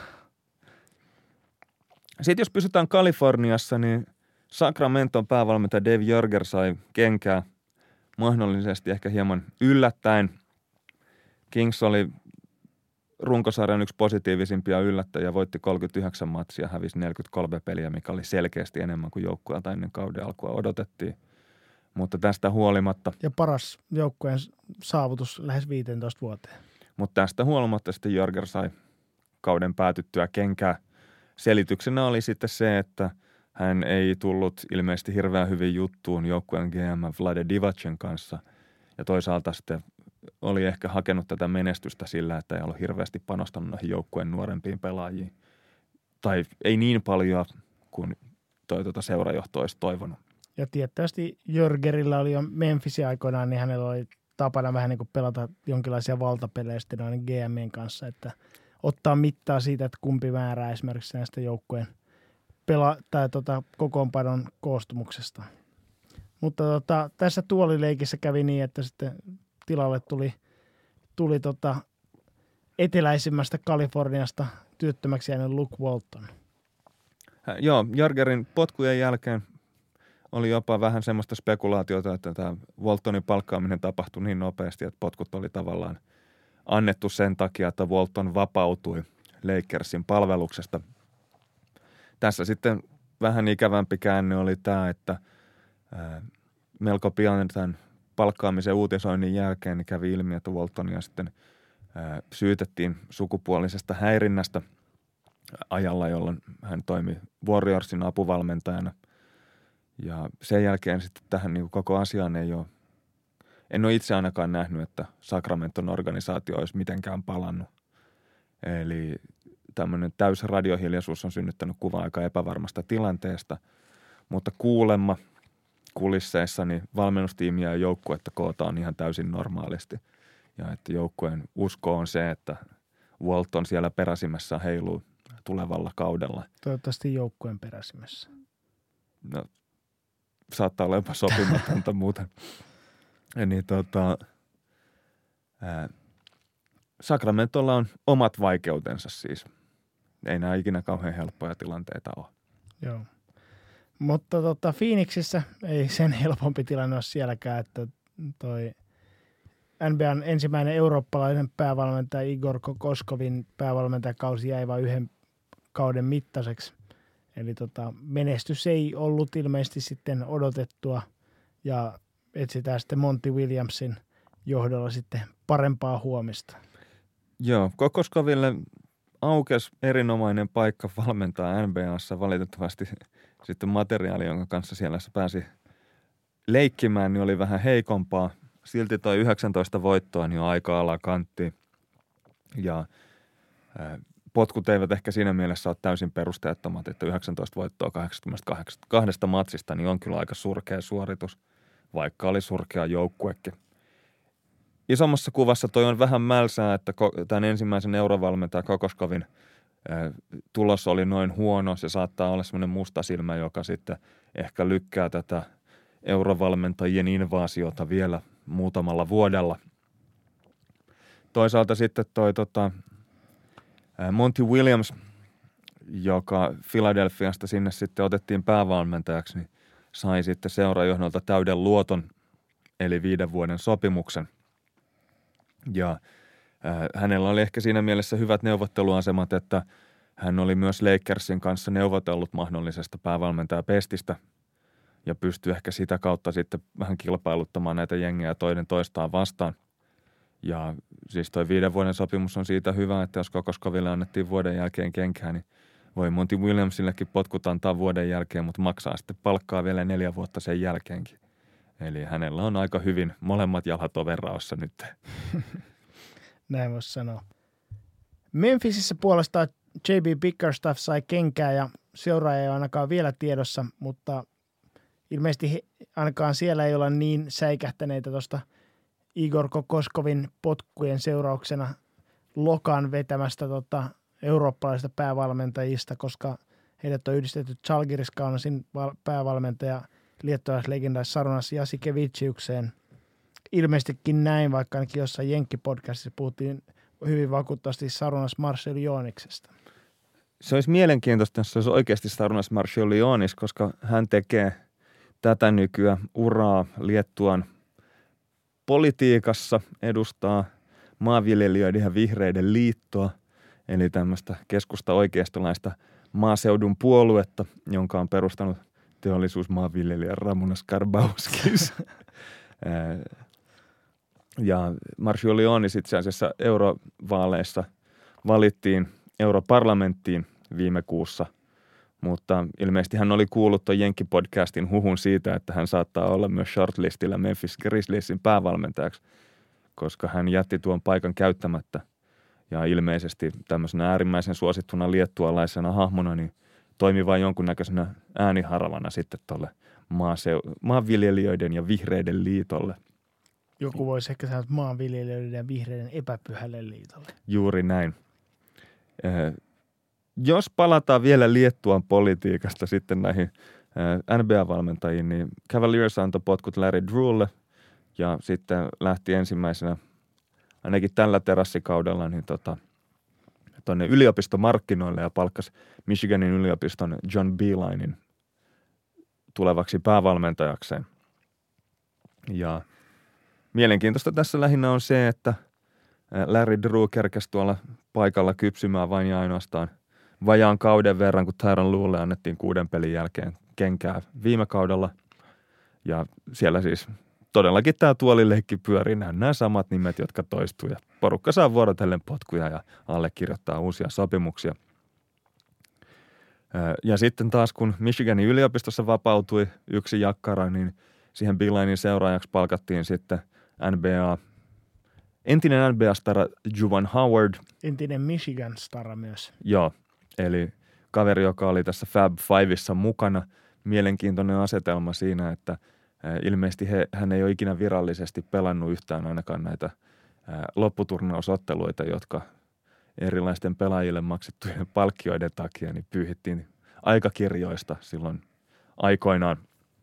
Sitten jos pysytään Kaliforniassa, niin Sacramenton päävalmentaja Dave Joerger sai kenkää mahdollisesti ehkä hieman yllättäen. Kings oli runkosarjan yksi positiivisimpia yllättäjiä, voitti 39 matsia, hävisi 43 peliä, mikä oli selkeästi enemmän kuin joukkueelta ennen kauden alkua odotettiin. Mutta tästä huolimatta... Ja paras joukkueen saavutus lähes 15 vuoteen. Mutta tästä huolimatta sitten Joerger sai kauden päätyttyä kenkää. Selityksenä oli sitten se, että hän ei tullut ilmeisesti hirveän hyvin juttuun joukkueen GM Vlade Divacen kanssa. Ja toisaalta sitten oli ehkä hakenut tätä menestystä sillä, että ei ollut hirveästi panostanut noihin joukkueen nuorempiin pelaajiin. Tai ei niin paljon kuin seurajohto olisi toivonut. Ja tietysti Joergerillä oli jo Memphisin aikoinaan, niin hänellä oli tapana vähän niin kuin pelata jonkinlaisia valtapelejä sitten noiden GM:ien kanssa, että ottaa mittaa siitä, että kumpi määrää esimerkiksi näistä joukkueen kokoonpanon koostumuksesta. Mutta tässä tuolileikissä kävi niin, että sitten tilalle tuli eteläisimmästä Kaliforniasta työttömäksi jäänyt Luke Walton. Joo, Joergerin potkujen jälkeen oli jopa vähän semmoista spekulaatiota, että tämä Waltonin palkkaaminen tapahtui niin nopeasti, että potkut oli tavallaan annettu sen takia, että Walton vapautui Lakersin palveluksesta. Tässä sitten vähän ikävämpi käänne oli tämä, että melko pian tämän palkkaamisen uutisoinnin jälkeen niin kävi ilmi, että Waltonia sitten syytettiin sukupuolisesta häirinnästä ajalla, jolloin hän toimi Warriorsin apuvalmentajana. Ja sen jälkeen sitten tähän niin koko asiaan en ole itse ainakaan nähnyt, että Sacramenton organisaatio olisi mitenkään palannut. Eli tämmöinen täysi radiohiljaisuus on synnyttänyt kuvan aika epävarmasta tilanteesta, mutta kuulemma kulisseissa niin valmennustiimiä ja joukkuetta kootaan ihan täysin normaalisti. Ja että joukkueen usko on se, että Walton siellä peräsimessä heiluu tulevalla kaudella. Toivottavasti joukkueen peräsimessä. No, saattaa olla jopa sopimatonta muuten. Niin Sacramentolla on omat vaikeutensa siis. Ei nämä ikinä kauhean helppoja tilanteita ole. Joo. Mutta Phoenixissä ei sen helpompi tilanne ole sielläkään, että toi NBAn ensimmäinen eurooppalainen päävalmentaja Igor Kokoskovin päävalmentajakausi jäi vain yhden kauden mittaiseksi. Eli menestys ei ollut ilmeisesti sitten odotettua ja etsitään sitten Monty Williamsin johdolla sitten parempaa huomista. Joo, Kokoskoville aukesi erinomainen paikka valmentaa NBA:ssa. Valitettavasti sitten materiaali, jonka kanssa siellä se pääsi leikkimään, niin oli vähän heikompaa. Silti toi 19 voittoa niin on aika alakanttiin. Ja potkut eivät ehkä siinä mielessä ole täysin perusteettomat, että 19 voittoa 82 matsista niin on kyllä aika surkea suoritus, vaikka oli surkea joukkuekin. Isommassa kuvassa toi on vähän mälsää, että tämän ensimmäisen eurovalmentaja Kokoskovin tulos oli noin huono. Se saattaa olla semmoinen musta silmä, joka sitten ehkä lykkää tätä eurovalmentajien invaasiota vielä muutamalla vuodella. Toisaalta sitten toi Monty Williams, joka Philadelphiasta sinne sitten otettiin päävalmentajaksi, niin sai sitten seurajohdolta täyden luoton, eli 5 vuoden sopimuksen. Ja hänellä oli ehkä siinä mielessä hyvät neuvotteluasemat, että hän oli myös Lakersin kanssa neuvotellut mahdollisesta päävalmentajapestistä ja pystyi ehkä sitä kautta sitten vähän kilpailuttamaan näitä jengejä toinen toistaan vastaan. Ja siis toi 5 vuoden sopimus on siitä hyvä, että jos Kokoskoville annettiin vuoden jälkeen kenkää, niin voi Monty Williamsillekin potkut antaa vuoden jälkeen, mutta maksaa sitten palkkaa vielä 4 vuotta sen jälkeenkin. Eli hänellä on aika hyvin molemmat jalat overraossa nyt. Näin voisi sanoa. Memphisissä puolestaan J.B. Bickerstaff sai kenkää ja seuraaja ei ole ainakaan vielä tiedossa, mutta ilmeisesti ainakaan siellä ei olla niin säikähtäneitä tuosta Igor Kokoskovin potkujen seurauksena lokan vetämästä eurooppalaisista päävalmentajista, koska heidät on yhdistetty Žalgiris Kaunasin päävalmentaja liettualaislegenda Šarūnas Jasikevičiukseen. Ilmeisestikin näin, vaikka ainakin jossain Jenkki-podcastissa puhuttiin hyvin vakuuttavasti Šarūnas Maršelioniksesta. Se olisi mielenkiintoista, jos se olisi oikeasti Šarūnas Maršelionis, koska hän tekee tätä nykyään uraa Liettuan politiikassa, edustaa maanviljelijöiden ja vihreiden liittoa, eli tämmöistä keskusta-oikeistolaista maaseudun puoluetta, jonka on perustanut teollisuusmaanviljelijä Ramūnas Karbauskis. Ja Maršelionis itse asiassa eurovaaleissa valittiin europarlamenttiin viime kuussa, mutta ilmeisesti hän oli kuullut tuon Jenkki-podcastin huhun siitä, että hän saattaa olla myös shortlistillä Memphis Grizzliesin päävalmentajaksi, koska hän jätti tuon paikan käyttämättä. Ja ilmeisesti tämmöisenä äärimmäisen suosittuna liettualaisena hahmona niin toimi vain jonkunnäköisenä ääniharavana sitten tuolle maanviljelijöiden ja vihreiden liitolle. Joku voisi ehkä sanoa maanviljelijöiden ja vihreiden epäpyhälle liitolle. Juuri näin. Jos palataan vielä Liettuan politiikasta sitten näihin NBA-valmentajiin, niin Cavaliers antoi potkut Larry Drewlle ja sitten lähti ensimmäisenä, ainakin tällä terassikaudella, niin tuonne yliopistomarkkinoille ja palkkasi Michiganin yliopiston John Beilinin tulevaksi päävalmentajakseen. Ja mielenkiintoista tässä lähinnä on se, että Larry Drew kerkesi tuolla paikalla kypsymään vain ja ainoastaan vajaan kauden verran, kun Tyronn Luelle annettiin 6 pelin jälkeen kenkää viime kaudella. Ja siellä siis todellakin tämä tuolileikki pyörii, nämä samat nimet, jotka toistuu. Ja porukka saa vuorotellen potkuja ja allekirjoittaa uusia sopimuksia. Ja sitten taas, kun Michiganin yliopistossa vapautui yksi jakkara, niin siihen Beilinin seuraajaksi palkattiin sitten entinen NBA-stara Juwan Howard. Entinen Michigan-stara myös. Joo, eli kaveri, joka oli tässä Fab Fivessa mukana. Mielenkiintoinen asetelma siinä, että ilmeisesti hän ei ole ikinä virallisesti pelannut yhtään ainakaan näitä lopputurnausotteluita, jotka erilaisten pelaajille maksettujen palkkioiden takia, niin pyyhittiin aikakirjoista silloin aikoinaan.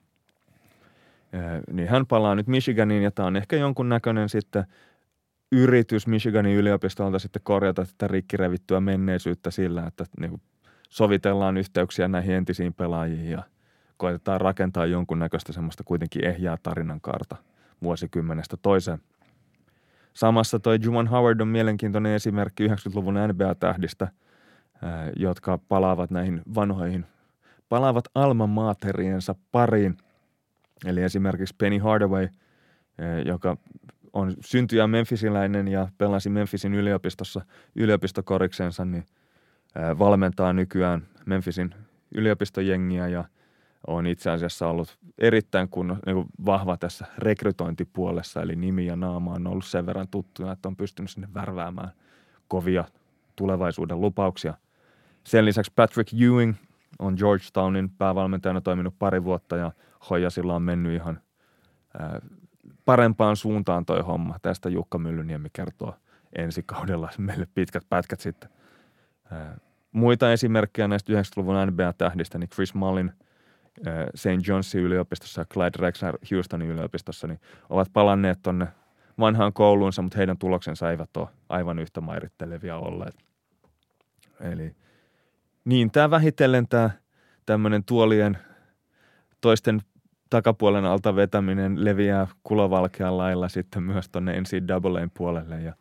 Niin hän palaa nyt Michiganiin ja tämä on ehkä jonkunnäköinen sitten yritys Michiganin yliopistolta sitten korjata tätä rikkirevittyä menneisyyttä sillä, että niin sovitellaan yhteyksiä näihin entisiin pelaajiin ja koitetaan rakentaa jonkunnäköistä semmoista kuitenkin ehjää tarinankaarta vuosikymmenestä toiseen. Samassa toi Juwan Howard on mielenkiintoinen esimerkki 90-luvun NBA-tähdistä, jotka palaavat näihin palaavat alma materiensa pariin. Eli esimerkiksi Penny Hardaway, joka on syntyjä memphisiläinen ja pelasi Memphisin yliopistokoriksensa, niin valmentaa nykyään Memphisin yliopistojengiä ja on itse asiassa ollut erittäin niin vahva tässä rekrytointipuolessa, eli nimi ja naama on ollut sen verran tuttuja, että on pystynyt sinne värväämään kovia tulevaisuuden lupauksia. Sen lisäksi Patrick Ewing on Georgetownin päävalmentajana toiminut pari vuotta ja Hoijasilla on mennyt ihan parempaan suuntaan toi homma. Tästä Jukka Myllyniemi kertoo ensi kaudella meille pitkät pätkät sitten. Muita esimerkkejä näistä 90-luvun NBA-tähdistä, niin Chris Mullin St. Johnsin yliopistossa ja Clyde Drexler Houstonin yliopistossa, niin ovat palanneet tonne vanhaan kouluunsa, mutta heidän tuloksensa eivät ole aivan yhtä mairittelevia olleet. Eli niin tämä vähitellen tämä tämmöinen tuolien toisten takapuolen alta vetäminen leviää kulovalkean lailla sitten myös tuonne NCAA:n puolelle ja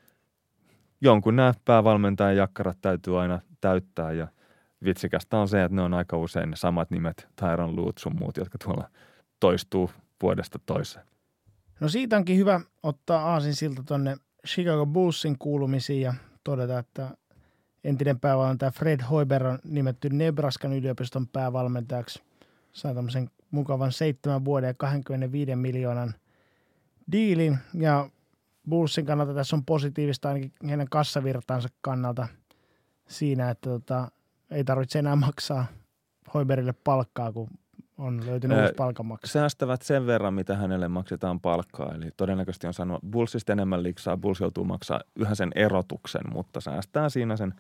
jonkun nämä päävalmentajan jakkarat täytyy aina täyttää ja vitsikästä on se, että ne on aika usein ne samat nimet, Tyronn Lue sun muut, jotka tuolla toistuu vuodesta toiseen. No siitä onkin hyvä ottaa aasinsilta tuonne Chicago Bullsin kuulumisiin ja todeta, että entinen päävalmentaja Fred Hoiberg on nimetty Nebraskan yliopiston päävalmentajaksi. Sai tämmöisen mukavan 7 vuoden ja 25 miljoonan diilin ja Bullsin kannalta tässä on positiivista ainakin heidän kassavirtaansa kannalta siinä, että ei tarvitse enää maksaa Hoibergille palkkaa, kun on löytynyt uusi palkanmaksu. Säästävät sen verran, mitä hänelle maksetaan palkkaa. Eli todennäköisesti on sanonut, Bullsista enemmän liksaa, Bulls joutuu maksaa yhä sen erotuksen, mutta säästää siinä sen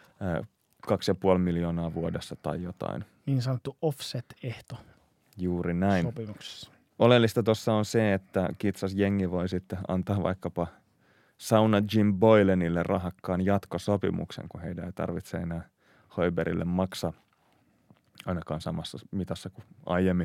2,5 miljoonaa vuodessa tai jotain. Niin sanottu offset-ehto. Juuri näin. Sopimuksessa. Oleellista tuossa on se, että kitsas jengi voi sitten antaa vaikkapa Sauna Jim Boylenille rahakkaan jatkosopimuksen, kun heidän ei tarvitse enää Hoibergille maksaa ainakaan samassa mitassa kuin aiemmin.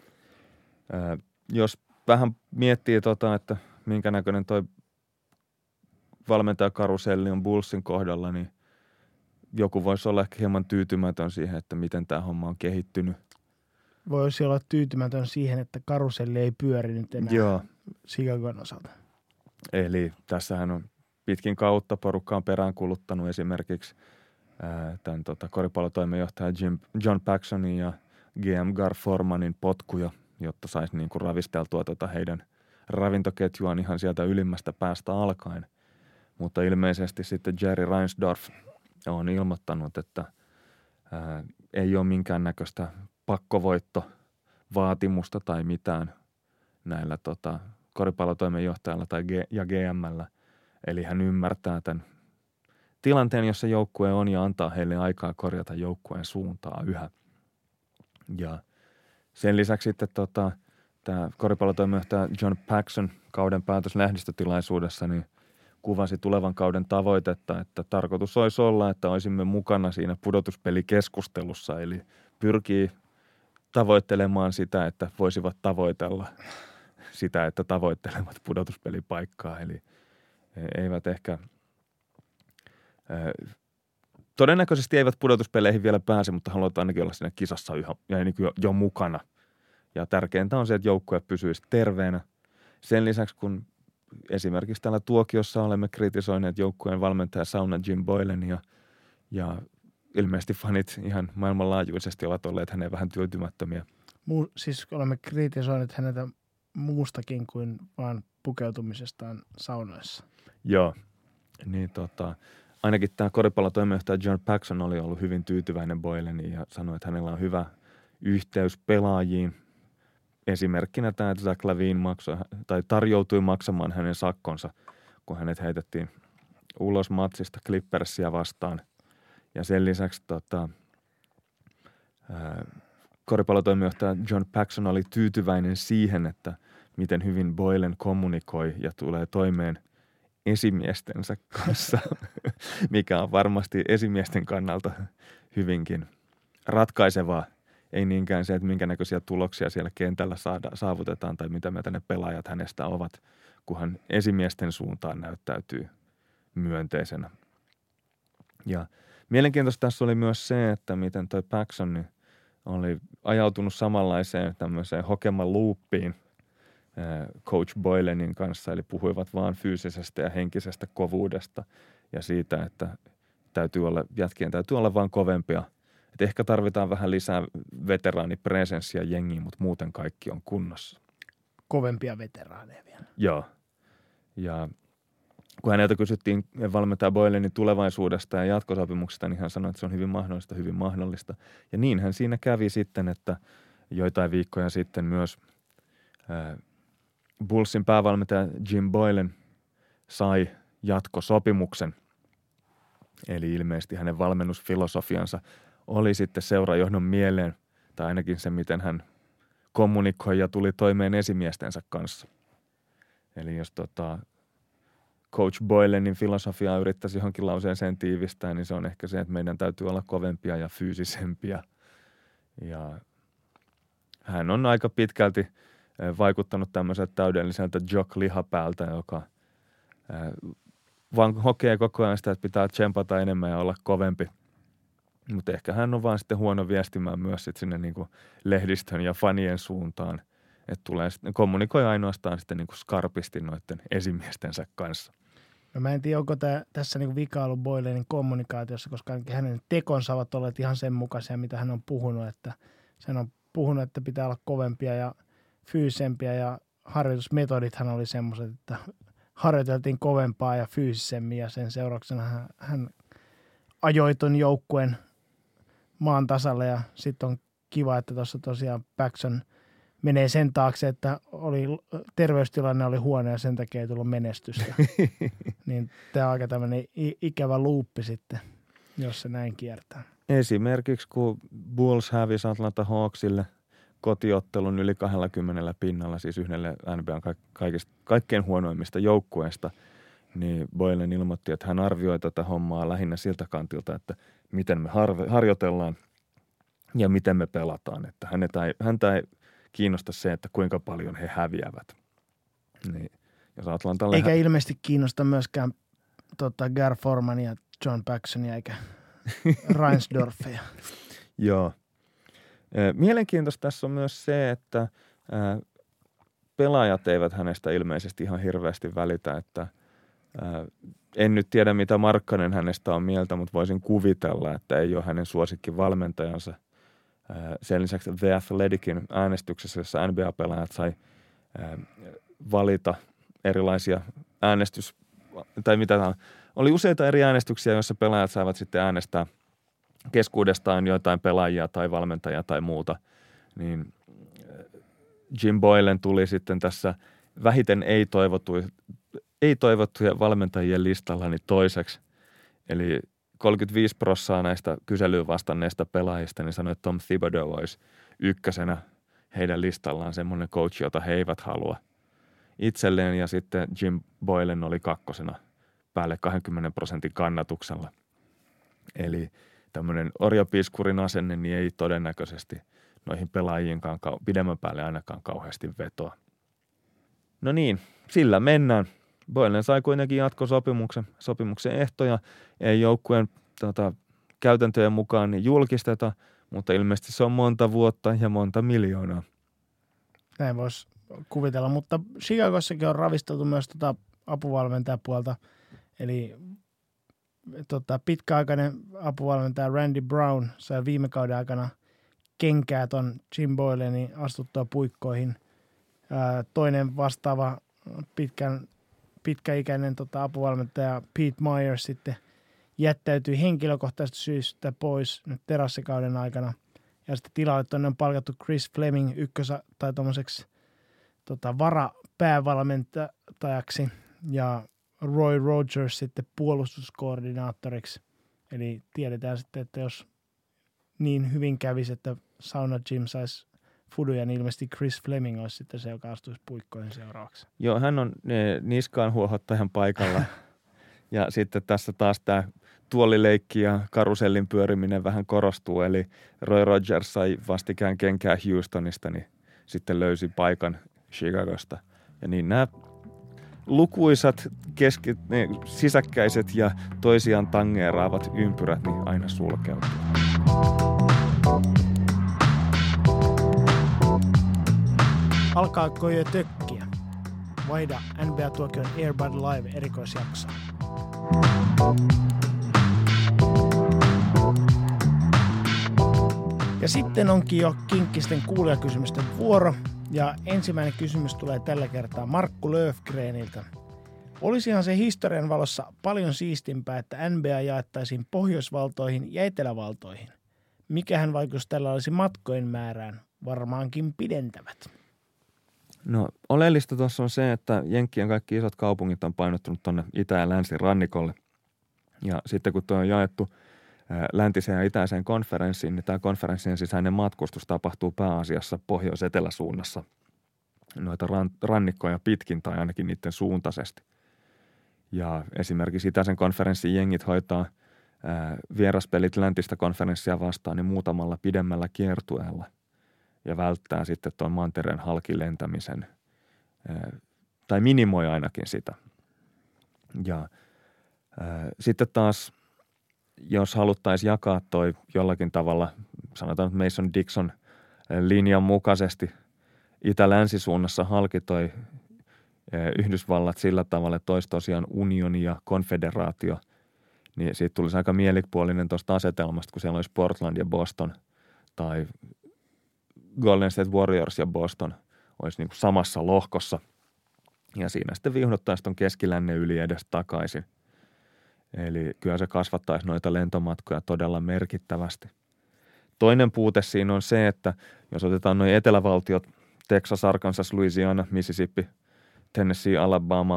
Jos vähän miettii että minkä näköinen toi valmentajakaruselli on Bullsin kohdalla, niin joku voisi olla ehkä hieman tyytymätön siihen, että miten tämä homma on kehittynyt. Voisi olla tyytymätön siihen, että karuselli ei pyöri nyt enää Chicagon osalta. Eli tässähän on pitkin kautta porukka on peräänkuluttanut esimerkiksi tämän koripallotoimenjohtaja John Paxsonin ja GM Gar Formanin potkuja, jotta saisi niin kuin ravisteltua heidän ravintoketjuaan ihan sieltä ylimmästä päästä alkaen. Mutta ilmeisesti sitten Jerry Reinsdorf on ilmoittanut, että ei ole minkäännäköistä pakkovoittovaatimusta tai mitään näillä koripallotoimenjohtajalla ja GM:llä. Eli hän ymmärtää tämän tilanteen, jossa joukkue on ja antaa heille aikaa korjata joukkueen suuntaa yhä. Ja sen lisäksi sitten tämä koripallotoimijohtaja John Paxson kauden päätöslehdistötilaisuudessa niin kuvasi tulevan kauden tavoitetta, että tarkoitus olisi olla, että olisimme mukana siinä pudotuspelikeskustelussa, eli pyrkii tavoittelemaan sitä, että voisivat tavoitella sitä, että tavoittelevat pudotuspelipaikkaa, eli eivät ehkä todennäköisesti eivät pudotuspeleihin vielä pääse, mutta haluavat ainakin olla siinä kisassa jo mukana. Ja tärkeintä on se, että joukkue pysyisi terveenä. Sen lisäksi, kun esimerkiksi täällä Tuokiossa olemme kritisoineet joukkueen valmentaja Sauna Jim Boylen ja ilmeisesti fanit ihan maailmanlaajuisesti ovat olleet häneen vähän tyytymättömiä. Siis olemme kritisoineet häneltä muustakin kuin vaan pukeutumisestaan saunoissa. Joo, niin ainakin tämä koripallotoimijohtaja John Paxson oli ollut hyvin tyytyväinen Boyleniin ja sanoi, että hänellä on hyvä yhteys pelaajiin. Esimerkkinä tämä, että Zach LaVine tarjoutui maksamaan hänen sakkonsa, kun hänet heitettiin ulos matsista Clippersia vastaan. Ja sen lisäksi koripallotoimijohtaja John Paxson oli tyytyväinen siihen, että miten hyvin Boylen kommunikoi ja tulee toimeen esimiestensä kanssa, mikä on varmasti esimiesten kannalta hyvinkin ratkaisevaa. Ei niinkään se, että minkä näköisiä tuloksia siellä kentällä saavutetaan tai mitä mieltä ne pelaajat hänestä ovat, kunhan esimiesten suuntaan näyttäytyy myönteisenä. Ja mielenkiintoista tässä oli myös se, että miten toi Paxson oli ajautunut samanlaiseen tämmöiseen hokeman looppiin Coach Boylenin kanssa, eli puhuivat vaan fyysisestä ja henkisestä kovuudesta ja siitä, että jätkien täytyy olla vaan kovempia. Et ehkä tarvitaan vähän lisää veteraanipresenssiä jengiin, mutta muuten kaikki on kunnossa. Kovempia veteraaneja vielä. Joo. Ja kun häneltä kysyttiin valmentaja Boylenin tulevaisuudesta ja jatkosopimuksesta, niin hän sanoi, että se on hyvin mahdollista. Ja niin hän siinä kävi sitten, että joitain viikkoja sitten myös Bullsin päävalmentaja Jim Boylen sai jatkosopimuksen. Eli ilmeisesti hänen valmennusfilosofiansa oli sitten seurajohdon mieleen, tai ainakin se, miten hän kommunikoi ja tuli toimeen esimiestensä kanssa. Eli jos Coach Boylenin filosofiaa yrittäisi johonkin lauseeseen tiivistää, niin se on ehkä se, että meidän täytyy olla kovempia ja fyysisempiä. Ja hän on aika pitkälti vaikuttanut tämmöiseltä täydelliseltä jock-lihapäältä, joka vaan hokee koko ajan sitä, että pitää tsempata enemmän ja olla kovempi. Mutta ehkä hän on vaan sitten huono viestimään myös sit sinne niinku lehdistön ja fanien suuntaan, että kommunikoi ainoastaan sitten niinku skarpisti noiden esimiestensä kanssa. No mä en tiedä, onko tässä niinku vika ollut Boylenin kommunikaatiossa, koska hänen tekonsa ovat olleet ihan sen mukaisia, mitä hän on puhunut. Että hän on puhunut, että pitää olla kovempia ja fyysisempiä ja harjoitusmetodithan oli semmoiset, että harjoiteltiin kovempaa ja fyysisemmin ja sen seurauksena hän ajoi ton joukkueen maan tasalle ja sitten on kiva, että tuossa tosiaan Paxson menee sen taakse, että terveystilanne oli huono ja sen takia ei tullut menestystä. Niin tämä on aika tämmöinen ikävä luuppi sitten, jos se näin kiertää. Esimerkiksi kun Bulls hävisi Atlanta Hawksille kotiottelun yli 20 pinnalla, siis yhdelle NBA:n kaikkein huonoimmista joukkueista, niin Boylen ilmoitti, että hän arvioi tätä hommaa lähinnä siltä kantilta, että miten me harjoitellaan ja miten me pelataan. Että häntä ei kiinnosta se, että kuinka paljon he häviävät. Niin, jos Atlantalle eikä ilmeisesti kiinnosta myöskään Gar Formania, John Paxsonia eikä Reinsdorfia. Joo. Mielenkiintoista tässä on myös se, että pelaajat eivät hänestä ilmeisesti ihan hirveästi välitä, että en nyt tiedä, mitä Markkanen hänestä on mieltä, mutta voisin kuvitella, että ei ole hänen suosikkivalmentajansa. Sen lisäksi The Athleticin äänestyksessä, jossa NBA-pelaajat sai valita erilaisia oli useita eri äänestyksiä, joissa pelaajat saivat sitten äänestää keskuudestaan joitain pelaajia tai valmentajia tai muuta, niin Jim Boylen tuli sitten tässä vähiten ei-toivottujen valmentajien listalla niin toiseksi. Eli 35% näistä kyselyyn vastanneista pelaajista niin sanoi, että Tom Thibodeau olisi ykkösenä heidän listallaan semmoinen coach, jota he eivät halua itselleen. Ja sitten Jim Boylen oli kakkosena päälle 20% kannatuksella. Eli tämmöinen orjapiiskurin asenne niin ei todennäköisesti noihin pelaajiinkaan pidemmän päälle ainakaan kauheasti vetoa. No niin, sillä mennään. Boylen sai kuitenkin jatkosopimuksen ehtoja. Ei joukkueen käytäntöjen mukaan niin julkisteta, mutta ilmeisesti se on monta vuotta ja monta miljoonaa. Näin voisi kuvitella, mutta Chicagossakin on ravisteltu myös apuvalmentajapuolta. Eli pitkäaikainen apuvalmentaja Randy Brown sai viime kauden aikana kenkää ton Jim Boylenin astuttua puikkoihin. Toinen vastaava pitkäikäinen apuvalmentaja Pete Myers sitten jättäytyi henkilökohtaisesti syystä pois nyt terassikauden aikana. Ja sitten tilalle tuonne on palkattu Chris Fleming tuommoiseksi varapäävalmentajaksi. Ja Roy Rogers sitten puolustuskoordinaattoriksi. Eli tiedetään sitten, että jos niin hyvin kävisi, että Sauna Jim saisi fuduja, niin ilmeisesti Chris Fleming olisi sitten se, joka astuisi puikkoihin seuraavaksi. Joo, hän on niskaan huohottajan paikalla. Ja sitten tässä taas tämä tuolileikki ja karusellin pyöriminen vähän korostuu. Eli Roy Rogers sai vastikään kenkää Houstonista, niin sitten löysi paikan Chicagosta. Ja niin nämä lukuisat sisäkkäiset ja toisiaan tangeeraavat ympyrät niin aina sulkeutuu. Alkaako jo tökkiä? Vaihda NBA-tuokion Air Bud Live -erikoisjaksoa. Ja sitten onkin jo kinkkisten kuulijakysymysten vuoro. Ja ensimmäinen kysymys tulee tällä kertaa Markku Löfgreniltä. Olisihan se historian valossa paljon siistimpää, että NBA jaettaisiin Pohjoisvaltoihin ja Etelävaltoihin. Mikähän vaikutus tällä olisi matkojen määrään? Varmaankin pidentävät. No oleellista tuossa on se, että Jenkkien kaikki isot kaupungit on painottunut tuonne itä- ja länsirannikolle. Ja sitten kun tuo on jaettu läntiseen ja itäiseen konferenssiin, niin tämä konferenssien sisäinen matkustus tapahtuu pääasiassa pohjois-eteläsuunnassa noita rannikkoja pitkin tai ainakin niiden suuntaisesti. Ja esimerkiksi itäisen konferenssin jengit hoitaa vieraspelit läntistä konferenssia vastaan niin muutamalla pidemmällä kiertueella ja välttää sitten tuon mantereen halki lentämisen tai minimoi ainakin sitä. Ja sitten taas jos haluttaisiin jakaa toi jollakin tavalla, sanotaan että Mason-Dixon linjan mukaisesti itä-länsisuunnassa halki toi Yhdysvallat sillä tavalla, että olisi tosiaan unioni ja konfederaatio, niin siitä tulisi aika mielipuolinen tuosta asetelmasta, kun siellä olisi Portland ja Boston tai Golden State Warriors ja Boston olisi niin kuin samassa lohkossa ja siinä sitten viuhdottaisi tuon keskilännen yli edes takaisin. Eli kyllä se kasvattaisi noita lentomatkoja todella merkittävästi. Toinen puute siinä on se, että jos otetaan nuo etelävaltiot, Texas, Arkansas, Louisiana, Mississippi, Tennessee, Alabama,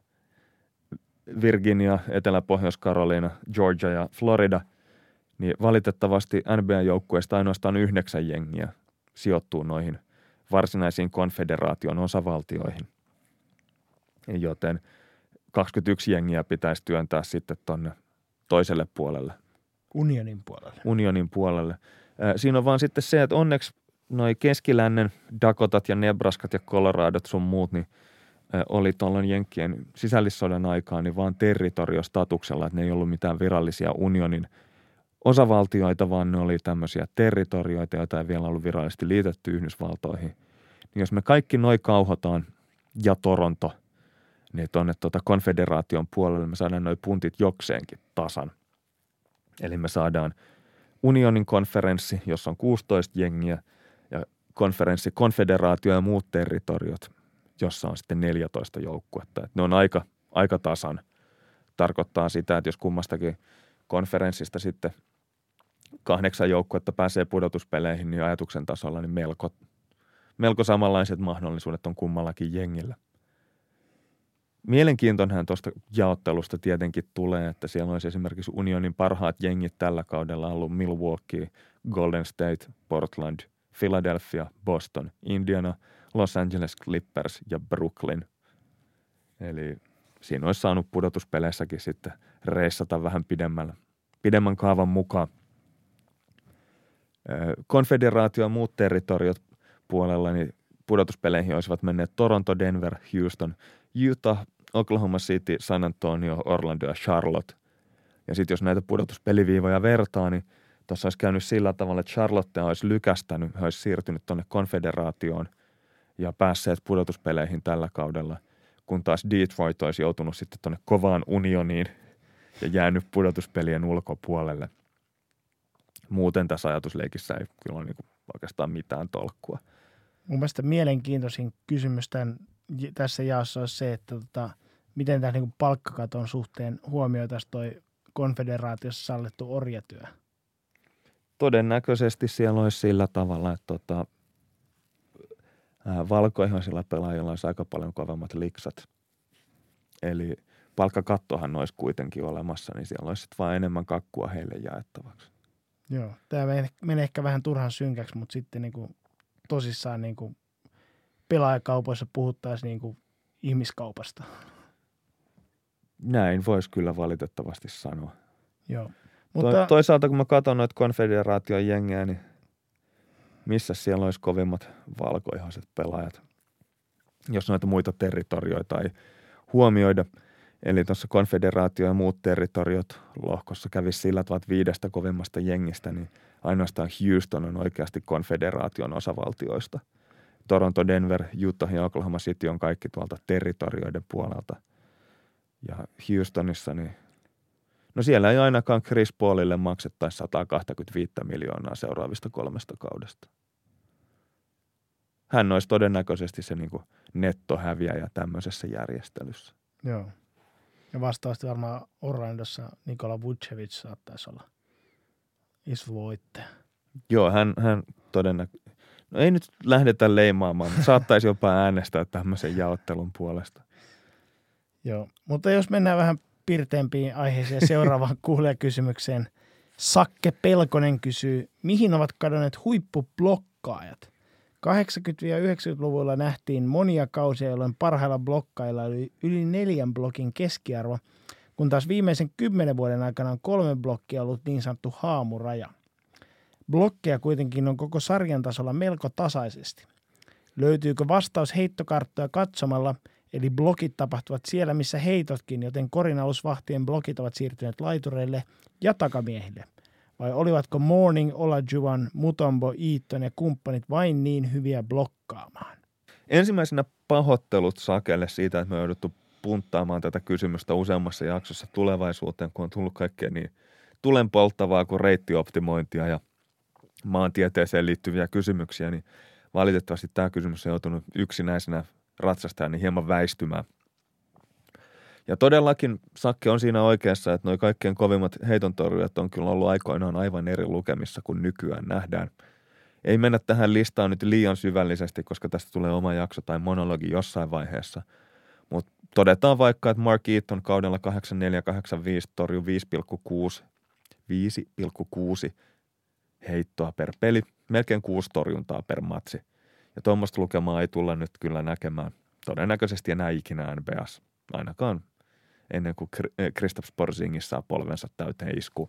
Virginia, Etelä-Pohjois-Carolina, Georgia ja Florida, niin valitettavasti NBA-joukkueista ainoastaan 9 jengiä sijoittuu noihin varsinaisiin konfederaation osavaltioihin. Joten 21 jengiä pitäisi työntää sitten tuonne toiselle puolelle. Unionin puolelle. Siinä on vaan sitten se, että onneksi noi keskilännen Dakotat ja Nebraskat ja Coloradot sun muut, niin oli tuolloin jenkkien sisällissodan aikaan niin vaan territoriostatuksella, että ne ei ollut mitään virallisia unionin osavaltioita, vaan ne oli tämmöisiä territorioita, joita ei vielä ollut virallisesti liitetty Yhdysvaltoihin. Niin jos me kaikki noi kauhotaan ja Toronto, niin tuonne konfederaation puolelle me saadaan noi puntit jokseenkin tasan. Eli me saadaan unionin konferenssi, jossa on 16 jengiä, ja konfederaatio ja muut territoriot, jossa on sitten 14 joukkuetta. Et ne on aika tasan. Tarkoittaa sitä, että jos kummastakin konferenssista sitten 8 joukkuetta pääsee pudotuspeleihin, niin ajatuksen tasolla niin melko samanlaiset mahdollisuudet on kummallakin jengillä. Mielenkiintoinenhan tuosta jaottelusta tietenkin tulee, että siellä olisi esimerkiksi unionin parhaat jengit tällä kaudella ollut Milwaukee, Golden State, Portland, Philadelphia, Boston, Indiana, Los Angeles Clippers ja Brooklyn. Eli siinä olisi saanut pudotuspeleissäkin sitten reissata vähän pidemmän kaavan mukaan. Konfederaatio ja muut territoriot puolella, niin pudotuspeleihin olisivat menneet Toronto, Denver, Houston, Utah, Oklahoma City, San Antonio, Orlando ja Charlotte. Ja sitten jos näitä pudotuspeliviivoja vertaa, niin tuossa olisi käynyt sillä tavalla, että Charlotte olisi lykästänyt, he olisi siirtynyt tuonne konfederaatioon ja päässeet pudotuspeleihin tällä kaudella, kun taas Detroit olisi joutunut sitten tuonne kovaan unioniin ja jäänyt pudotuspelien ulkopuolelle. Muuten tässä ajatusleikissä ei kyllä ole niin kuin oikeastaan mitään tolkkua. Mun mielestä mielenkiintoisin kysymys tässä jaossa on se, että miten tämä niin palkkakaton suhteen huomioitaisiin toi konfederaatiossa sallittu orjatyö. Todennäköisesti siellä olisi sillä tavalla, että valkoihoisilla pelaajilla olisi aika paljon kovemmat liksat. Eli palkkakattohan olisi kuitenkin olemassa, niin siellä olisi vaan enemmän kakkua heille jaettavaksi. Joo, tämä menee ehkä vähän turhan synkäksi, mutta sitten niin kuin tosissaan niin kuin pelaajakaupoissa puhuttaisiin niin kuin ihmiskaupasta. Näin voisi kyllä valitettavasti sanoa. Joo. Mutta Toisaalta kun mä katson noita konfederaation jengejä, niin missä siellä olisi kovimmat valkoihoiset pelaajat, jos noita muita territorioita ei huomioida. Eli tuossa konfederaatio ja muut territoriot lohkossa kävisi sillä tavalla 5 kovimmasta jengistä, niin ainoastaan Houston on oikeasti konfederaation osavaltioista. Toronto, Denver, Utah ja Oklahoma City on kaikki tuolta territorioiden puolelta. Ja Houstonissa, niin no siellä ei ainakaan Chris Paulille maksettaisi 125 miljoonaa seuraavista 3 kaudesta. Hän olisi todennäköisesti se niin kuin nettohäviäjä tämmöisessä järjestelyssä. joo. Ja vastaavasti varmaan Orlandossa Nikola Vucevic saattaisi olla iso voittaja. Joo, hän todennäköisesti, no ei nyt lähdetä leimaamaan, mutta saattaisi jopa äänestää tämmöisen jaottelun puolesta. Joo, mutta jos mennään vähän pirteempiin aiheeseen seuraavaan kuulijakysymykseen. Sakke Pelkonen kysyy, mihin ovat kadonneet huippublokkaajat? 80-90-luvulla nähtiin monia kausia, jolloin parhailla blokkailla oli yli 4 blokin keskiarvo, kun taas viimeisen 10 vuoden aikana on 3 blokkia ollut niin sanottu haamuraja. Blokkeja kuitenkin on koko sarjan tasolla melko tasaisesti. Löytyykö vastaus heittokarttoja katsomalla, eli blokit tapahtuvat siellä, missä heitotkin, joten korinalusvahtien blokit ovat siirtyneet laitureille ja takamiehille? Vai olivatko Morning, Olajuwon, Mutombo, Eaton ja kumppanit vain niin hyviä blokkaamaan? Ensimmäisenä pahoittelut Sakelle siitä, että me on jouduttu punttaamaan tätä kysymystä useammassa jaksossa tulevaisuuteen, kun on tullut kaikkea niin tulenpolttavaa kuin reittioptimointia ja maantieteeseen liittyviä kysymyksiä, niin valitettavasti tämä kysymys on joutunut yksinäisenä ratsastajana hieman väistymään. Ja todellakin Sakke on siinä oikeassa, että nuo kaikkein kovimmat heitontorjujat on kyllä ollut aikoinaan aivan eri lukemissa kuin nykyään nähdään. Ei mennä tähän listaan nyt liian syvällisesti, koska tästä tulee oma jakso tai monologi jossain vaiheessa. Mutta todetaan vaikka, että Mark Eaton kaudella 84-85 torjui 5,6 heittoa per peli, melkein 6 torjuntaa per matsi. Ja tuommoista lukemaa ei tulla nyt kyllä näkemään todennäköisesti enää ikinä NBA:ssa, ainakaan ennen kuin Kristaps Porzingis saa polvensa täyteen iskuun.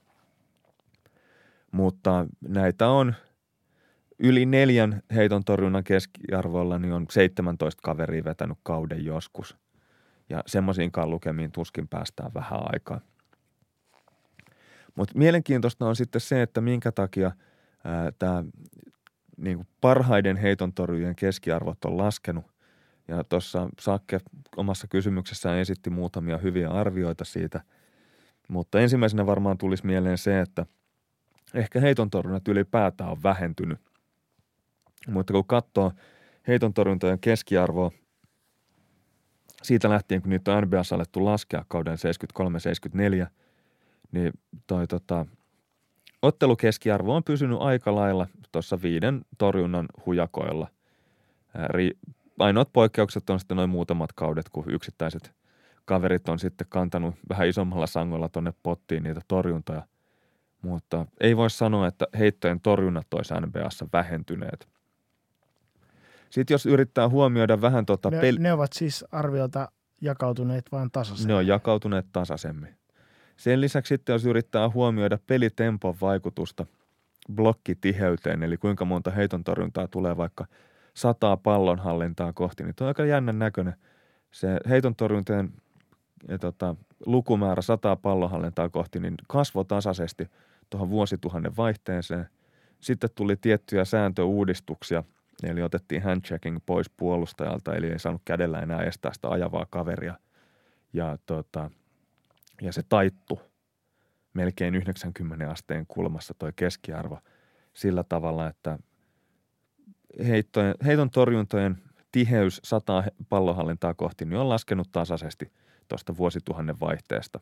Mutta näitä on yli 4 heiton torjunnan keskiarvoilla, niin on 17 kaveria vetänyt kauden joskus. Ja semmoisiinkaan lukemiin tuskin päästään vähän aikaa. Mutta mielenkiintoista on sitten se, että minkä takia tämä niin parhaiden heitontorjujien keskiarvot on laskenut. Ja tuossa Sakke omassa kysymyksessään esitti muutamia hyviä arvioita siitä. Mutta ensimmäisenä varmaan tulisi mieleen se, että ehkä heitontorjunnat ylipäätään on vähentynyt. Mutta kun katsoo heitontorjuntojen keskiarvoa, siitä lähtien kun niitä on NBA:ssa alettu laskea kauden 73-74, niin ottelukeskiarvo on pysynyt aika lailla tuossa 5 torjunnan hujakoilla. Ainoat poikkeukset on sitten noin muutamat kaudet, kun yksittäiset kaverit on sitten kantanut vähän isommalla sangolla tonne pottiin niitä torjuntoja. Mutta ei voi sanoa, että heittojen torjunnat olisi NBA:ssa vähentyneet. Sitten jos yrittää huomioida vähän Ne ovat siis arviolta jakautuneet vain tasaisemmin. Ne on jakautuneet tasaisemmin. Sen lisäksi sitten jos yrittää huomioida pelitempon vaikutusta blokkitiheyteen, eli kuinka monta heiton torjuntaa tulee vaikka 100 pallonhallintaa kohti, niin tuo on aika jännän näköinen. Se heiton torjuntojen lukumäärä 100 pallonhallintaa kohti, niin kasvoi tasaisesti tuohon vuosituhannen vaihteeseen. Sitten tuli tiettyjä sääntöuudistuksia, eli otettiin handchecking pois puolustajalta, eli ei saanut kädellä enää estää sitä ajavaa kaveria. Ja se taittui melkein 90 asteen kulmassa toi keskiarvo sillä tavalla, että heiton torjuntojen tiheys 100 pallonhallintaa kohti niin on laskenut tasaisesti tuosta vuosituhannen vaihteesta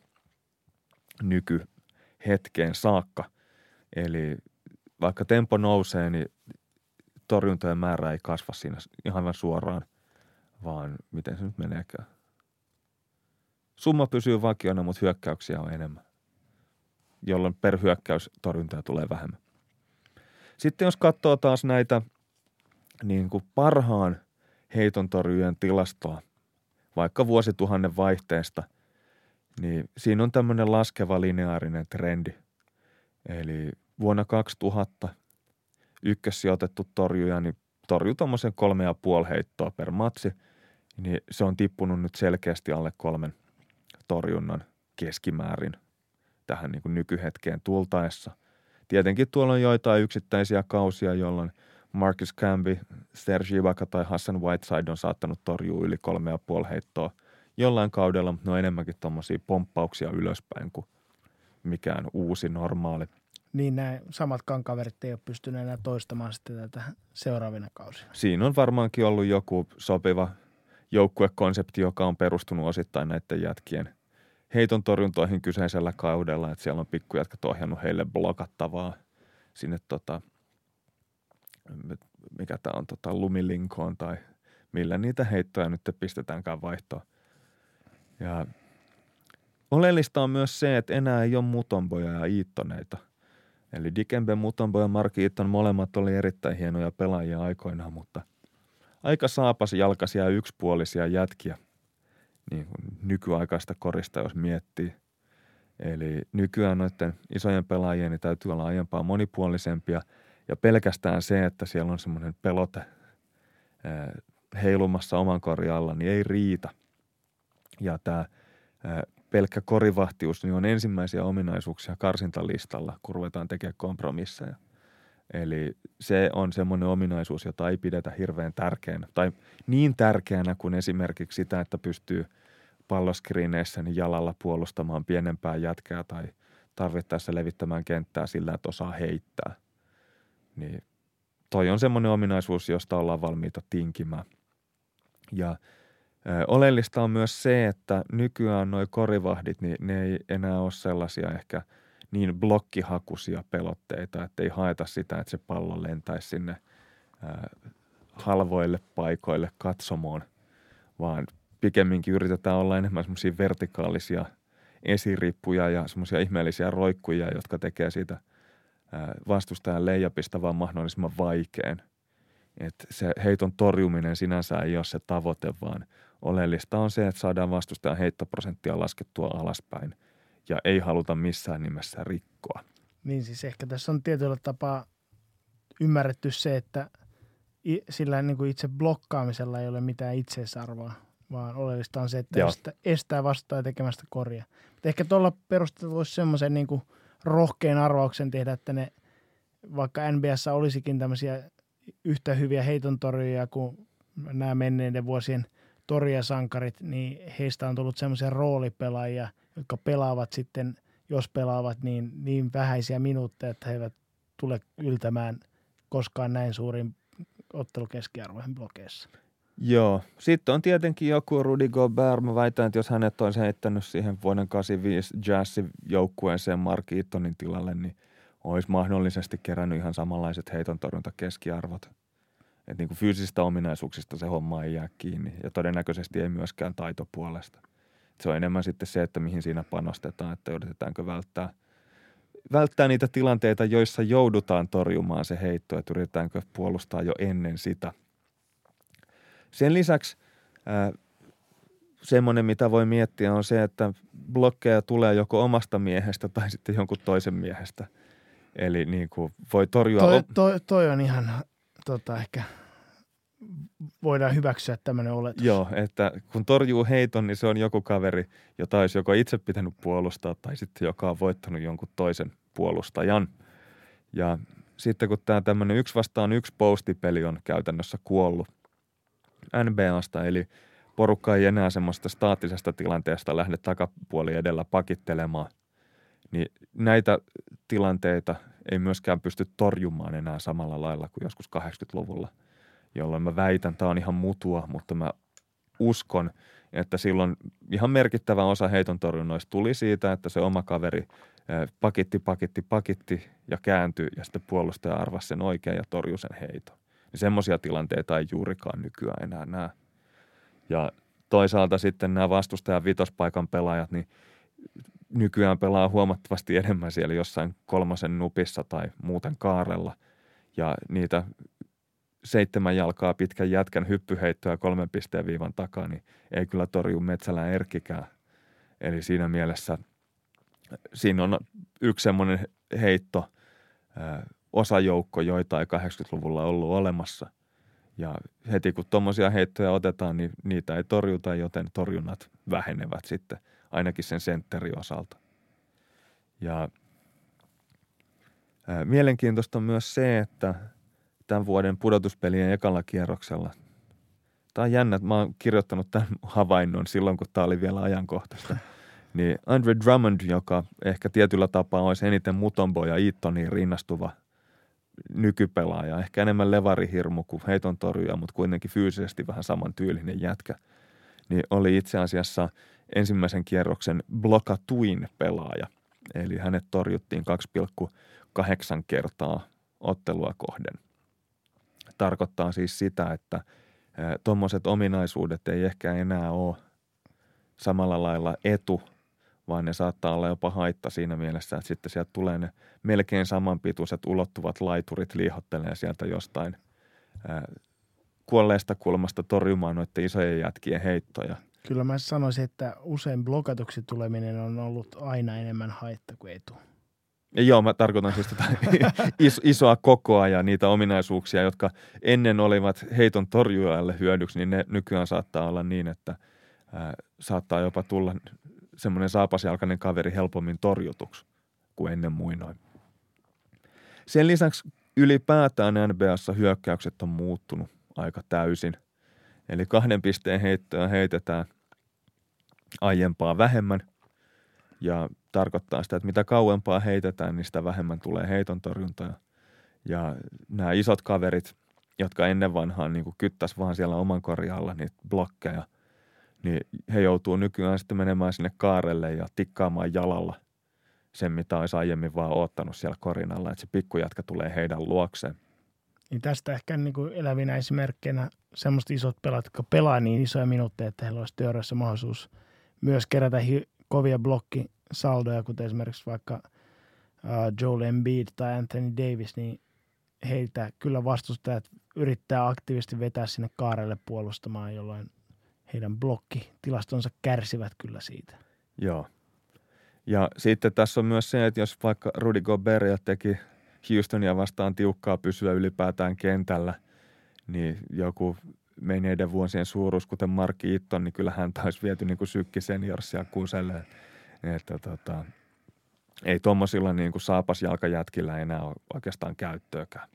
nykyhetkeen saakka. Eli vaikka tempo nousee, niin torjuntojen määrä ei kasva siinä ihan suoraan, vaan miten se nyt meneekään. Summa pysyy vakiona, mutta hyökkäyksiä on enemmän, jolloin per hyökkäys torjuntaa tulee vähemmän. Sitten jos katsoo taas näitä niin kuin parhaan heitontorjujen tilastoa, vaikka vuosituhannen vaihteesta, niin siinä on tämmöinen laskeva lineaarinen trendi. Eli vuonna 2000 ykkössijoitettu torjuja, niin torjui tommosen 3,5 heittoa per matsi, niin se on tippunut nyt selkeästi alle 3 torjunnan keskimäärin tähän niin kuin nykyhetkeen tultaessa. Tietenkin tuolla on joitain yksittäisiä kausia, jolloin Marcus Camby, Serge Ibaka tai Hassan Whiteside on saattanut torjua yli 3,5 heittoa jollain kaudella, mutta ne on enemmänkin tommosia pomppauksia ylöspäin kuin mikään uusi normaali. Niin nämä samat kankaverit ei ole pystynyt enää toistamaan sitten tätä seuraavina kausina. Siinä on varmaankin ollut joku sopiva joukkuekonsepti, joka on perustunut osittain näiden jätkien heiton torjuntoihin kyseisellä kaudella, että siellä on pikkujätkät ohjannut heille blokattavaa sinne mikä tämä on, lumilinkoon tai millä niitä heittoja nyt pistetäänkään vaihtoon. Ja oleellista on myös se, että enää ei ole Mutomboja ja Eatoneita. Eli Dikembe Mutombo ja Mark Eaton molemmat oli erittäin hienoja pelaajia aikoinaan, mutta aika saapasjalkaisia yksipuolisia jätkiä niin kuin nykyaikaista korista, jos miettii. Eli nykyään noiden isojen pelaajien niin täytyy olla aiempaa monipuolisempia ja pelkästään se, että siellä on semmoinen pelote heilumassa oman korin alla, niin ei riitä. Ja tämä pelkkä korivahtius niin on ensimmäisiä ominaisuuksia karsintalistalla, kun ruvetaan tekemään kompromisseja. Eli se on semmoinen ominaisuus, jota ei pidetä hirveän tärkeänä tai niin tärkeänä kuin esimerkiksi sitä, että pystyy palloskriineissä niin jalalla puolustamaan pienempää jätkää tai tarvittaessa levittämään kenttää sillä, että osaa heittää. Niin toi on semmoinen ominaisuus, josta ollaan valmiita tinkimään. Ja oleellista on myös se, että nykyään nuo korivahdit, niin ne ei enää ole sellaisia ehkä niin blokkihakuisia pelotteita, että ei haeta sitä, että se pallo lentäisi sinne halvoille paikoille katsomoon, vaan pikemminkin yritetään olla enemmän semmoisia vertikaalisia esirippuja ja semmoisia ihmeellisiä roikkuja, jotka tekee siitä vastustajan leijapista vaan mahdollisimman vaikean. Että se heiton torjuminen sinänsä ei ole se tavoite, vaan oleellista on se, että saadaan vastustajan heittoprosenttia laskettua alaspäin ja ei haluta missään nimessä rikkoa. Niin siis ehkä tässä on tietyllä tapaa ymmärretty se, että sillä niin kuin itse blokkaamisella ei ole mitään itseisarvoa, vaan oleellista on se, että estää vastaan tekemästä korjaa. Mutta ehkä tuolla perusteella voisi semmoisen niin kuin rohkean arvauksen tehdä, että ne vaikka NBA:ssa olisikin tämmöisiä yhtä hyviä heitontorjujia kuin nämä menneiden vuosien torjasankarit, niin heistä on tullut semmoisia roolipelaajia, jotka pelaavat sitten, jos pelaavat niin vähäisiä minuutteja, että he eivät tule yltämään koskaan näin suurin ottelukeskiarvoihin blokeissa. Joo. Sitten on tietenkin joku Rudy Gobert. Mä väitän, että jos hänet olisi heittänyt siihen vuoden 85 Jazzin joukkueeseen Mark Eatonin tilalle, niin olisi mahdollisesti kerännyt ihan samanlaiset heitontorjuntakeskiarvot. Että niin kuin fyysisistä ominaisuuksista se homma ei jää kiinni ja todennäköisesti ei myöskään taitopuolesta. Se on enemmän sitten se, että mihin siinä panostetaan, että yritetäänkö välttää niitä tilanteita, joissa joudutaan torjumaan se heitto, että yritetäänkö puolustaa jo ennen sitä. Sen lisäksi semmoinen, mitä voi miettiä, on se, että blokkeja tulee joko omasta miehestä tai sitten jonkun toisen miehestä. Eli niin kuin voi torjua... Toi on ihan ehkä voidaan hyväksyä tämmöinen oletus. Joo, että kun torjuu heiton, niin se on joku kaveri, jota olisi joko itse pitänyt puolustaa tai sitten joka on voittanut jonkun toisen puolustajan. Ja sitten kun tämä tämmöinen 1 vastaan 1 postipeli on käytännössä kuollut NBAsta, eli porukka ei enää semmoista staattisesta tilanteesta lähde takapuoli edellä pakittelemaan, niin näitä tilanteita ei myöskään pysty torjumaan enää samalla lailla kuin joskus 80-luvulla, jolloin mä väitän, tämä on ihan mutua, mutta mä uskon, että silloin ihan merkittävä osa heiton torjunnoista tuli siitä, että se oma kaveri pakitti ja kääntyi ja sitten puolustaja arvasi sen oikein ja torjui sen heiton. Niin semmoisia tilanteita ei juurikaan nykyään enää näe. Ja toisaalta sitten nämä vastustajan vitospaikan pelaajat, niin nykyään pelaa huomattavasti enemmän siellä jossain 3 nupissa tai muuten kaarella. Ja niitä 7 jalkaa pitkän jätkän hyppyheittoja 3 pisteen viivan takaa, niin ei kyllä torju Metsälän Erkkikään. Eli siinä mielessä siinä on yksi semmoinen heitto, osajoukko, joita ei 80-luvulla ollut olemassa. Ja heti kun tuommoisia heittoja otetaan, niin niitä ei torjuta, joten torjunnat vähenevät sitten ainakin sen sentterin osalta. Ja mielenkiintoista on myös se, että tämän vuoden pudotuspelien ekalla kierroksella, tämä on jännä, että mä oon kirjoittanut tämän havainnon silloin, kun tämä oli vielä ajankohtaista, niin Andre Drummond, joka ehkä tietyllä tapaa olisi eniten Mutombo ja Eatoniin rinnastuva nykypelaaja, ehkä enemmän levarihirmu kuin heiton torjuja, mutta kuitenkin fyysisesti vähän samantyylinen jätkä, niin oli itse asiassa ensimmäisen kierroksen blokatuin pelaaja. Eli hänet torjuttiin 2,8 kertaa ottelua kohden. Tarkoittaa siis sitä, että tuommoiset ominaisuudet ei ehkä enää ole samalla lailla etu, vaan ne saattaa olla jopa haitta siinä mielessä, että sitten sieltä tulee ne melkein samanpituiset ulottuvat laiturit liihottelee sieltä jostain kuolleesta kulmasta torjumaan noiden isojen jätkien heittoja. Kyllä mä sanoisin, että usein blokatuksi tuleminen on ollut aina enemmän haitta kuin etu. Ja joo, mä tarkoitan siis tätä isoa kokoa ja niitä ominaisuuksia, jotka ennen olivat heiton torjujalle hyödyksi, niin ne nykyään saattaa olla niin, että saattaa jopa tulla semmoinen saapasjalkainen kaveri helpommin torjutuksi kuin ennen muinoin. Sen lisäksi ylipäätään NBA:ssa hyökkäykset on muuttunut aika täysin. Eli 2 pisteen heittoja heitetään aiempaa vähemmän ja tarkoittaa sitä, että mitä kauempaa heitetään, niin sitä vähemmän tulee heiton torjuntaa. Ja nämä isot kaverit, jotka ennen vanhaan niin kuin kyttäisi vaan siellä oman korjalla niitä blokkeja, niin he joutuu nykyään sitten menemään sinne kaarelle ja tikkaamaan jalalla sen, mitä olisi aiemmin vaan oottanut siellä korin alla, että se pikkujätkä tulee heidän luokseen. Niin tästä ehkä niin kuin elävinä esimerkkeinä semmoiset isot pelaat, jotka pelaa niin isoja minuutteja, että heillä olisi teoriassa mahdollisuus myös kerätä kovia blokkisaldoja, kuten esimerkiksi vaikka Joel Embiid tai Anthony Davis, niin heitä kyllä vastustajat yrittää aktiivisesti vetää sinne kaarelle puolustamaan, jolloin heidän blokkitilastonsa kärsivät kyllä siitä. Joo. Ja sitten tässä on myös se, että jos vaikka Rudy Gobert teki Houstonia vastaan tiukkaa pysyä ylipäätään kentällä, niin joku menneiden vuosien suuruus, kuten Mark Eaton, niin kyllä häntä olisi viety niin kuin Sykki Seniorsia kuselle. Että ei tuommoisilla niin kuin saapasjalkajätkillä enää ole oikeastaan käyttöäkään.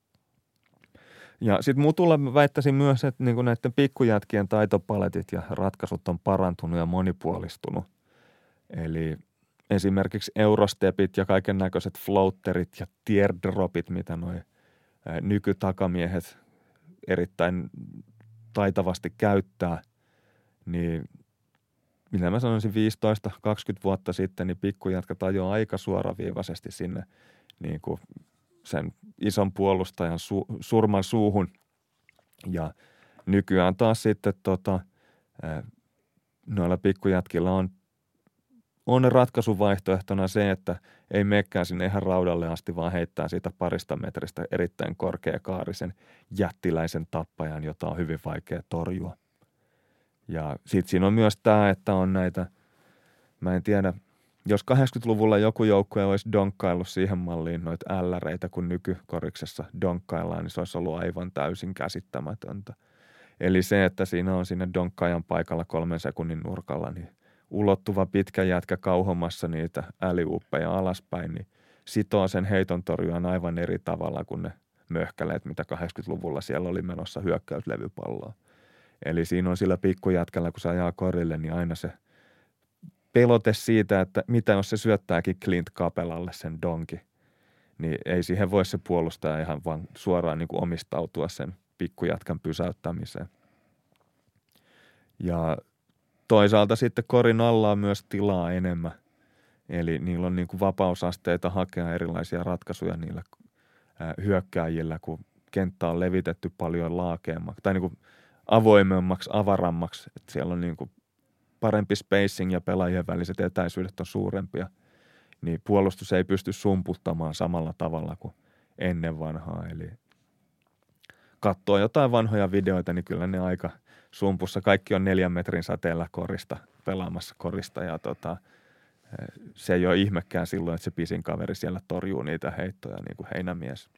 Ja sitten mutulla mä väittäisin myös, että niin kuin näiden pikkujätkien taitopaletit ja ratkaisut on parantunut ja monipuolistunut. Eli esimerkiksi eurostepit ja kaiken näköiset floatterit ja teardropit, mitä noi nykytakamiehet erittäin taitavasti käyttää, niin mitä mä sanoisin 15-20 vuotta sitten, niin pikkujätkät ajoi aika suoraviivaisesti sinne niin kuin sen ison puolustajan surman suuhun. Ja nykyään taas sitten noilla pikkujätkillä on ratkaisuvaihtoehtona se, että ei meekään sinne ihan raudalle asti, vaan heittää siitä 2 metristä erittäin korkeakaarisen jättiläisen tappajan, jota on hyvin vaikea torjua. Ja sitten siinä on myös tämä, että on näitä, mä en tiedä, jos 80-luvulla joku joukkue olisi donkkaillut siihen malliin noita älläreitä, kun nykykoriksessa donkkaillaan, niin se olisi ollut aivan täysin käsittämätöntä. Eli se, että siinä on siinä donkkaajan paikalla 3 sekunnin nurkalla, niin ulottuva pitkä jätkä kauhomassa niitä äliuppeja alaspäin, niin sitoo sen heiton torjujan aivan eri tavalla kuin ne möhkäleet, mitä 80-luvulla siellä oli menossa hyökkäyslevypalloa. Eli siinä on sillä pikkujätkällä, kun se ajaa korille, niin aina se pelote siitä, että mitä jos se syöttääkin Clint Capelalle sen donki, niin ei siihen voi se puolustaja ihan vaan suoraan niin kuin omistautua sen pikkujätkän pysäyttämiseen. Ja toisaalta sitten korin alla on myös tilaa enemmän, eli niillä on niin kuin vapausasteita hakea erilaisia ratkaisuja niillä hyökkääjillä, kun kenttä on levitetty paljon laakeammaksi, tai niin kuin avoimemmaksi, avarammaksi, että siellä on niin kuin parempi spacing ja pelaajien väliset etäisyydet on suurempia, niin puolustus ei pysty sumputtamaan samalla tavalla kuin ennen vanhaa. Eli katsoo jotain vanhoja videoita, niin kyllä ne aika sumpussa. Kaikki on 4 metrin säteellä korista, pelaamassa korista ja se ei ole ihmekään silloin, että se pisin kaveri siellä torjuu niitä heittoja niin kuin heinämies.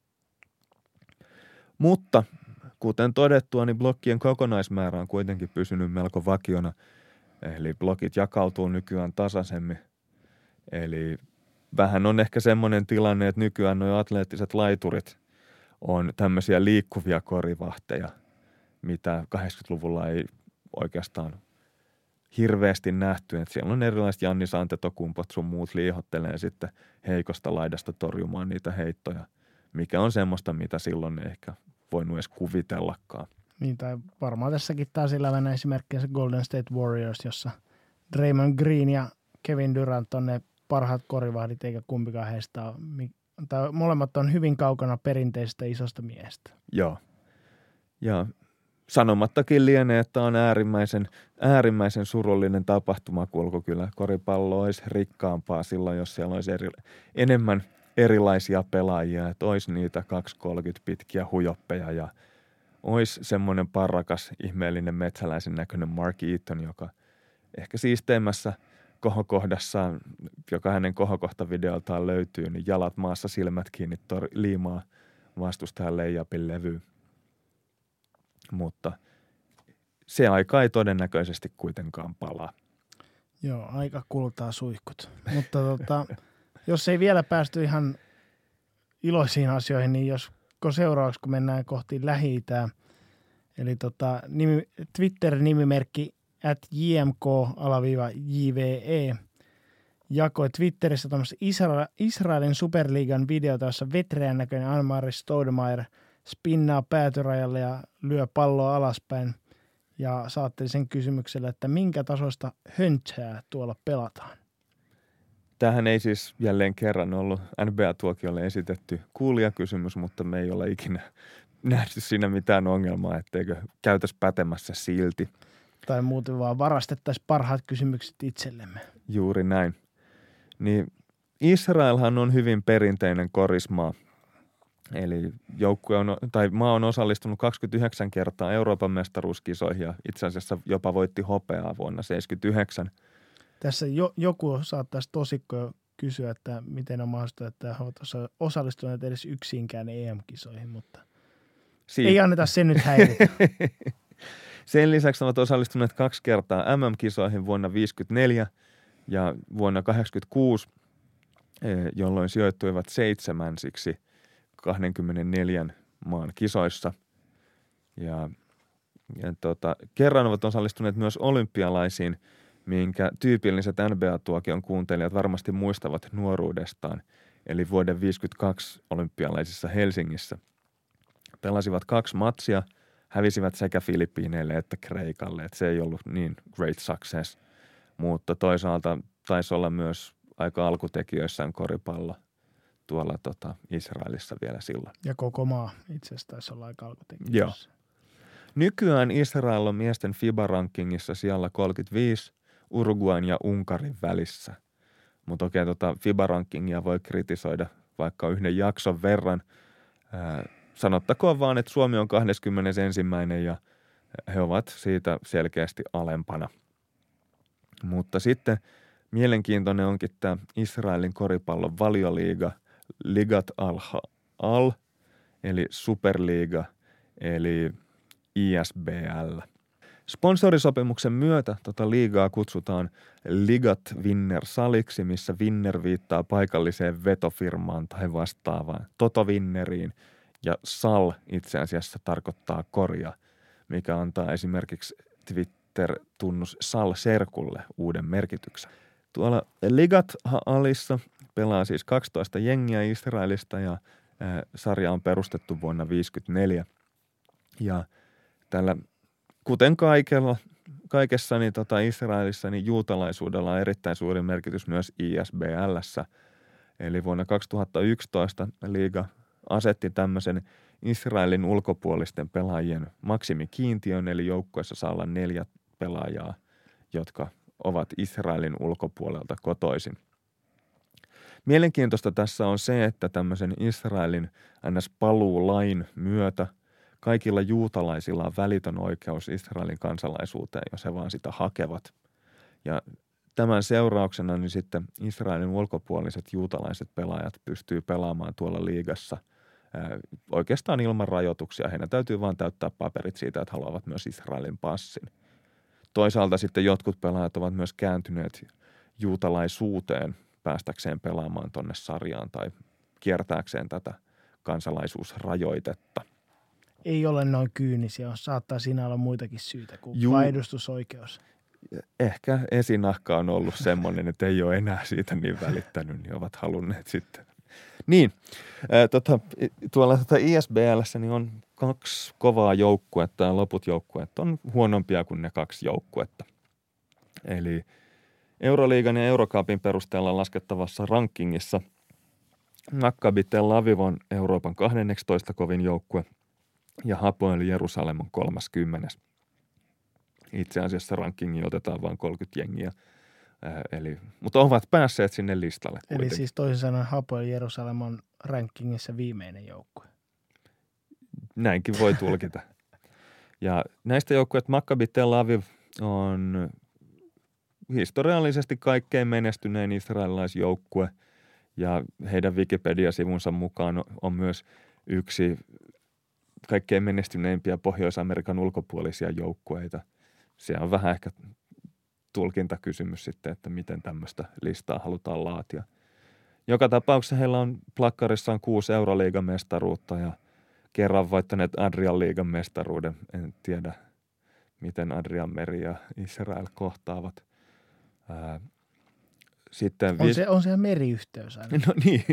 Mutta kuten todettua, niin blokkien kokonaismäärä on kuitenkin pysynyt melko vakiona. Eli blokit jakautuu nykyään tasaisemmin. Eli vähän on ehkä semmoinen tilanne, että nykyään nuo atleettiset laiturit on tämmöisiä liikkuvia korivahteja, mitä 80-luvulla ei oikeastaan hirveästi nähty. Että siellä on erilaiset Giannis Antetokounmpot sun muut liihottelee sitten heikosta laidasta torjumaan niitä heittoja, mikä on semmoista, mitä silloin ei ehkä voinut edes kuvitellakaan. Niin, tai varmaan tässäkin taas elävänä esimerkkinä se Golden State Warriors, jossa Draymond Green ja Kevin Durant on ne parhaat korivahdit, eikä kumpikaan heistä ole. Tai molemmat on hyvin kaukana perinteisestä isosta miehestä. Joo. Ja sanomattakin lienee, että on äärimmäisen surullinen tapahtumakulku. Kyllä koripallo olisi rikkaampaa silloin, jos siellä olisi enemmän erilaisia pelaajia, että olisi niitä 2-30 pitkiä hujoppeja ja olisi semmoinen parrakas, ihmeellinen metsäläisen näköinen Mark Eaton, joka ehkä siisteimmässä kohokohdassaan, joka hänen kohokohtavideoltaan löytyy, niin jalat maassa, silmät kiinni, liimaa vastustajan leijapin levyyn. Mutta se aika ei todennäköisesti kuitenkaan palaa. Joo, aika kultaa suihkut. Mutta jos ei vielä päästy ihan iloisiin asioihin, niin seuraavaksi kun mennään kohti Lähi-Itää, eli Twitter-nimimerkki @jmk_jve jakoi Twitterissä tuommoista Israelin superliigan videota, jossa vetreän näköinen Anmari Stoudemire spinnaa päätyrajalle ja lyö palloa alaspäin ja saatte sen kysymyksellä, että minkä tasoista höntsää tuolla pelataan. Tämähän ei siis jälleen kerran ollut NBA-tuokiolle esitetty kuulijakysymys, mutta me ei ole ikinä nähty siinä mitään ongelmaa, etteikö käytäisi pätemässä silti. Tai muuten vaan varastettaisiin parhaat kysymykset itsellemme. Juuri näin. Niin Israelhan on hyvin perinteinen korismaa. Eli maa on osallistunut 29 kertaa Euroopan mestaruuskisoihin ja itse asiassa jopa voitti hopeaa vuonna 1979. Tässä joku saattaisi tosikko kysyä, että miten on mahdollista, että he ovat osallistuneet edes yksikään EM-kisoihin, mutta ei anneta sen nyt häiritä. Sen lisäksi ovat osallistuneet 2 kertaa MM-kisoihin vuonna 1954 ja vuonna 1986, jolloin sijoittuivat 7. 24 maan kisoissa. Ja kerran ovat osallistuneet myös olympialaisiin, minkä tyypilliset NBA-tuokion kuuntelijat varmasti muistavat nuoruudestaan, eli vuoden 1952 olympialaisissa Helsingissä. Pelasivat 2 matsia, hävisivät sekä Filippiineille että Kreikalle, että se ei ollut niin great success, mutta toisaalta taisi olla myös aika alkutekijöissään koripallo tuolla Israelissa vielä silloin. Ja koko maa itse asiassa taisi olla aika alkutekijöissä. Joo. Nykyään Israel on miesten FIBA-rankingissa siellä 35 Uruguayn ja Unkarin välissä. Mutta okei, FIBA-rankingia voi kritisoida vaikka yhden jakson verran. Sanottakoon vaan, että Suomi on 21. ja he ovat siitä selkeästi alempana. Mutta sitten mielenkiintoinen onkin tämä Israelin koripallon valioliiga, Ligat al-Al, eli Superliiga, eli ISBL. Sponsorisopimuksen myötä liigaa kutsutaan Ligat Winner Saliksi, missä Winner viittaa paikalliseen vetofirmaan tai vastaavaan Toto-Winneriin, ja Sal itse asiassa tarkoittaa koria, mikä antaa esimerkiksi Twitter-tunnus Sal-serkulle uuden merkityksen. Tuolla Ligat Alissa pelaa siis 12 jengiä Israelista ja sarja on perustettu vuonna 1954. Ja tällä, kuten kaikessa niin Israelissa, niin juutalaisuudella on erittäin suuri merkitys myös ISBL:ssä. Eli vuonna 2011 liiga asetti tämmöisen Israelin ulkopuolisten pelaajien maksimikiintiön, eli joukkueessa saa olla 4 pelaajaa, jotka ovat Israelin ulkopuolelta kotoisin. Mielenkiintoista tässä on se, että tämmöisen Israelin NS-paluulain myötä kaikilla juutalaisilla on välitön oikeus Israelin kansalaisuuteen, jos he vaan sitä hakevat. Ja tämän seurauksena niin sitten Israelin ulkopuoliset juutalaiset pelaajat pystyy pelaamaan tuolla liigassa oikeastaan ilman rajoituksia. Heidän täytyy vaan täyttää paperit siitä, että haluavat myös Israelin passin. Toisaalta sitten jotkut pelaajat ovat myös kääntyneet juutalaisuuteen päästäkseen pelaamaan tonne sarjaan tai kiertääkseen tätä kansalaisuusrajoitetta. Ei ole noin kyynisiä, saattaa siinä olla muitakin syitä kuin vaihdustusoikeus. Ehkä esinahka on ollut semmoinen, että ei ole enää siitä niin välittänyt, niin ovat halunneet sitten. Niin, tuolla ISBL:ssä niin on 2 kovaa joukkuetta ja loput joukkueet on huonompia kuin ne 2 joukkuetta. Eli Euroliigan ja Eurocupin perusteella laskettavassa rankingissa Maccabi Tel Aviv on Euroopan 12 kovin joukkue ja Hapoel Jerusalem on 30. Itse asiassa rankingiin otetaan vain 30 jengiä, mutta ovat päässeet sinne listalle kuitenkin. Eli siis toisin sanoen Hapoel Jerusalem on rankingissa viimeinen joukkue. Näinkin voi tulkita. Ja näistä joukkueista Maccabi Tel Aviv on historiallisesti kaikkein menestynein israelilaisjoukkue ja heidän Wikipedia-sivunsa mukaan on myös yksi kaikkein menestyneimpiä Pohjois-Amerikan ulkopuolisia joukkueita. Se on vähän ehkä tulkintakysymys sitten, että miten tämmöistä listaa halutaan laatia. Joka tapauksessa heillä on plakkarissaan 6 Euroliigan mestaruutta ja kerran voittaneet Adrian liigan mestaruuden. En tiedä, miten Adrian meri ja Israel kohtaavat. Sitten on se meriyhteys aina. No niin.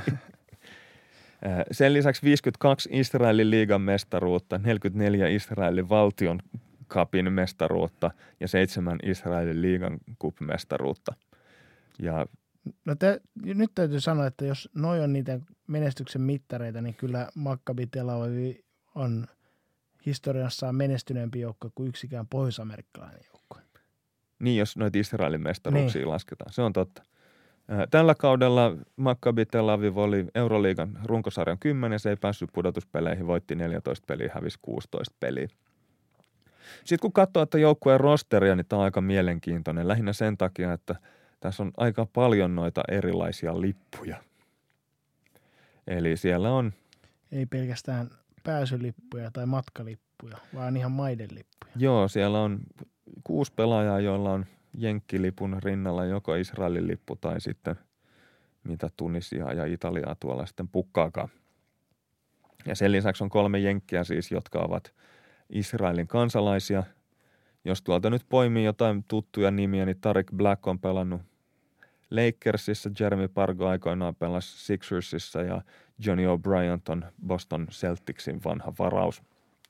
Sen lisäksi 52 Israelin liigan mestaruutta, 44 Israelin valtion cupin mestaruutta ja 7 Israelin liigan cup-mestaruutta. Ja nyt täytyy sanoa, että jos noi on niitä menestyksen mittareita, niin kyllä Maccabi Tel Aviv on historiassaan menestyneempi joukkue kuin yksikään pohjois-amerikkalainen joukkue. Niin, jos noita Israelin mestaruuksia lasketaan. Se on totta. Tällä kaudella Maccabi Tel Aviv oli Euroliigan runkosarjan 10, se ei päässyt pudotuspeleihin, voitti 14 peliä, hävisi 16 peliä. Sitten kun katsoo, että joukkueen rosteria, niin tämä on aika mielenkiintoinen. Lähinnä sen takia, että tässä on aika paljon noita erilaisia lippuja. Eli siellä on... Ei pelkästään pääsylippuja tai matkalippuja, vaan ihan maiden lippuja. Joo, siellä on 6 pelaajaa, joilla on jenkkilipun rinnalla joko Israelin lippu tai sitten mitä Tunisiaa ja Italiaa tuolla sitten pukkaakaan. Ja sen lisäksi on 3 jenkkiä siis, jotka ovat Israelin kansalaisia. Jos tuolta nyt poimii jotain tuttuja nimiä, niin Tariq Black on pelannut Lakersissa, Jeremy Pargo aikoinaan pelasi Sixersissa ja Johnny O'Brien on Boston Celticsin vanha varaus.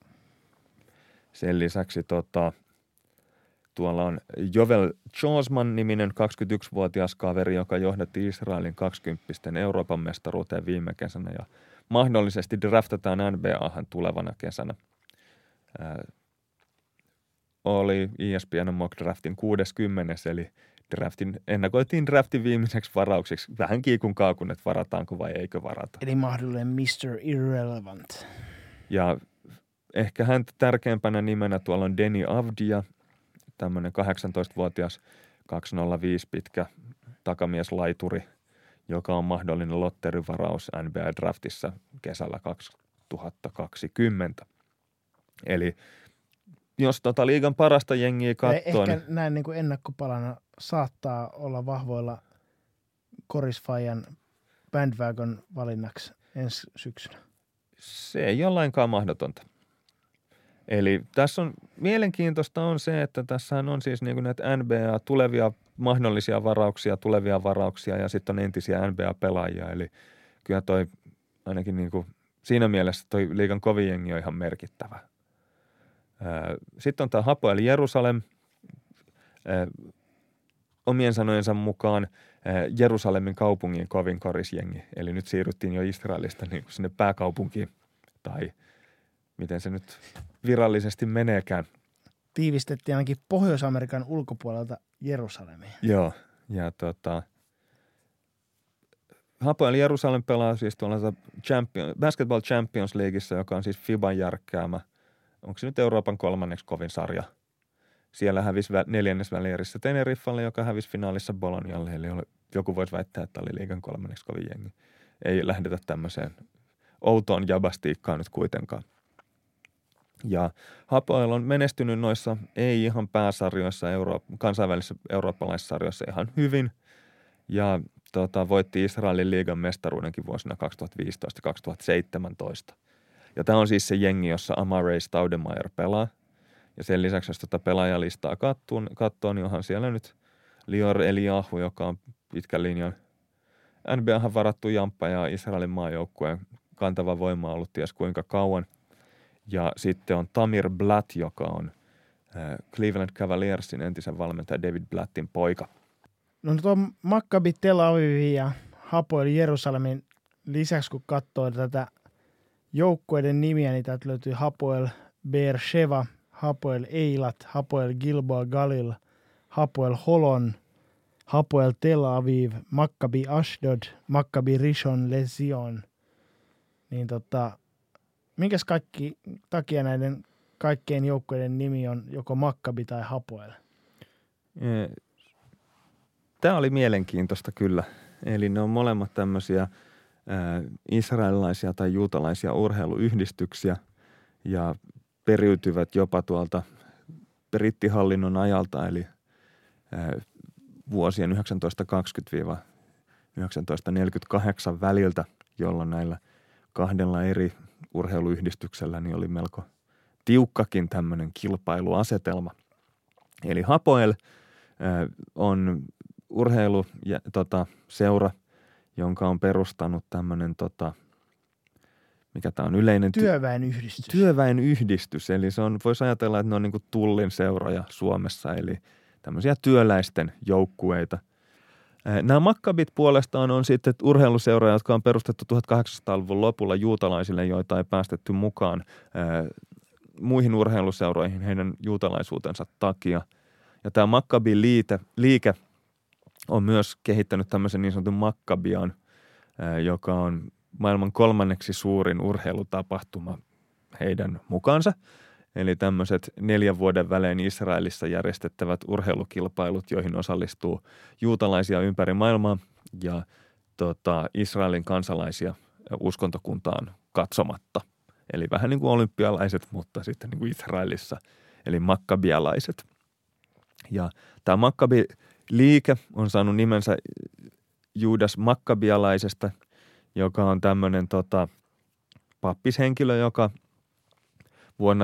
Sen lisäksi tuolla on Jovel Chosman-niminen 21-vuotias kaveri, joka johdatti Israelin 20 Euroopan mestaruuteen viime kesänä ja mahdollisesti draftataan NBAhan tulevana kesänä. Oli ESPN mock draftin 60, eli ennakoitiin draftin viimeiseksi varauksiksi. Vähän kiikun kaakun, että varataanko vai eikö varata. Eli mahdollinen Mr. Irrelevant. Ja ehkä häntä tärkeimpänä nimenä tuolla on Deni Avdia, tämmöinen 18-vuotias 205 pitkä takamieslaituri, joka on mahdollinen lotterivaraus NBA-draftissa kesällä 2020. Eli jos liigan parasta jengiä katsoo... Ehkä näin niin kuin ennakkopalana saattaa olla vahvoilla Korisfajan bandwagon valinnaksi ensi syksynä. Se ei ole lainkaan mahdotonta. Eli tässä on mielenkiintoista on se, että tässä on siis niin kuin näitä NBA tulevia mahdollisia varauksia, tulevia varauksia ja sitten on entisiä NBA-pelaajia. Eli kyllä toi ainakin niin kuin siinä mielessä toi liigan kovin jengi on ihan merkittävä. Sitten on tämä Hapoel Jerusalem. Omien sanojensa mukaan Jerusalemin kaupungin kovin korisjengi. Eli nyt siirryttiin jo Israelista niin kuin sinne pääkaupunkiin tai miten se nyt virallisesti meneekään. Tiivistettiin ainakin Pohjois-Amerikan ulkopuolelta Jerusalemiin. Joo, ja Hapoel Jerusalem pelaa siis tuollaisessa Basketball Champions Leagueissa, joka on siis FIBAn järkkäämä. Onko se nyt Euroopan 3. kovin sarja? Siellä hävisi 4. välierissä Teneriffalle, joka hävisi finaalissa Bolognalle. Eli joku voisi väittää, että oli liigan 3. kovin jengi. Ei lähdetä tämmöiseen outoon jabastiikkaan nyt kuitenkaan. Ja Hapoel on menestynyt noissa ei ihan pääsarjoissa, kansainvälisissä eurooppalaisissa ihan hyvin. Ja voitti Israelin liigan mestaruudenkin vuosina 2015-2017. Ja tämä on siis se jengi, jossa Amar'e Stoudemire pelaa. Ja sen lisäksi, jos pelaajalistaa katsoo, niin onhan siellä nyt Lior Eliahu, joka on pitkän linjan NBAhan varattu jamppa ja Israelin maajoukkueen kantava voima ollut ties kuinka kauan. Ja sitten on Tamir Blatt, joka on Cleveland Cavaliersin entisen valmentaja David Blattin poika. No tuo Maccabi Tel Avivin ja Hapoel Jerusalemin lisäksi, kun katsoo tätä joukkueiden nimiä, niin täältä löytyy Hapoel Beersheva, Hapoel Eilat, Hapoel Gilboa Galil, Hapoel Holon, Hapoel Tel Aviv, Maccabi Ashdod, Maccabi Rishon LeZion. Niin minkäs takia näiden kaikkien joukkueiden nimi on joko Maccabi tai Hapoel? Tämä oli mielenkiintoista kyllä. Eli ne on molemmat tämmöisiä israelilaisia tai juutalaisia urheiluyhdistyksiä ja periytyvät jopa tuolta brittihallinnon ajalta, eli vuosien 1920-1948 väliltä, jolloin näillä kahdella eri urheiluyhdistyksellä niin oli melko tiukkakin tämmöinen kilpailuasetelma. Eli Hapoel on urheilu ja seura, jonka on perustanut tämmöinen mikä tämä on yleinen työväenyhdistys. Työväenyhdistys, eli se on, voisi ajatella, että ne on niin kuin Tullin seuroja Suomessa, eli tämmöisiä työläisten joukkueita. Nämä Maccabit puolestaan on sitten urheiluseuroja, jotka on perustettu 1800-luvun lopulla juutalaisille, joita ei päästetty mukaan muihin urheiluseuroihin heidän juutalaisuutensa takia. Ja tämä Maccabi-liike on myös kehittänyt tämmöisen niin sanotun Maccabian, joka on maailman 3. suurin urheilutapahtuma heidän mukaansa. Eli tämmöiset 4 vuoden välein Israelissa järjestettävät urheilukilpailut, joihin osallistuu juutalaisia ympäri maailmaa ja Israelin kansalaisia uskontokuntaan katsomatta. Eli vähän niin kuin olympialaiset, mutta sitten niin kuin Israelissa, eli makkabialaiset. Ja tämä Maccabi-liike on saanut nimensä Juudas Makkabialaisesta, joka on tämmöinen pappishenkilö, joka vuonna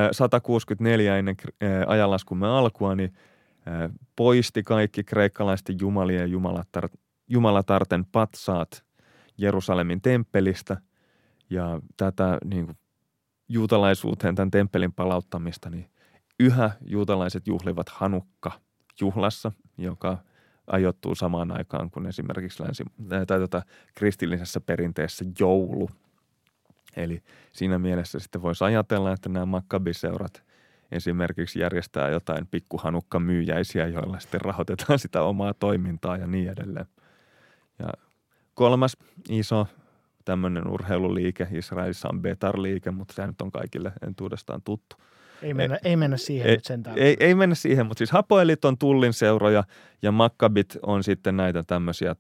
164 ennen ajanlaskumme alkua niin poisti kaikki kreikkalaisten jumalien jumalatarten patsaat Jerusalemin temppelistä ja tätä niin kuin juutalaisuuteen, tämän temppelin palauttamista, niin yhä juutalaiset juhlivat Hanukka-juhlassa, joka ajoittuu samaan aikaan kuin esimerkiksi kristillisessä perinteessä joulu. Eli siinä mielessä sitten voisi ajatella, että nämä Maccabiseurat esimerkiksi järjestää jotain pikkuhanukka-myyjäisiä, joilla sitten rahoitetaan sitä omaa toimintaa ja niin edelleen. Ja 3. iso tämmöinen urheiluliike Israelissa on Betar-liike, mutta se nyt on kaikille entuudestaan tuttu. Ei mennä siihen nyt sentään. Ei mennä siihen, mutta siis Hapoelit on Tullin seuroja ja Maccabit on sitten näitä tämmöisiä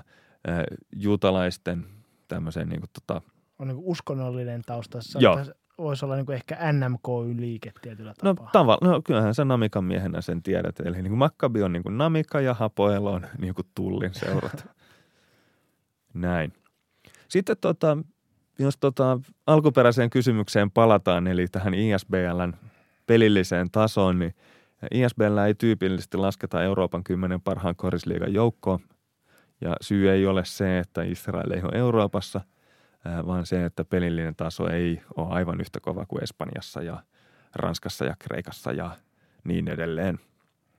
juutalaisten tämmöisen niin kuin on niin kuin uskonnollinen tausta. Voisi olla niin kuin ehkä NMK-liike tietyllä tapaa. No kyllähän sä Namikan miehenä sen tiedät. Eli niin kuin Maccabi on niin kuin Namika ja Hapoel on niin kuin Tullin seurat. Näin. Sitten jos alkuperäiseen kysymykseen palataan, eli tähän ISBL:n pelilliseen tasoon, niin ISBL ei tyypillisesti lasketa Euroopan 10 parhaan korisliigan joukkoon. Ja syy ei ole se, että Israel ei ole Euroopassa, vaan se, että pelillinen taso ei ole aivan yhtä kova kuin Espanjassa ja Ranskassa ja Kreikassa ja niin edelleen.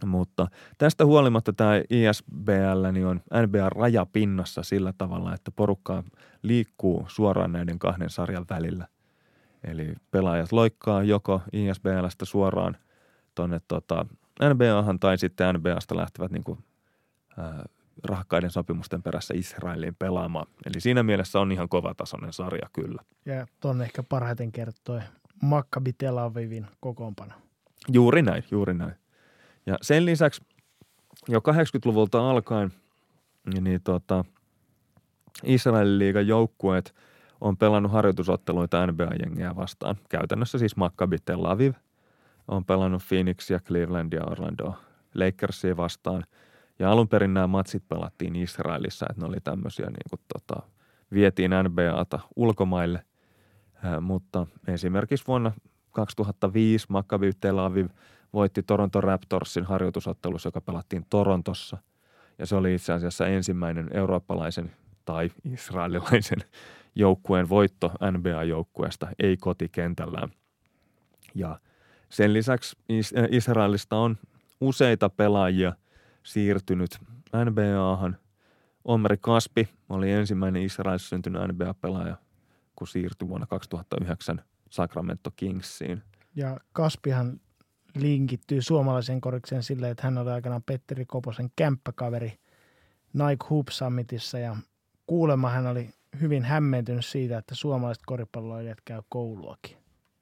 Mutta tästä huolimatta tämä ISBL niin on NBA-rajapinnassa sillä tavalla, että porukkaa liikkuu suoraan näiden kahden sarjan välillä. Eli pelaajat loikkaa joko ISBL:stä suoraan tuonne NBAhan tai sitten NBAsta lähtevät niin kuin, rahakkaiden sopimusten perässä Israeliin pelaamaan. Eli siinä mielessä on ihan kovatasoinen sarja kyllä. Ja tuonne ehkä parhaiten kertoi Maccabi Tel Avivin kokoonpano. Juuri näin. Ja sen lisäksi jo 80-luvulta alkaen niin Israelin liigan joukkueet on pelannut harjoitusotteluita NBA-jengiä vastaan. Käytännössä siis Maccabi Tel Aviv on pelannut Phoenixia, Clevelandia, Orlando Lakersia vastaan. Ja alun perin nämä matsit pelattiin Israelissa, että ne oli tämmöisiä niin kuin vietiin NBAta ulkomaille. Mutta esimerkiksi vuonna 2005 Maccabi Tel Aviv voitti Toronto Raptorsin harjoitusottelussa, joka pelattiin Torontossa. Ja se oli itse asiassa ensimmäinen eurooppalaisen tai israelilaisen joukkueen voitto NBA-joukkueesta, ei kotikentällään. Ja sen lisäksi Israelista on useita pelaajia siirtynyt NBAhan. Omri Kaspi oli ensimmäinen Israelissa syntynyt NBA-pelaaja, kun siirtyi vuonna 2009 Sacramento Kingsiin. Ja Kaspihan linkittyy suomalaisen korikseen silleen, että hän oli aikanaan Petteri Koposen kämppäkaveri Nike Hoop Summitissa ja kuulemma hän oli hyvin hämmentynyt siitä, että suomalaiset koripalloilijat käy kouluakin.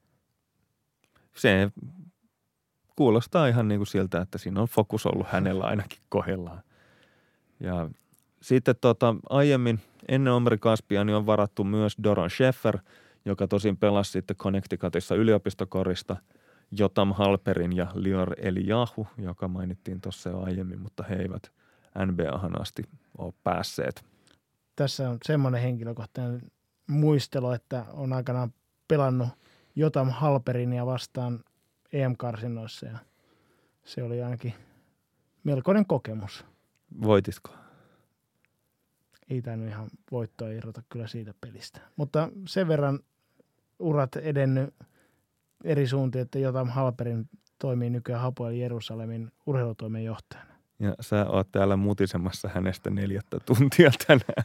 Se kuulostaa ihan niin kuin siltä, että siinä on fokus ollut hänellä ainakin kohdallaan. Ja sitten aiemmin ennen Omri Kaspia niin on varattu myös Doron Sheffer, joka tosin pelasi sitten Connecticutissa yliopistokorista, Jotam Halperin ja Lior Eliyahu, joka mainittiin tuossa jo aiemmin, mutta he eivät NBAhan asti ole päässeet. Tässä on semmoinen henkilökohtainen muistelo, että on aikanaan pelannut Jotam Halperinia vastaan EM-karsinnoissa ja se oli ainakin melkoinen kokemus. Voititko? Ei tainnut ihan voittoa irrota kyllä siitä pelistä. Mutta sen verran urat edennyt eri suuntiin, että Jotam Halperin toimii nykyään Hapoel Jerusalemin urheilutoimen johtajana. Ja sä oot täällä mutisemassa hänestä 4 tuntia tänään.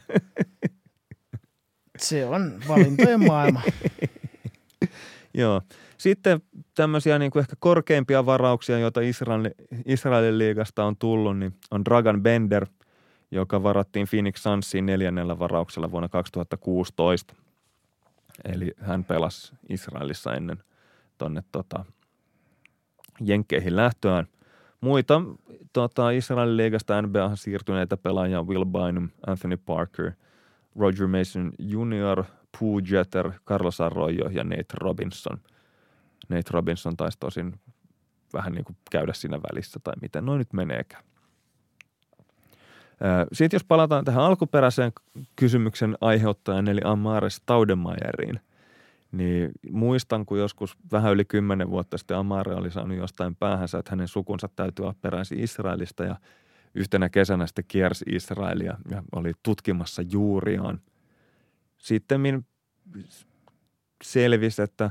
Se on valintojen maailma. Joo. Sitten tämmöisiä niin kuin ehkä korkeimpia varauksia, joita Israelin liigasta on tullut, niin on Dragan Bender, joka varattiin Phoenix Sunsiin 4. varauksella vuonna 2016. Eli hän pelasi Israelissa ennen tonne Jenkkeihin lähtöään. Muita Israelin liigasta NBAhan siirtyneitä pelaajia Will Bynum, Anthony Parker, Roger Mason Jr., Pooh Jeter, Carlos Arroyo ja Nate Robinson. Nate Robinson taisi tosin vähän niin kuin käydä siinä välissä tai miten noin nyt meneekään. Sitten jos palataan tähän alkuperäiseen kysymyksen aiheuttajan eli Amare Staudenmayeriin, niin muistan, kun joskus vähän yli 10 vuotta sitten Amare oli saanut jostain päähänsä, että hänen sukunsa täytyy olla peräisin Israelista ja yhtenä kesänä sitten kiersi Israelia ja oli tutkimassa juuriaan. Sitten selvisi, että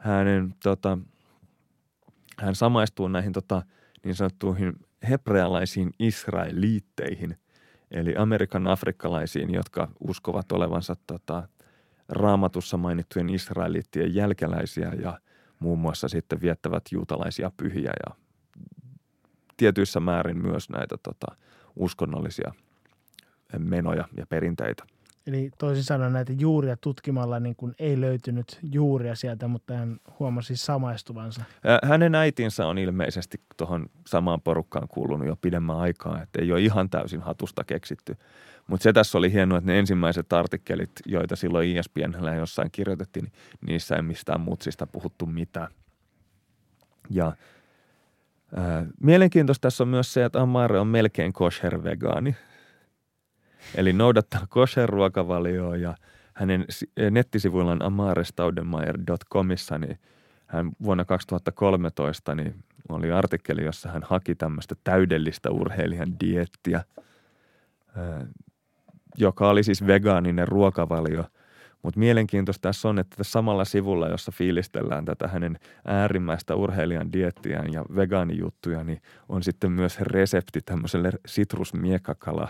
hän samaistuu näihin niin sanottuihin hebrealaisiin israeliitteihin, eli Amerikan afrikkalaisiin, jotka uskovat olevansa Raamatussa mainittujen israeliittien jälkeläisiä ja muun muassa sitten viettävät juutalaisia pyhiä ja tietyissä määrin myös näitä uskonnollisia menoja ja perinteitä. Eli toisin sanoen näitä juuria tutkimalla niin kuin ei löytynyt juuria sieltä, mutta hän huomasi samaistuvansa. Hänen äitinsä on ilmeisesti tuohon samaan porukkaan kuulunut jo pidemmän aikaa, että ei ole ihan täysin hatusta keksitty. Mutta se tässä oli hienoa, että ne ensimmäiset artikkelit, joita silloin ESPN:llä jossain kirjoitettiin, niin niissä ei mistään mutsista puhuttu mitään. Ja mielenkiintoista tässä on myös se, että Amare on melkein kosher-vegaani. Eli noudattaa kosher-ruokavalioa ja hänen nettisivuillaan amarestaudenmayer.comissa, niin hän vuonna 2013 niin oli artikkeli, jossa hän haki tämmöistä täydellistä urheilijan dieettiä, joka oli siis vegaaninen ruokavalio, Mutta mielenkiintoista tässä on, että tässä samalla sivulla, jossa fiilistellään tätä hänen äärimmäistä urheilijan dieettiään ja vegaanijuttuja, niin on sitten myös resepti tämmöiselle sitrusmiekkakala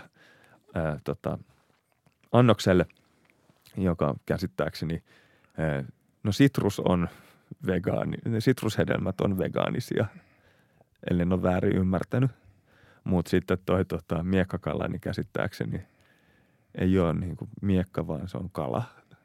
annokselle, joka käsittääkseni, no sitrus on vegaani, sitrushedelmät on vegaanisia, ellen ole väärin ymmärtänyt. Mutta sitten toi miekkakala, niin käsittääkseni ei ole niin kuin miekka, vaan se on kala.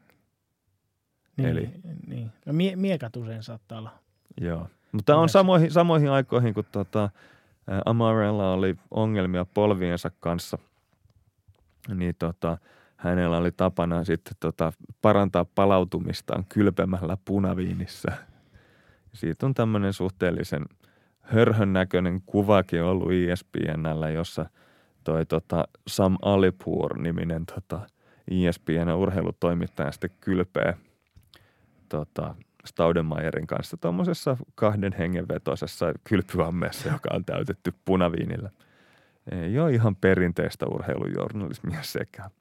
Niin. No miekat usein saattaa olla. Joo, mutta on samoihin aikoihin, kun Amarella oli ongelmia polviensa kanssa, niin hänellä oli tapana sitten parantaa palautumistaan kylpemällä punaviinissä. Siitä on tämmöinen suhteellisen hörhön näköinen kuvakin ollut ESPN:llä, jossa toi Sam Alipur-niminen ESPN urheilutoimittaja sitten kylpee Staudenmayerin kanssa tuommoisessa 2 hengenvetoisessa kylpyammeessa, joka on täytetty punaviinillä. Ei ole ihan perinteistä urheilujournalismia sekään.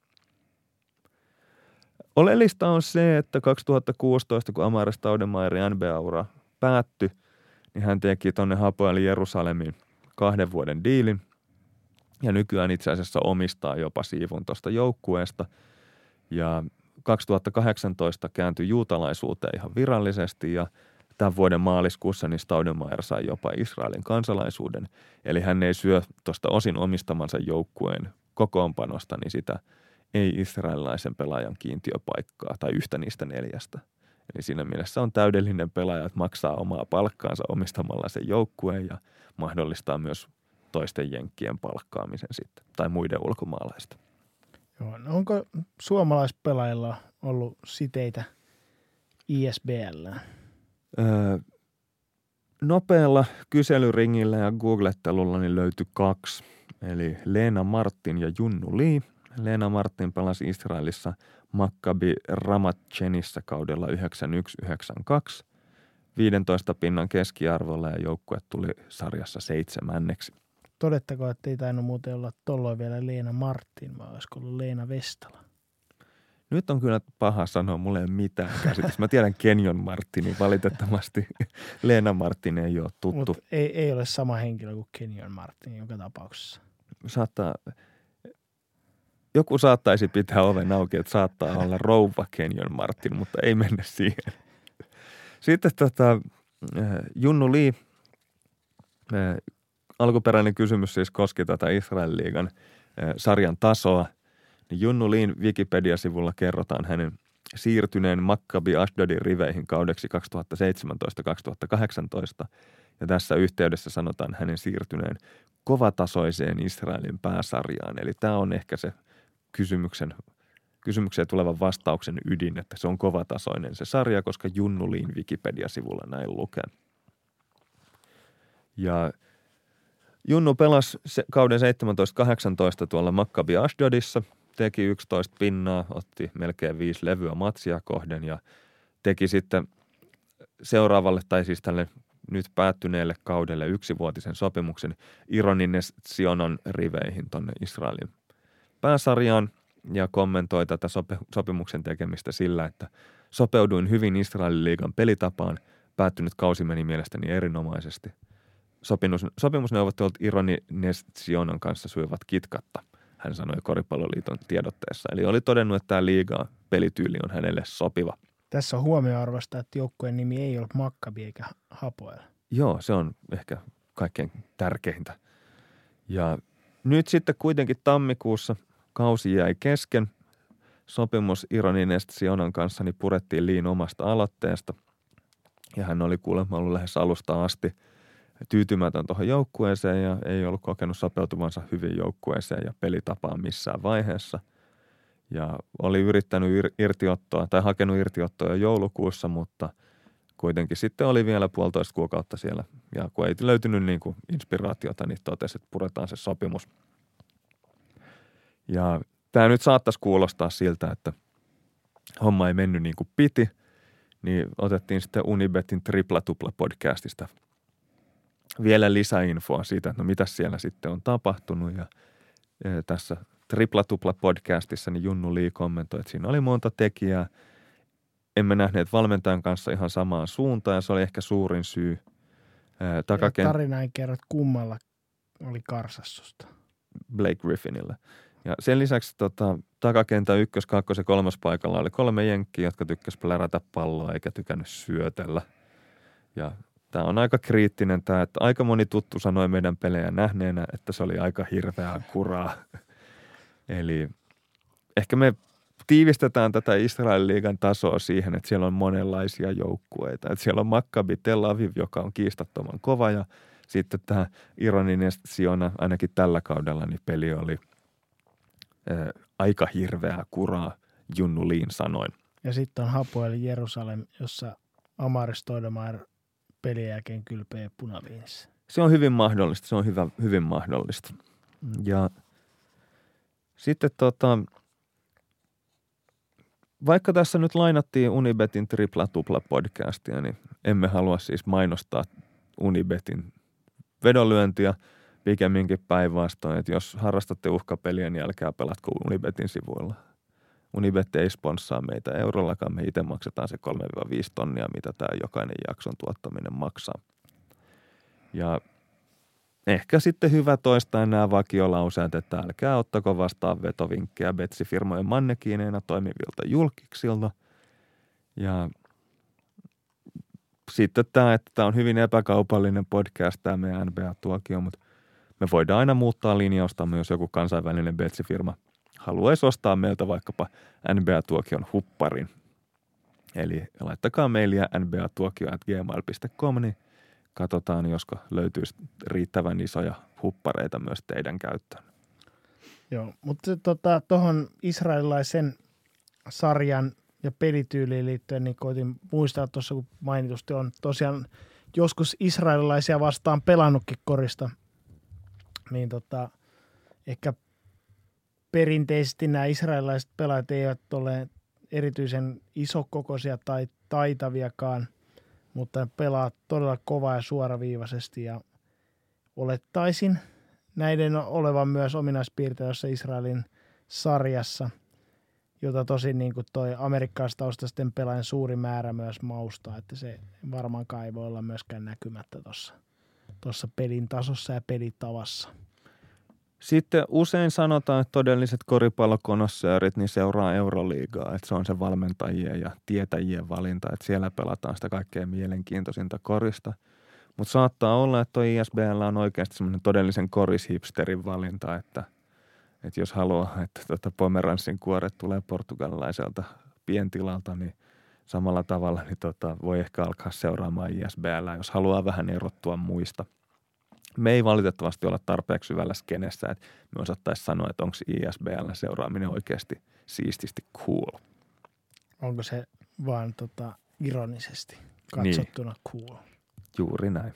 Oleellista on se, että 2016, kun Amare Staudenmayerin NBA-ura päättyi, niin hän teki tuonne Hapoel Jerusalemiin 2 vuoden diilin ja nykyään itse asiassa omistaa jopa siivun tuosta joukkueesta. Ja 2018 kääntyi juutalaisuuteen ihan virallisesti ja tämän vuoden maaliskuussa niin Staudenmayer sai jopa Israelin kansalaisuuden. Eli hän ei syö tuosta osin omistamansa joukkueen kokoonpanosta niin sitä ei-israelilaisen pelaajan kiintiöpaikkaa tai yhtä niistä 4. Eli siinä mielessä on täydellinen pelaaja, että maksaa omaa palkkaansa omistamalla sen joukkueen ja mahdollistaa myös toisten jenkkien palkkaamisen sitten tai muiden ulkomaalaisten. Joo, no onko suomalaispelaajilla ollut siteitä ISBL:ään? Nopealla kyselyringillä ja googlettelulla niin löytyi 2, eli Leena Martin ja Junnu Lee. Leena Martin pelasi Israelissa Maccabi Ramat Jenissä kaudella 91-92 15 pinnan keskiarvolla ja joukkue tuli sarjassa 7. Todettako, että ei tainnut muuten olla tolloin vielä Leena Martin, vaan olisiko ollut Leena Vestala? Nyt on kyllä paha sanoa, mulle ei ole mitään käsitystä. Mä tiedän Kenyon Martinin valitettavasti. Leena Martin ei ole tuttu. Mutta ei ole sama henkilö kuin Kenyon Martin joka tapauksessa. Joku saattaisi pitää oven auki, että saattaa olla rouva Kenyon Martin, mutta ei mennä siihen. Sitten Junnu Lee, alkuperäinen kysymys siis koski tätä Israelin liigan sarjan tasoa. Niin Junnu Leen Wikipedia-sivulla kerrotaan hänen siirtyneen Maccabi Ashdodin riveihin kaudeksi 2017-2018. Ja tässä yhteydessä sanotaan hänen siirtyneen kovatasoiseen Israelin pääsarjaan. Eli tämä on ehkä se kysymykseen tulevan vastauksen ydin, että se on kovatasoinen se sarja, koska Junnu Leen Wikipedia-sivulla näin lukee. Ja Junnu pelasi kauden 17-18 tuolla Maccabi Ashdodissa, teki 11 pinnaa, otti melkein 5 levyä matsia kohden ja teki sitten seuraavalle tai siis tälle nyt päättyneelle kaudelle 1-vuotisen sopimuksen Ironi Nez-Zionon riveihin tonne Israelin pääsarjaan ja kommentoi tätä sopimuksen tekemistä sillä, että sopeuduin hyvin Israelin liigan pelitapaan, päättynyt kausi meni mielestäni erinomaisesti. Sopimusneuvottelut Ironi Nez-Zionon kanssa sujuvat kitkatta, hän sanoi Koripalloliiton tiedotteessa. Eli oli todennut, että tämä liiga pelityyli on hänelle sopiva. Tässä on huomioarvosta, että joukkueen nimi ei ole Maccabi eikä Hapoel. Joo, se on ehkä kaikkein tärkeintä. Ja nyt sitten kuitenkin tammikuussa kausi jäi kesken. Sopimus Ironi Nez-Zionon kanssa niin purettiin Leen omasta aloitteesta. Ja hän oli kuulemma ollut lähes alusta asti tyytymätön tuohon joukkueeseen ja ei ollut kokenut sopeutuvansa hyvin joukkueeseen ja pelitapaan missään vaiheessa. Ja oli yrittänyt irtiottoa tai hakenut irtiottoa jo joulukuussa, mutta kuitenkin sitten oli vielä 1,5 kuukautta siellä. Ja kun ei löytynyt niin kuin inspiraatiota, niin totesi, että puretaan se sopimus. Ja tämä nyt saattaisi kuulostaa siltä, että homma ei mennyt niin kuin piti, niin otettiin sitten Unibetin Tripla-tupla-podcastista vielä lisäinfoa siitä, että no mitä siellä sitten on tapahtunut. Ja tässä Tripla-tupla-podcastissa niin Junnu Lee kommentoi, että siinä oli monta tekijää. emme nähneet valmentajan kanssa ihan samaan suuntaan ja se oli ehkä suurin syy. Tarina ei kerro, että kummalla oli karsassusta. Blake Griffinillä. Ja sen lisäksi takakentän 1., 2. ja 3. paikalla oli 3 jenkkiä, jotka tykkäs plärätä palloa eikä tykännyt syötellä. Ja tämä on aika kriittinen tämä, että aika moni tuttu sanoi meidän pelejä nähneenä, että se oli aika hirveää kuraa. Eli ehkä me tiivistetään tätä Israelin liigan tasoa siihen, että siellä on monenlaisia joukkueita. Että siellä on Maccabi Tel Aviv, joka on kiistattoman kova ja sitten tämä Ironin Siona ainakin tällä kaudella niin peli oli aika hirveää kuraa Junnu Liin sanoin. Ja sitten on Hapoel Jerusalem, jossa Amari Stoudemire pelin jälkeen kylpee punaviinissä. Se on hyvin mahdollista, se on hyvin mahdollista. Ja sitten vaikka tässä nyt lainattiin Unibetin tripla-tupla-podcastia, niin emme halua siis mainostaa Unibetin vedonlyöntiä pikemminkin päinvastoin, että jos harrastatte uhkapeliä, niin älkää pelatko Unibetin sivuilla. Unibet ei sponssaa meitä eurollakaan, me itse maksetaan se 3-5 tonnia, mitä tämä jokainen jakson tuottaminen maksaa. Ja ehkä sitten hyvä toistaa nämä vakiolauseet, että älkää ottako vastaan vetovinkkejä betsifirmojen mannekiineina toimivilta julkiksilta. Ja sitten tämä, että tämä on hyvin epäkaupallinen podcast, tämä meidän NBA-tuokio, mutta me voidaan aina muuttaa linjausta, jos joku kansainvälinen betsifirma haluaisi ostaa meiltä vaikkapa NBA-tuokion hupparin. Eli laittakaa mailia nbatuokio@gmail.com, niin katsotaan, josko löytyisi riittävän isoja huppareita myös teidän käyttöön. Joo, mutta tuohon israelilaisen sarjan ja pelityyliin liittyen, niin koitin muistaa tuossa, kun mainitusti on tosiaan joskus israelilaisia vastaan pelannutkin korista, niin ehkä perinteisesti nämä israelilaiset pelaajat eivät ole erityisen isokokoisia tai taitaviakaan, mutta ne pelaa todella kovaa ja suoraviivaisesti ja olettaisin näiden olevan myös ominaispiirteitä jossa Israelin sarjassa, jota tosin niin kuin toi amerikkalaistaustaisten pelaajan suuri määrä myös maustaa, että se varmaankaan ei voi olla myöskään näkymättä tuossa pelin tasossa ja pelitavassa. Sitten usein sanotaan, että todelliset koripallokonossöörit niin seuraa Euroliigaa, että se on se valmentajien ja tietäjien valinta, että siellä pelataan sitä kaikkein mielenkiintoisinta korista. Mutta saattaa olla, että toi ISBL on oikeasti semmoinen todellisen korishipsterin valinta, että jos haluaa, että Pomeranssin kuoret tulee portugalilaiselta pientilalta, niin samalla tavalla niin voi ehkä alkaa seuraamaan ISBL, jos haluaa vähän erottua muista. Me ei valitettavasti olla tarpeeksi syvällä skenessä, että me osattaisiin sanoa, että onko ISBL:n seuraaminen oikeasti siististi cool. Onko se vaan ironisesti katsottuna niin cool? Juuri näin.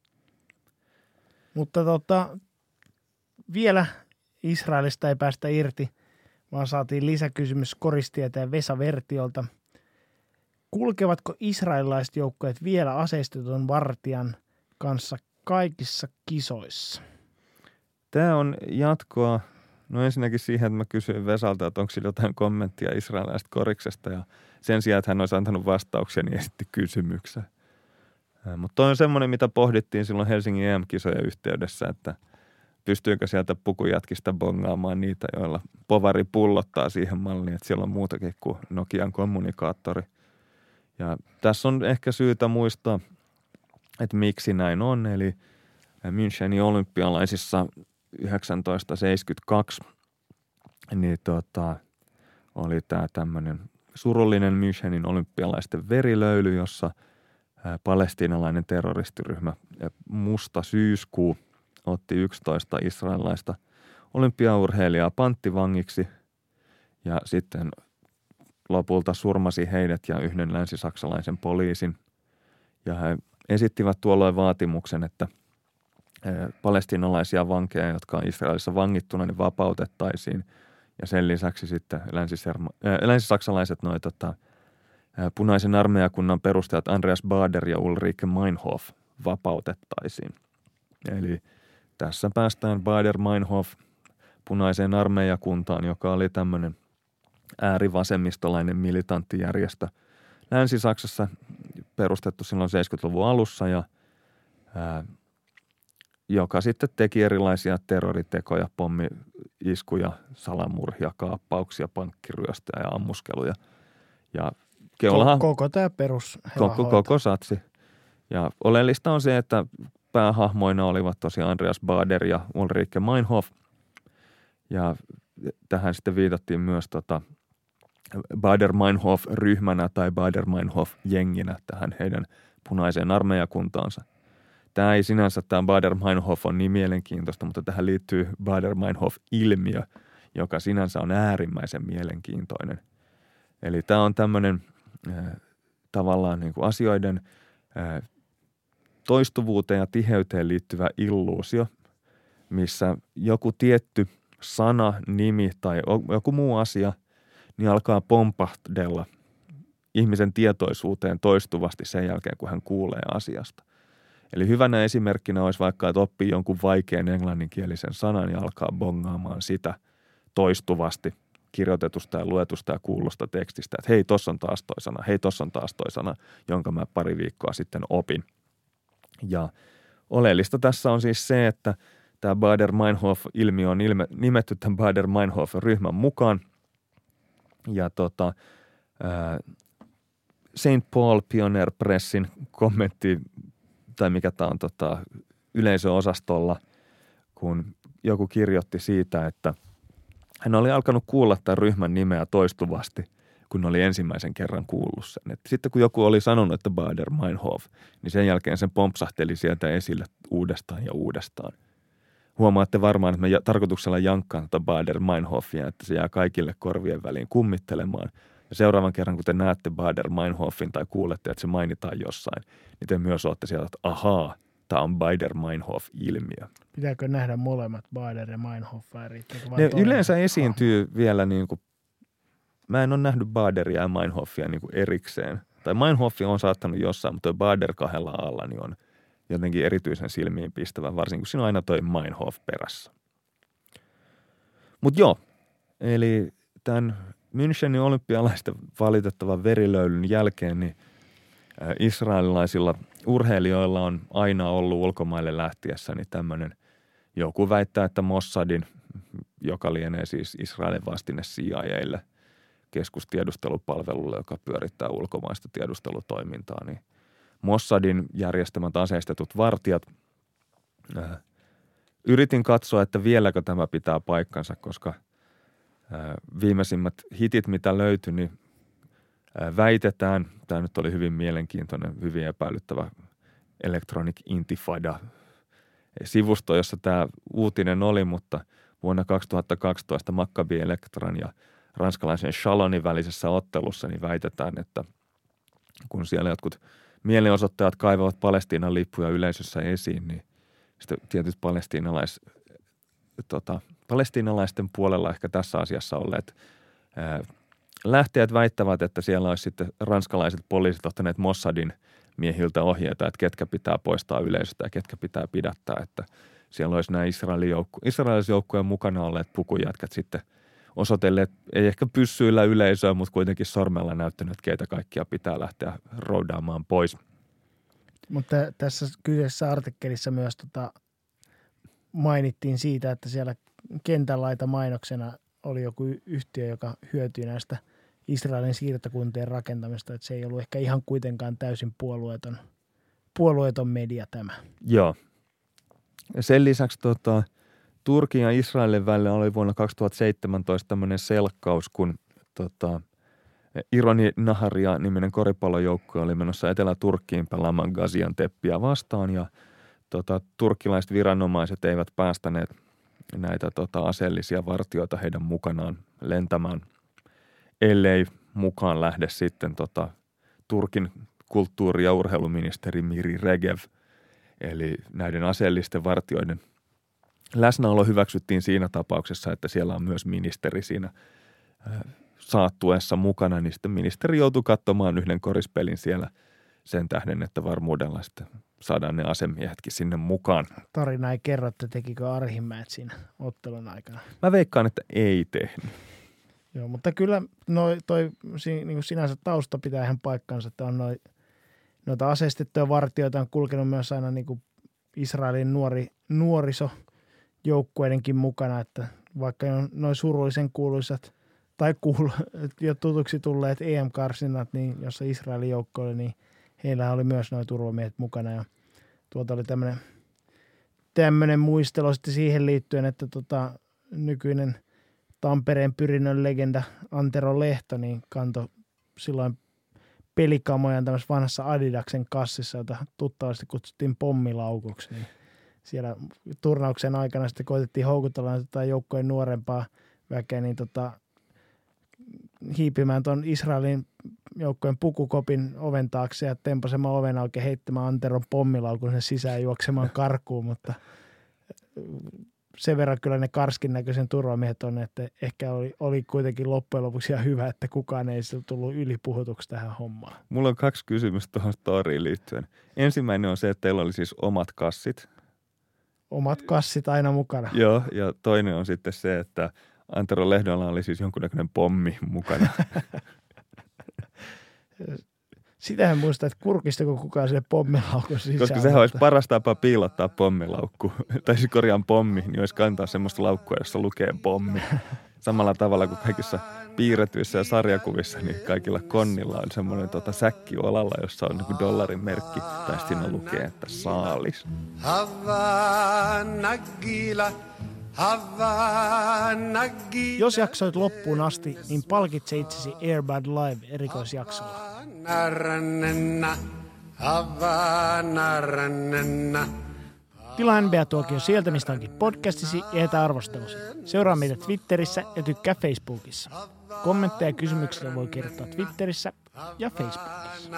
Mutta vielä Israelista ei päästä irti, vaan saatiin lisäkysymys koristieteen Vesa Vertiolta. Kulkevatko israelilaiset joukkueet vielä aseistetun vartijan kanssa kaikissa kisoissa? Tämä on jatkoa. No ensinnäkin siihen, että mä kysyin Vesalta, että onko sillä jotain kommenttia israelilaisesta koriksesta ja sen sijaan, että hän olisi antanut vastauksen, niin esitti kysymyksen. Mutta toi on semmoinen, mitä pohdittiin silloin Helsingin EM-kisojen yhteydessä, että pystyykö sieltä pukujätkistä bongaamaan niitä, joilla povari pullottaa siihen malliin, että siellä on muutakin kuin Nokian kommunikaattori. Ja tässä on ehkä syytä muistaa, että miksi näin on. Eli Münchenin olympialaisissa 1972 niin oli tämä tämmöinen surullinen Münchenin olympialaisten verilöyly, jossa palestiinalainen terroristiryhmä Musta syyskuu otti 11 israelilaista olympiaurheilijaa panttivangiksi ja sitten lopulta surmasi heidät ja yhden länsisaksalaisen poliisin. Ja he esittivät tuolloin vaatimuksen, että palestiinalaisia vankeja, jotka on Israelissa vangittuna, niin vapautettaisiin. Ja sen lisäksi sitten länsisaksalaiset punaisen armeijakunnan perustajat Andreas Baader ja Ulrike Meinhof vapautettaisiin. Eli tässä päästään Baader-Meinhof punaiseen armeijakuntaan, joka oli tämmöinen äärivasemmistolainen militanttijärjestö Länsi-Saksassa perustettu silloin 70-luvun alussa ja joka sitten teki erilaisia terroritekoja, pommi-iskuja, salamurhia, kaappauksia, pankkiryöstöjä ja ammuskeluja. Ja koko tämä perus koko satsi. Ja oleellista on se, että päähahmoina olivat tosiaan Andreas Baader ja Ulrike Meinhof. Ja tähän sitten viitattiin myös Baader-Meinhof-ryhmänä tai Baader-Meinhof-jenginä tähän heidän punaiseen armeijakuntaansa. Tämä ei sinänsä, tämä Baader-Meinhof on niin mielenkiintoista, mutta tähän liittyy Baader-Meinhof-ilmiö, joka sinänsä on äärimmäisen mielenkiintoinen. Eli tämä on tämmöinen tavallaan niin kuin asioiden toistuvuuteen ja tiheyteen liittyvä illuusio, missä joku tietty sana, nimi tai joku muu asia niin alkaa pompahdella ihmisen tietoisuuteen toistuvasti sen jälkeen, kun hän kuulee asiasta. Eli hyvänä esimerkkinä olisi vaikka, että oppii jonkun vaikean englanninkielisen sanan ja alkaa bongaamaan sitä toistuvasti kirjoitetusta ja luetusta ja kuullusta tekstistä, että hei, tossa on taas toi sana, hei, tossa on taas toi sana, jonka mä pari viikkoa sitten opin. Ja oleellista tässä on siis se, että tämä Baader-Meinhof-ilmiö on nimetty tämän Baader-Meinhof-ryhmän mukaan. Ja St. Paul Pioneer Pressin kommentti, tai mikä tämä on yleisöosastolla, kun joku kirjoitti siitä, että hän oli alkanut kuulla tämän ryhmän nimeä toistuvasti, kun oli ensimmäisen kerran kuullut sen. Et sitten kun joku oli sanonut, että Baader-Meinhof, niin sen jälkeen sen pompsahteli sieltä esille uudestaan ja uudestaan. Huomaatte varmaan, että me tarkoituksella jankkaan tätä Baader-Meinhofia, että se jää kaikille korvien väliin kummittelemaan. Ja seuraavan kerran, kun te näette Baader-Meinhofin tai kuulette, että se mainitaan jossain, niin te myös olette sieltä, että ahaa, tämä on Baader-Meinhof-ilmiö. Pitääkö nähdä molemmat Baader ja Meinhof vai ne yleensä esiintyy vielä niin kuin, mä en ole nähnyt Baaderia ja Meinhofia niin kuin erikseen. Tai Meinhofi on saattanut jossain, mutta tuo Baader kahdella alla niin on jotenkin erityisen silmiin pistävä, varsinkin kun siinä on aina toi Meinhof perässä. Mutta joo, eli tämän Münchenin olympialaisten valitettavan verilöylyn jälkeen niin israelilaisilla urheilijoilla on aina ollut ulkomaille lähtiessä niin tämmöinen, joku väittää, että Mossadin, joka lienee siis Israelin vastine CIA:lle, keskustiedustelupalvelulle, joka pyörittää ulkomaista tiedustelutoimintaa, niin Mossadin järjestämät aseistetut vartijat. Yritin katsoa, että vieläkö tämä pitää paikkansa, koska viimeisimmät hitit, mitä löytyi, niin väitetään, tämä nyt oli hyvin mielenkiintoinen, hyvin epäilyttävä Electronic Intifada-sivusto, jossa tämä uutinen oli, mutta vuonna 2012 Maccabi Electran ja ranskalaisen Chalonin välisessä ottelussa niin väitetään, että kun siellä jotkut mielenosoittajat kaivavat Palestiinan lippuja yleisössä esiin, niin sitten tietyt palestiinalaisten puolella ehkä tässä asiassa olleet lähteet väittävät, että siellä olisi sitten ranskalaiset poliisit ottaneet Mossadin miehiltä ohjeita, että ketkä pitää poistaa yleisöstä ja ketkä pitää pidättää, että siellä olisi nämä israelilaisjoukkojen mukana olleet pukujätkät sitten osoitelleet, ei ehkä pyssyillä yleisöä, mutta kuitenkin sormella näyttänyt, että keitä kaikkia pitää lähteä roudaamaan pois. Mutta tässä kyseisessä artikkelissa myös mainittiin siitä, että siellä kentän laita mainoksena oli joku yhtiö, joka hyötyi näistä Israelin siirtokuntien rakentamista, että se ei ollut ehkä ihan kuitenkaan täysin puolueeton media tämä. Joo. Ja sen lisäksi Turkin ja Israelin välillä oli vuonna 2017 tämmöinen selkkaus, kun Ironi Naharia-niminen koripallojoukkue oli menossa Etelä-Turkkiin pelaamaan Gazianteppiä vastaan ja turkkilaiset viranomaiset eivät päästäneet näitä aseellisia vartijoita heidän mukanaan lentämään, ellei mukaan lähde sitten Turkin kulttuuri- ja urheiluministeri Miri Regev. Eli näiden aseellisten vartijoiden läsnäolo hyväksyttiin siinä tapauksessa, että siellä on myös ministeri siinä saattuessa mukana, niin sitten ministeri joutui katsomaan yhden korispelin siellä sen tähden, että varmuudella sitten saadaan ne asemiehetkin sinne mukaan. Tarina ei kerro, että tekikö Arhimäet siinä ottelun aikana. Mä veikkaan, että ei tehnyt. Joo, mutta kyllä niin sinänsä tausta pitää ihan paikkansa, että on noita aseistettuja vartijoita on kulkenut myös aina niin kuin Israelin nuorisojoukkueidenkin mukana, että vaikka noin surullisen kuuluisat tai jo tutuksi tulleet EM-karsinnat, niin jossa Israelin joukko oli, niin heillä oli myös nuo turvamiehet mukana ja tuolta oli tämmöinen muistelu sitten siihen liittyen, että nykyinen Tampereen Pyrinnön legenda Antero Lehto niin kantoi silloin pelikamojan tämmöisessä vanhassa Adidaksen kassissa, jota tuttavasti kutsuttiin pommilaukuksi. Niin siellä turnauksen aikana sitten koitettiin houkutella joukkojen nuorempaa väkeä niin hiipimään tuon Israelin joukkojen pukukopin oven taakse ja tempasemaan oven auki heittämään Anteron pommilaukun sen sisään juoksemaan karkuun, mutta sen verran kyllä ne karskin näköisen turvamiehet on, että ehkä oli kuitenkin loppujen lopuksi ihan hyvä, että kukaan ei tullut ylipuhutuksi tähän hommaan. Mulla on 2 kysymystä tuohon storyin liittyen. Ensimmäinen on se, että teillä oli siis omat kassit. Omat kassit aina mukana. Joo, ja toinen on sitten se, että Antero Lehdolla oli siis jonkunnäköinen pommi mukana. Sitähän muistaa, että kurkistako kukaan sille pommilaukun sisään. Koska sehän olisi paras tapa piilottaa pommilaukku. Tai siis korjaan pommi, niin olisi kantaa semmoista laukkua, jossa lukee pommi. Samalla tavalla kuin kaikissa piirretyissä ja sarjakuvissa, niin kaikilla konnilla on semmoinen säkki olalla, jossa on niin dollarin merkki. Tai siinä lukee, että saalis. Jos jaksoit loppuun asti, niin palkitse itsesi Airbud Live -erikoisjaksolla. Tilaa NBA-tuokio sieltä, mistä onkin podcastisi ja jätä arvostelusi. Seuraa meitä Twitterissä ja tykkää Facebookissa. Kommentteja ja kysymyksiä voi kirjoittaa Twitterissä ja Facebookissa.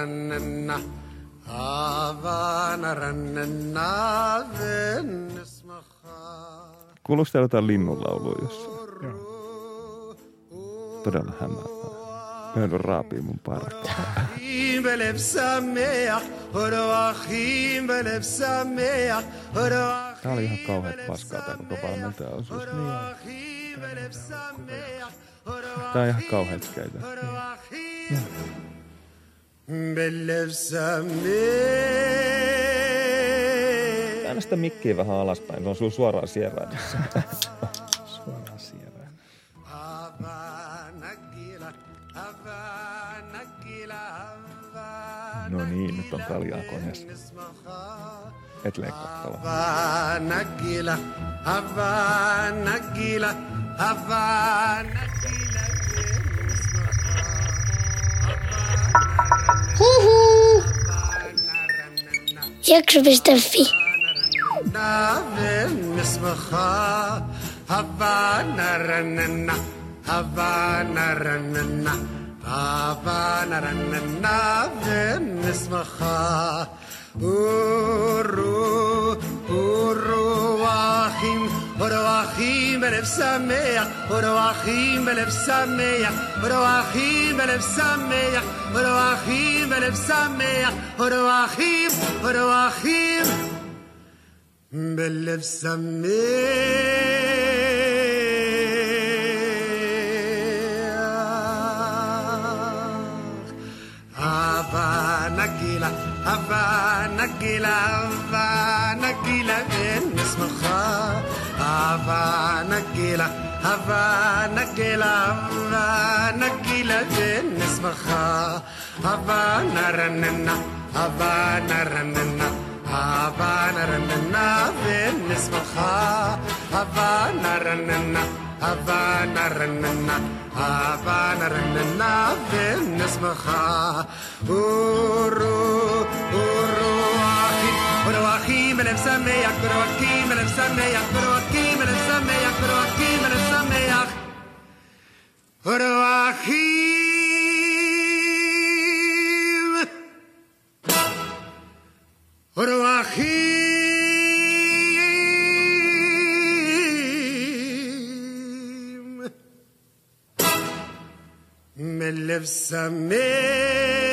Kuuluuko teillä jotain linnunlaulua jossain? Joo. Todella hämäävää. Yhden raapii mun parkkaa. Tää oli ihan kauhean paskaa tää koko valmentajaosuus. Tää on ihan kauhean käytä. Äänestä sitä mikkiä vähän alaspäin. Se on sun suoraan sieraadissa. Suoraan sieraadissa. No niin, nyt on kaljaa koneessa. Et leikkaa kalaa. Huhu. Jakso.fi. ורוחים בלב שמח, ורוחים בלב שמח, ורוחים בלב שמח, ורוחים בלב שמח, ורוחים בלב שמח. אהבה נגילה, אהבה נגילה, אהבה נגילה ונשמחה. אהבה נגילה, אהבה נגילה, אהבה נגילה ונשמחה. אהבה נרננה, אהבה נרננה, אהבה נרננה ונשמחה. אהבה נרננה, אהבה נרננה, אהבה נרננה ונשמחה. אורו, אורו אחים, ורוחים בלב שמח, ורוחים בלב שמח, ורוחים בלב שמח, ורוחים בלב שמח, ורוחים, ורוחים בלב שמח.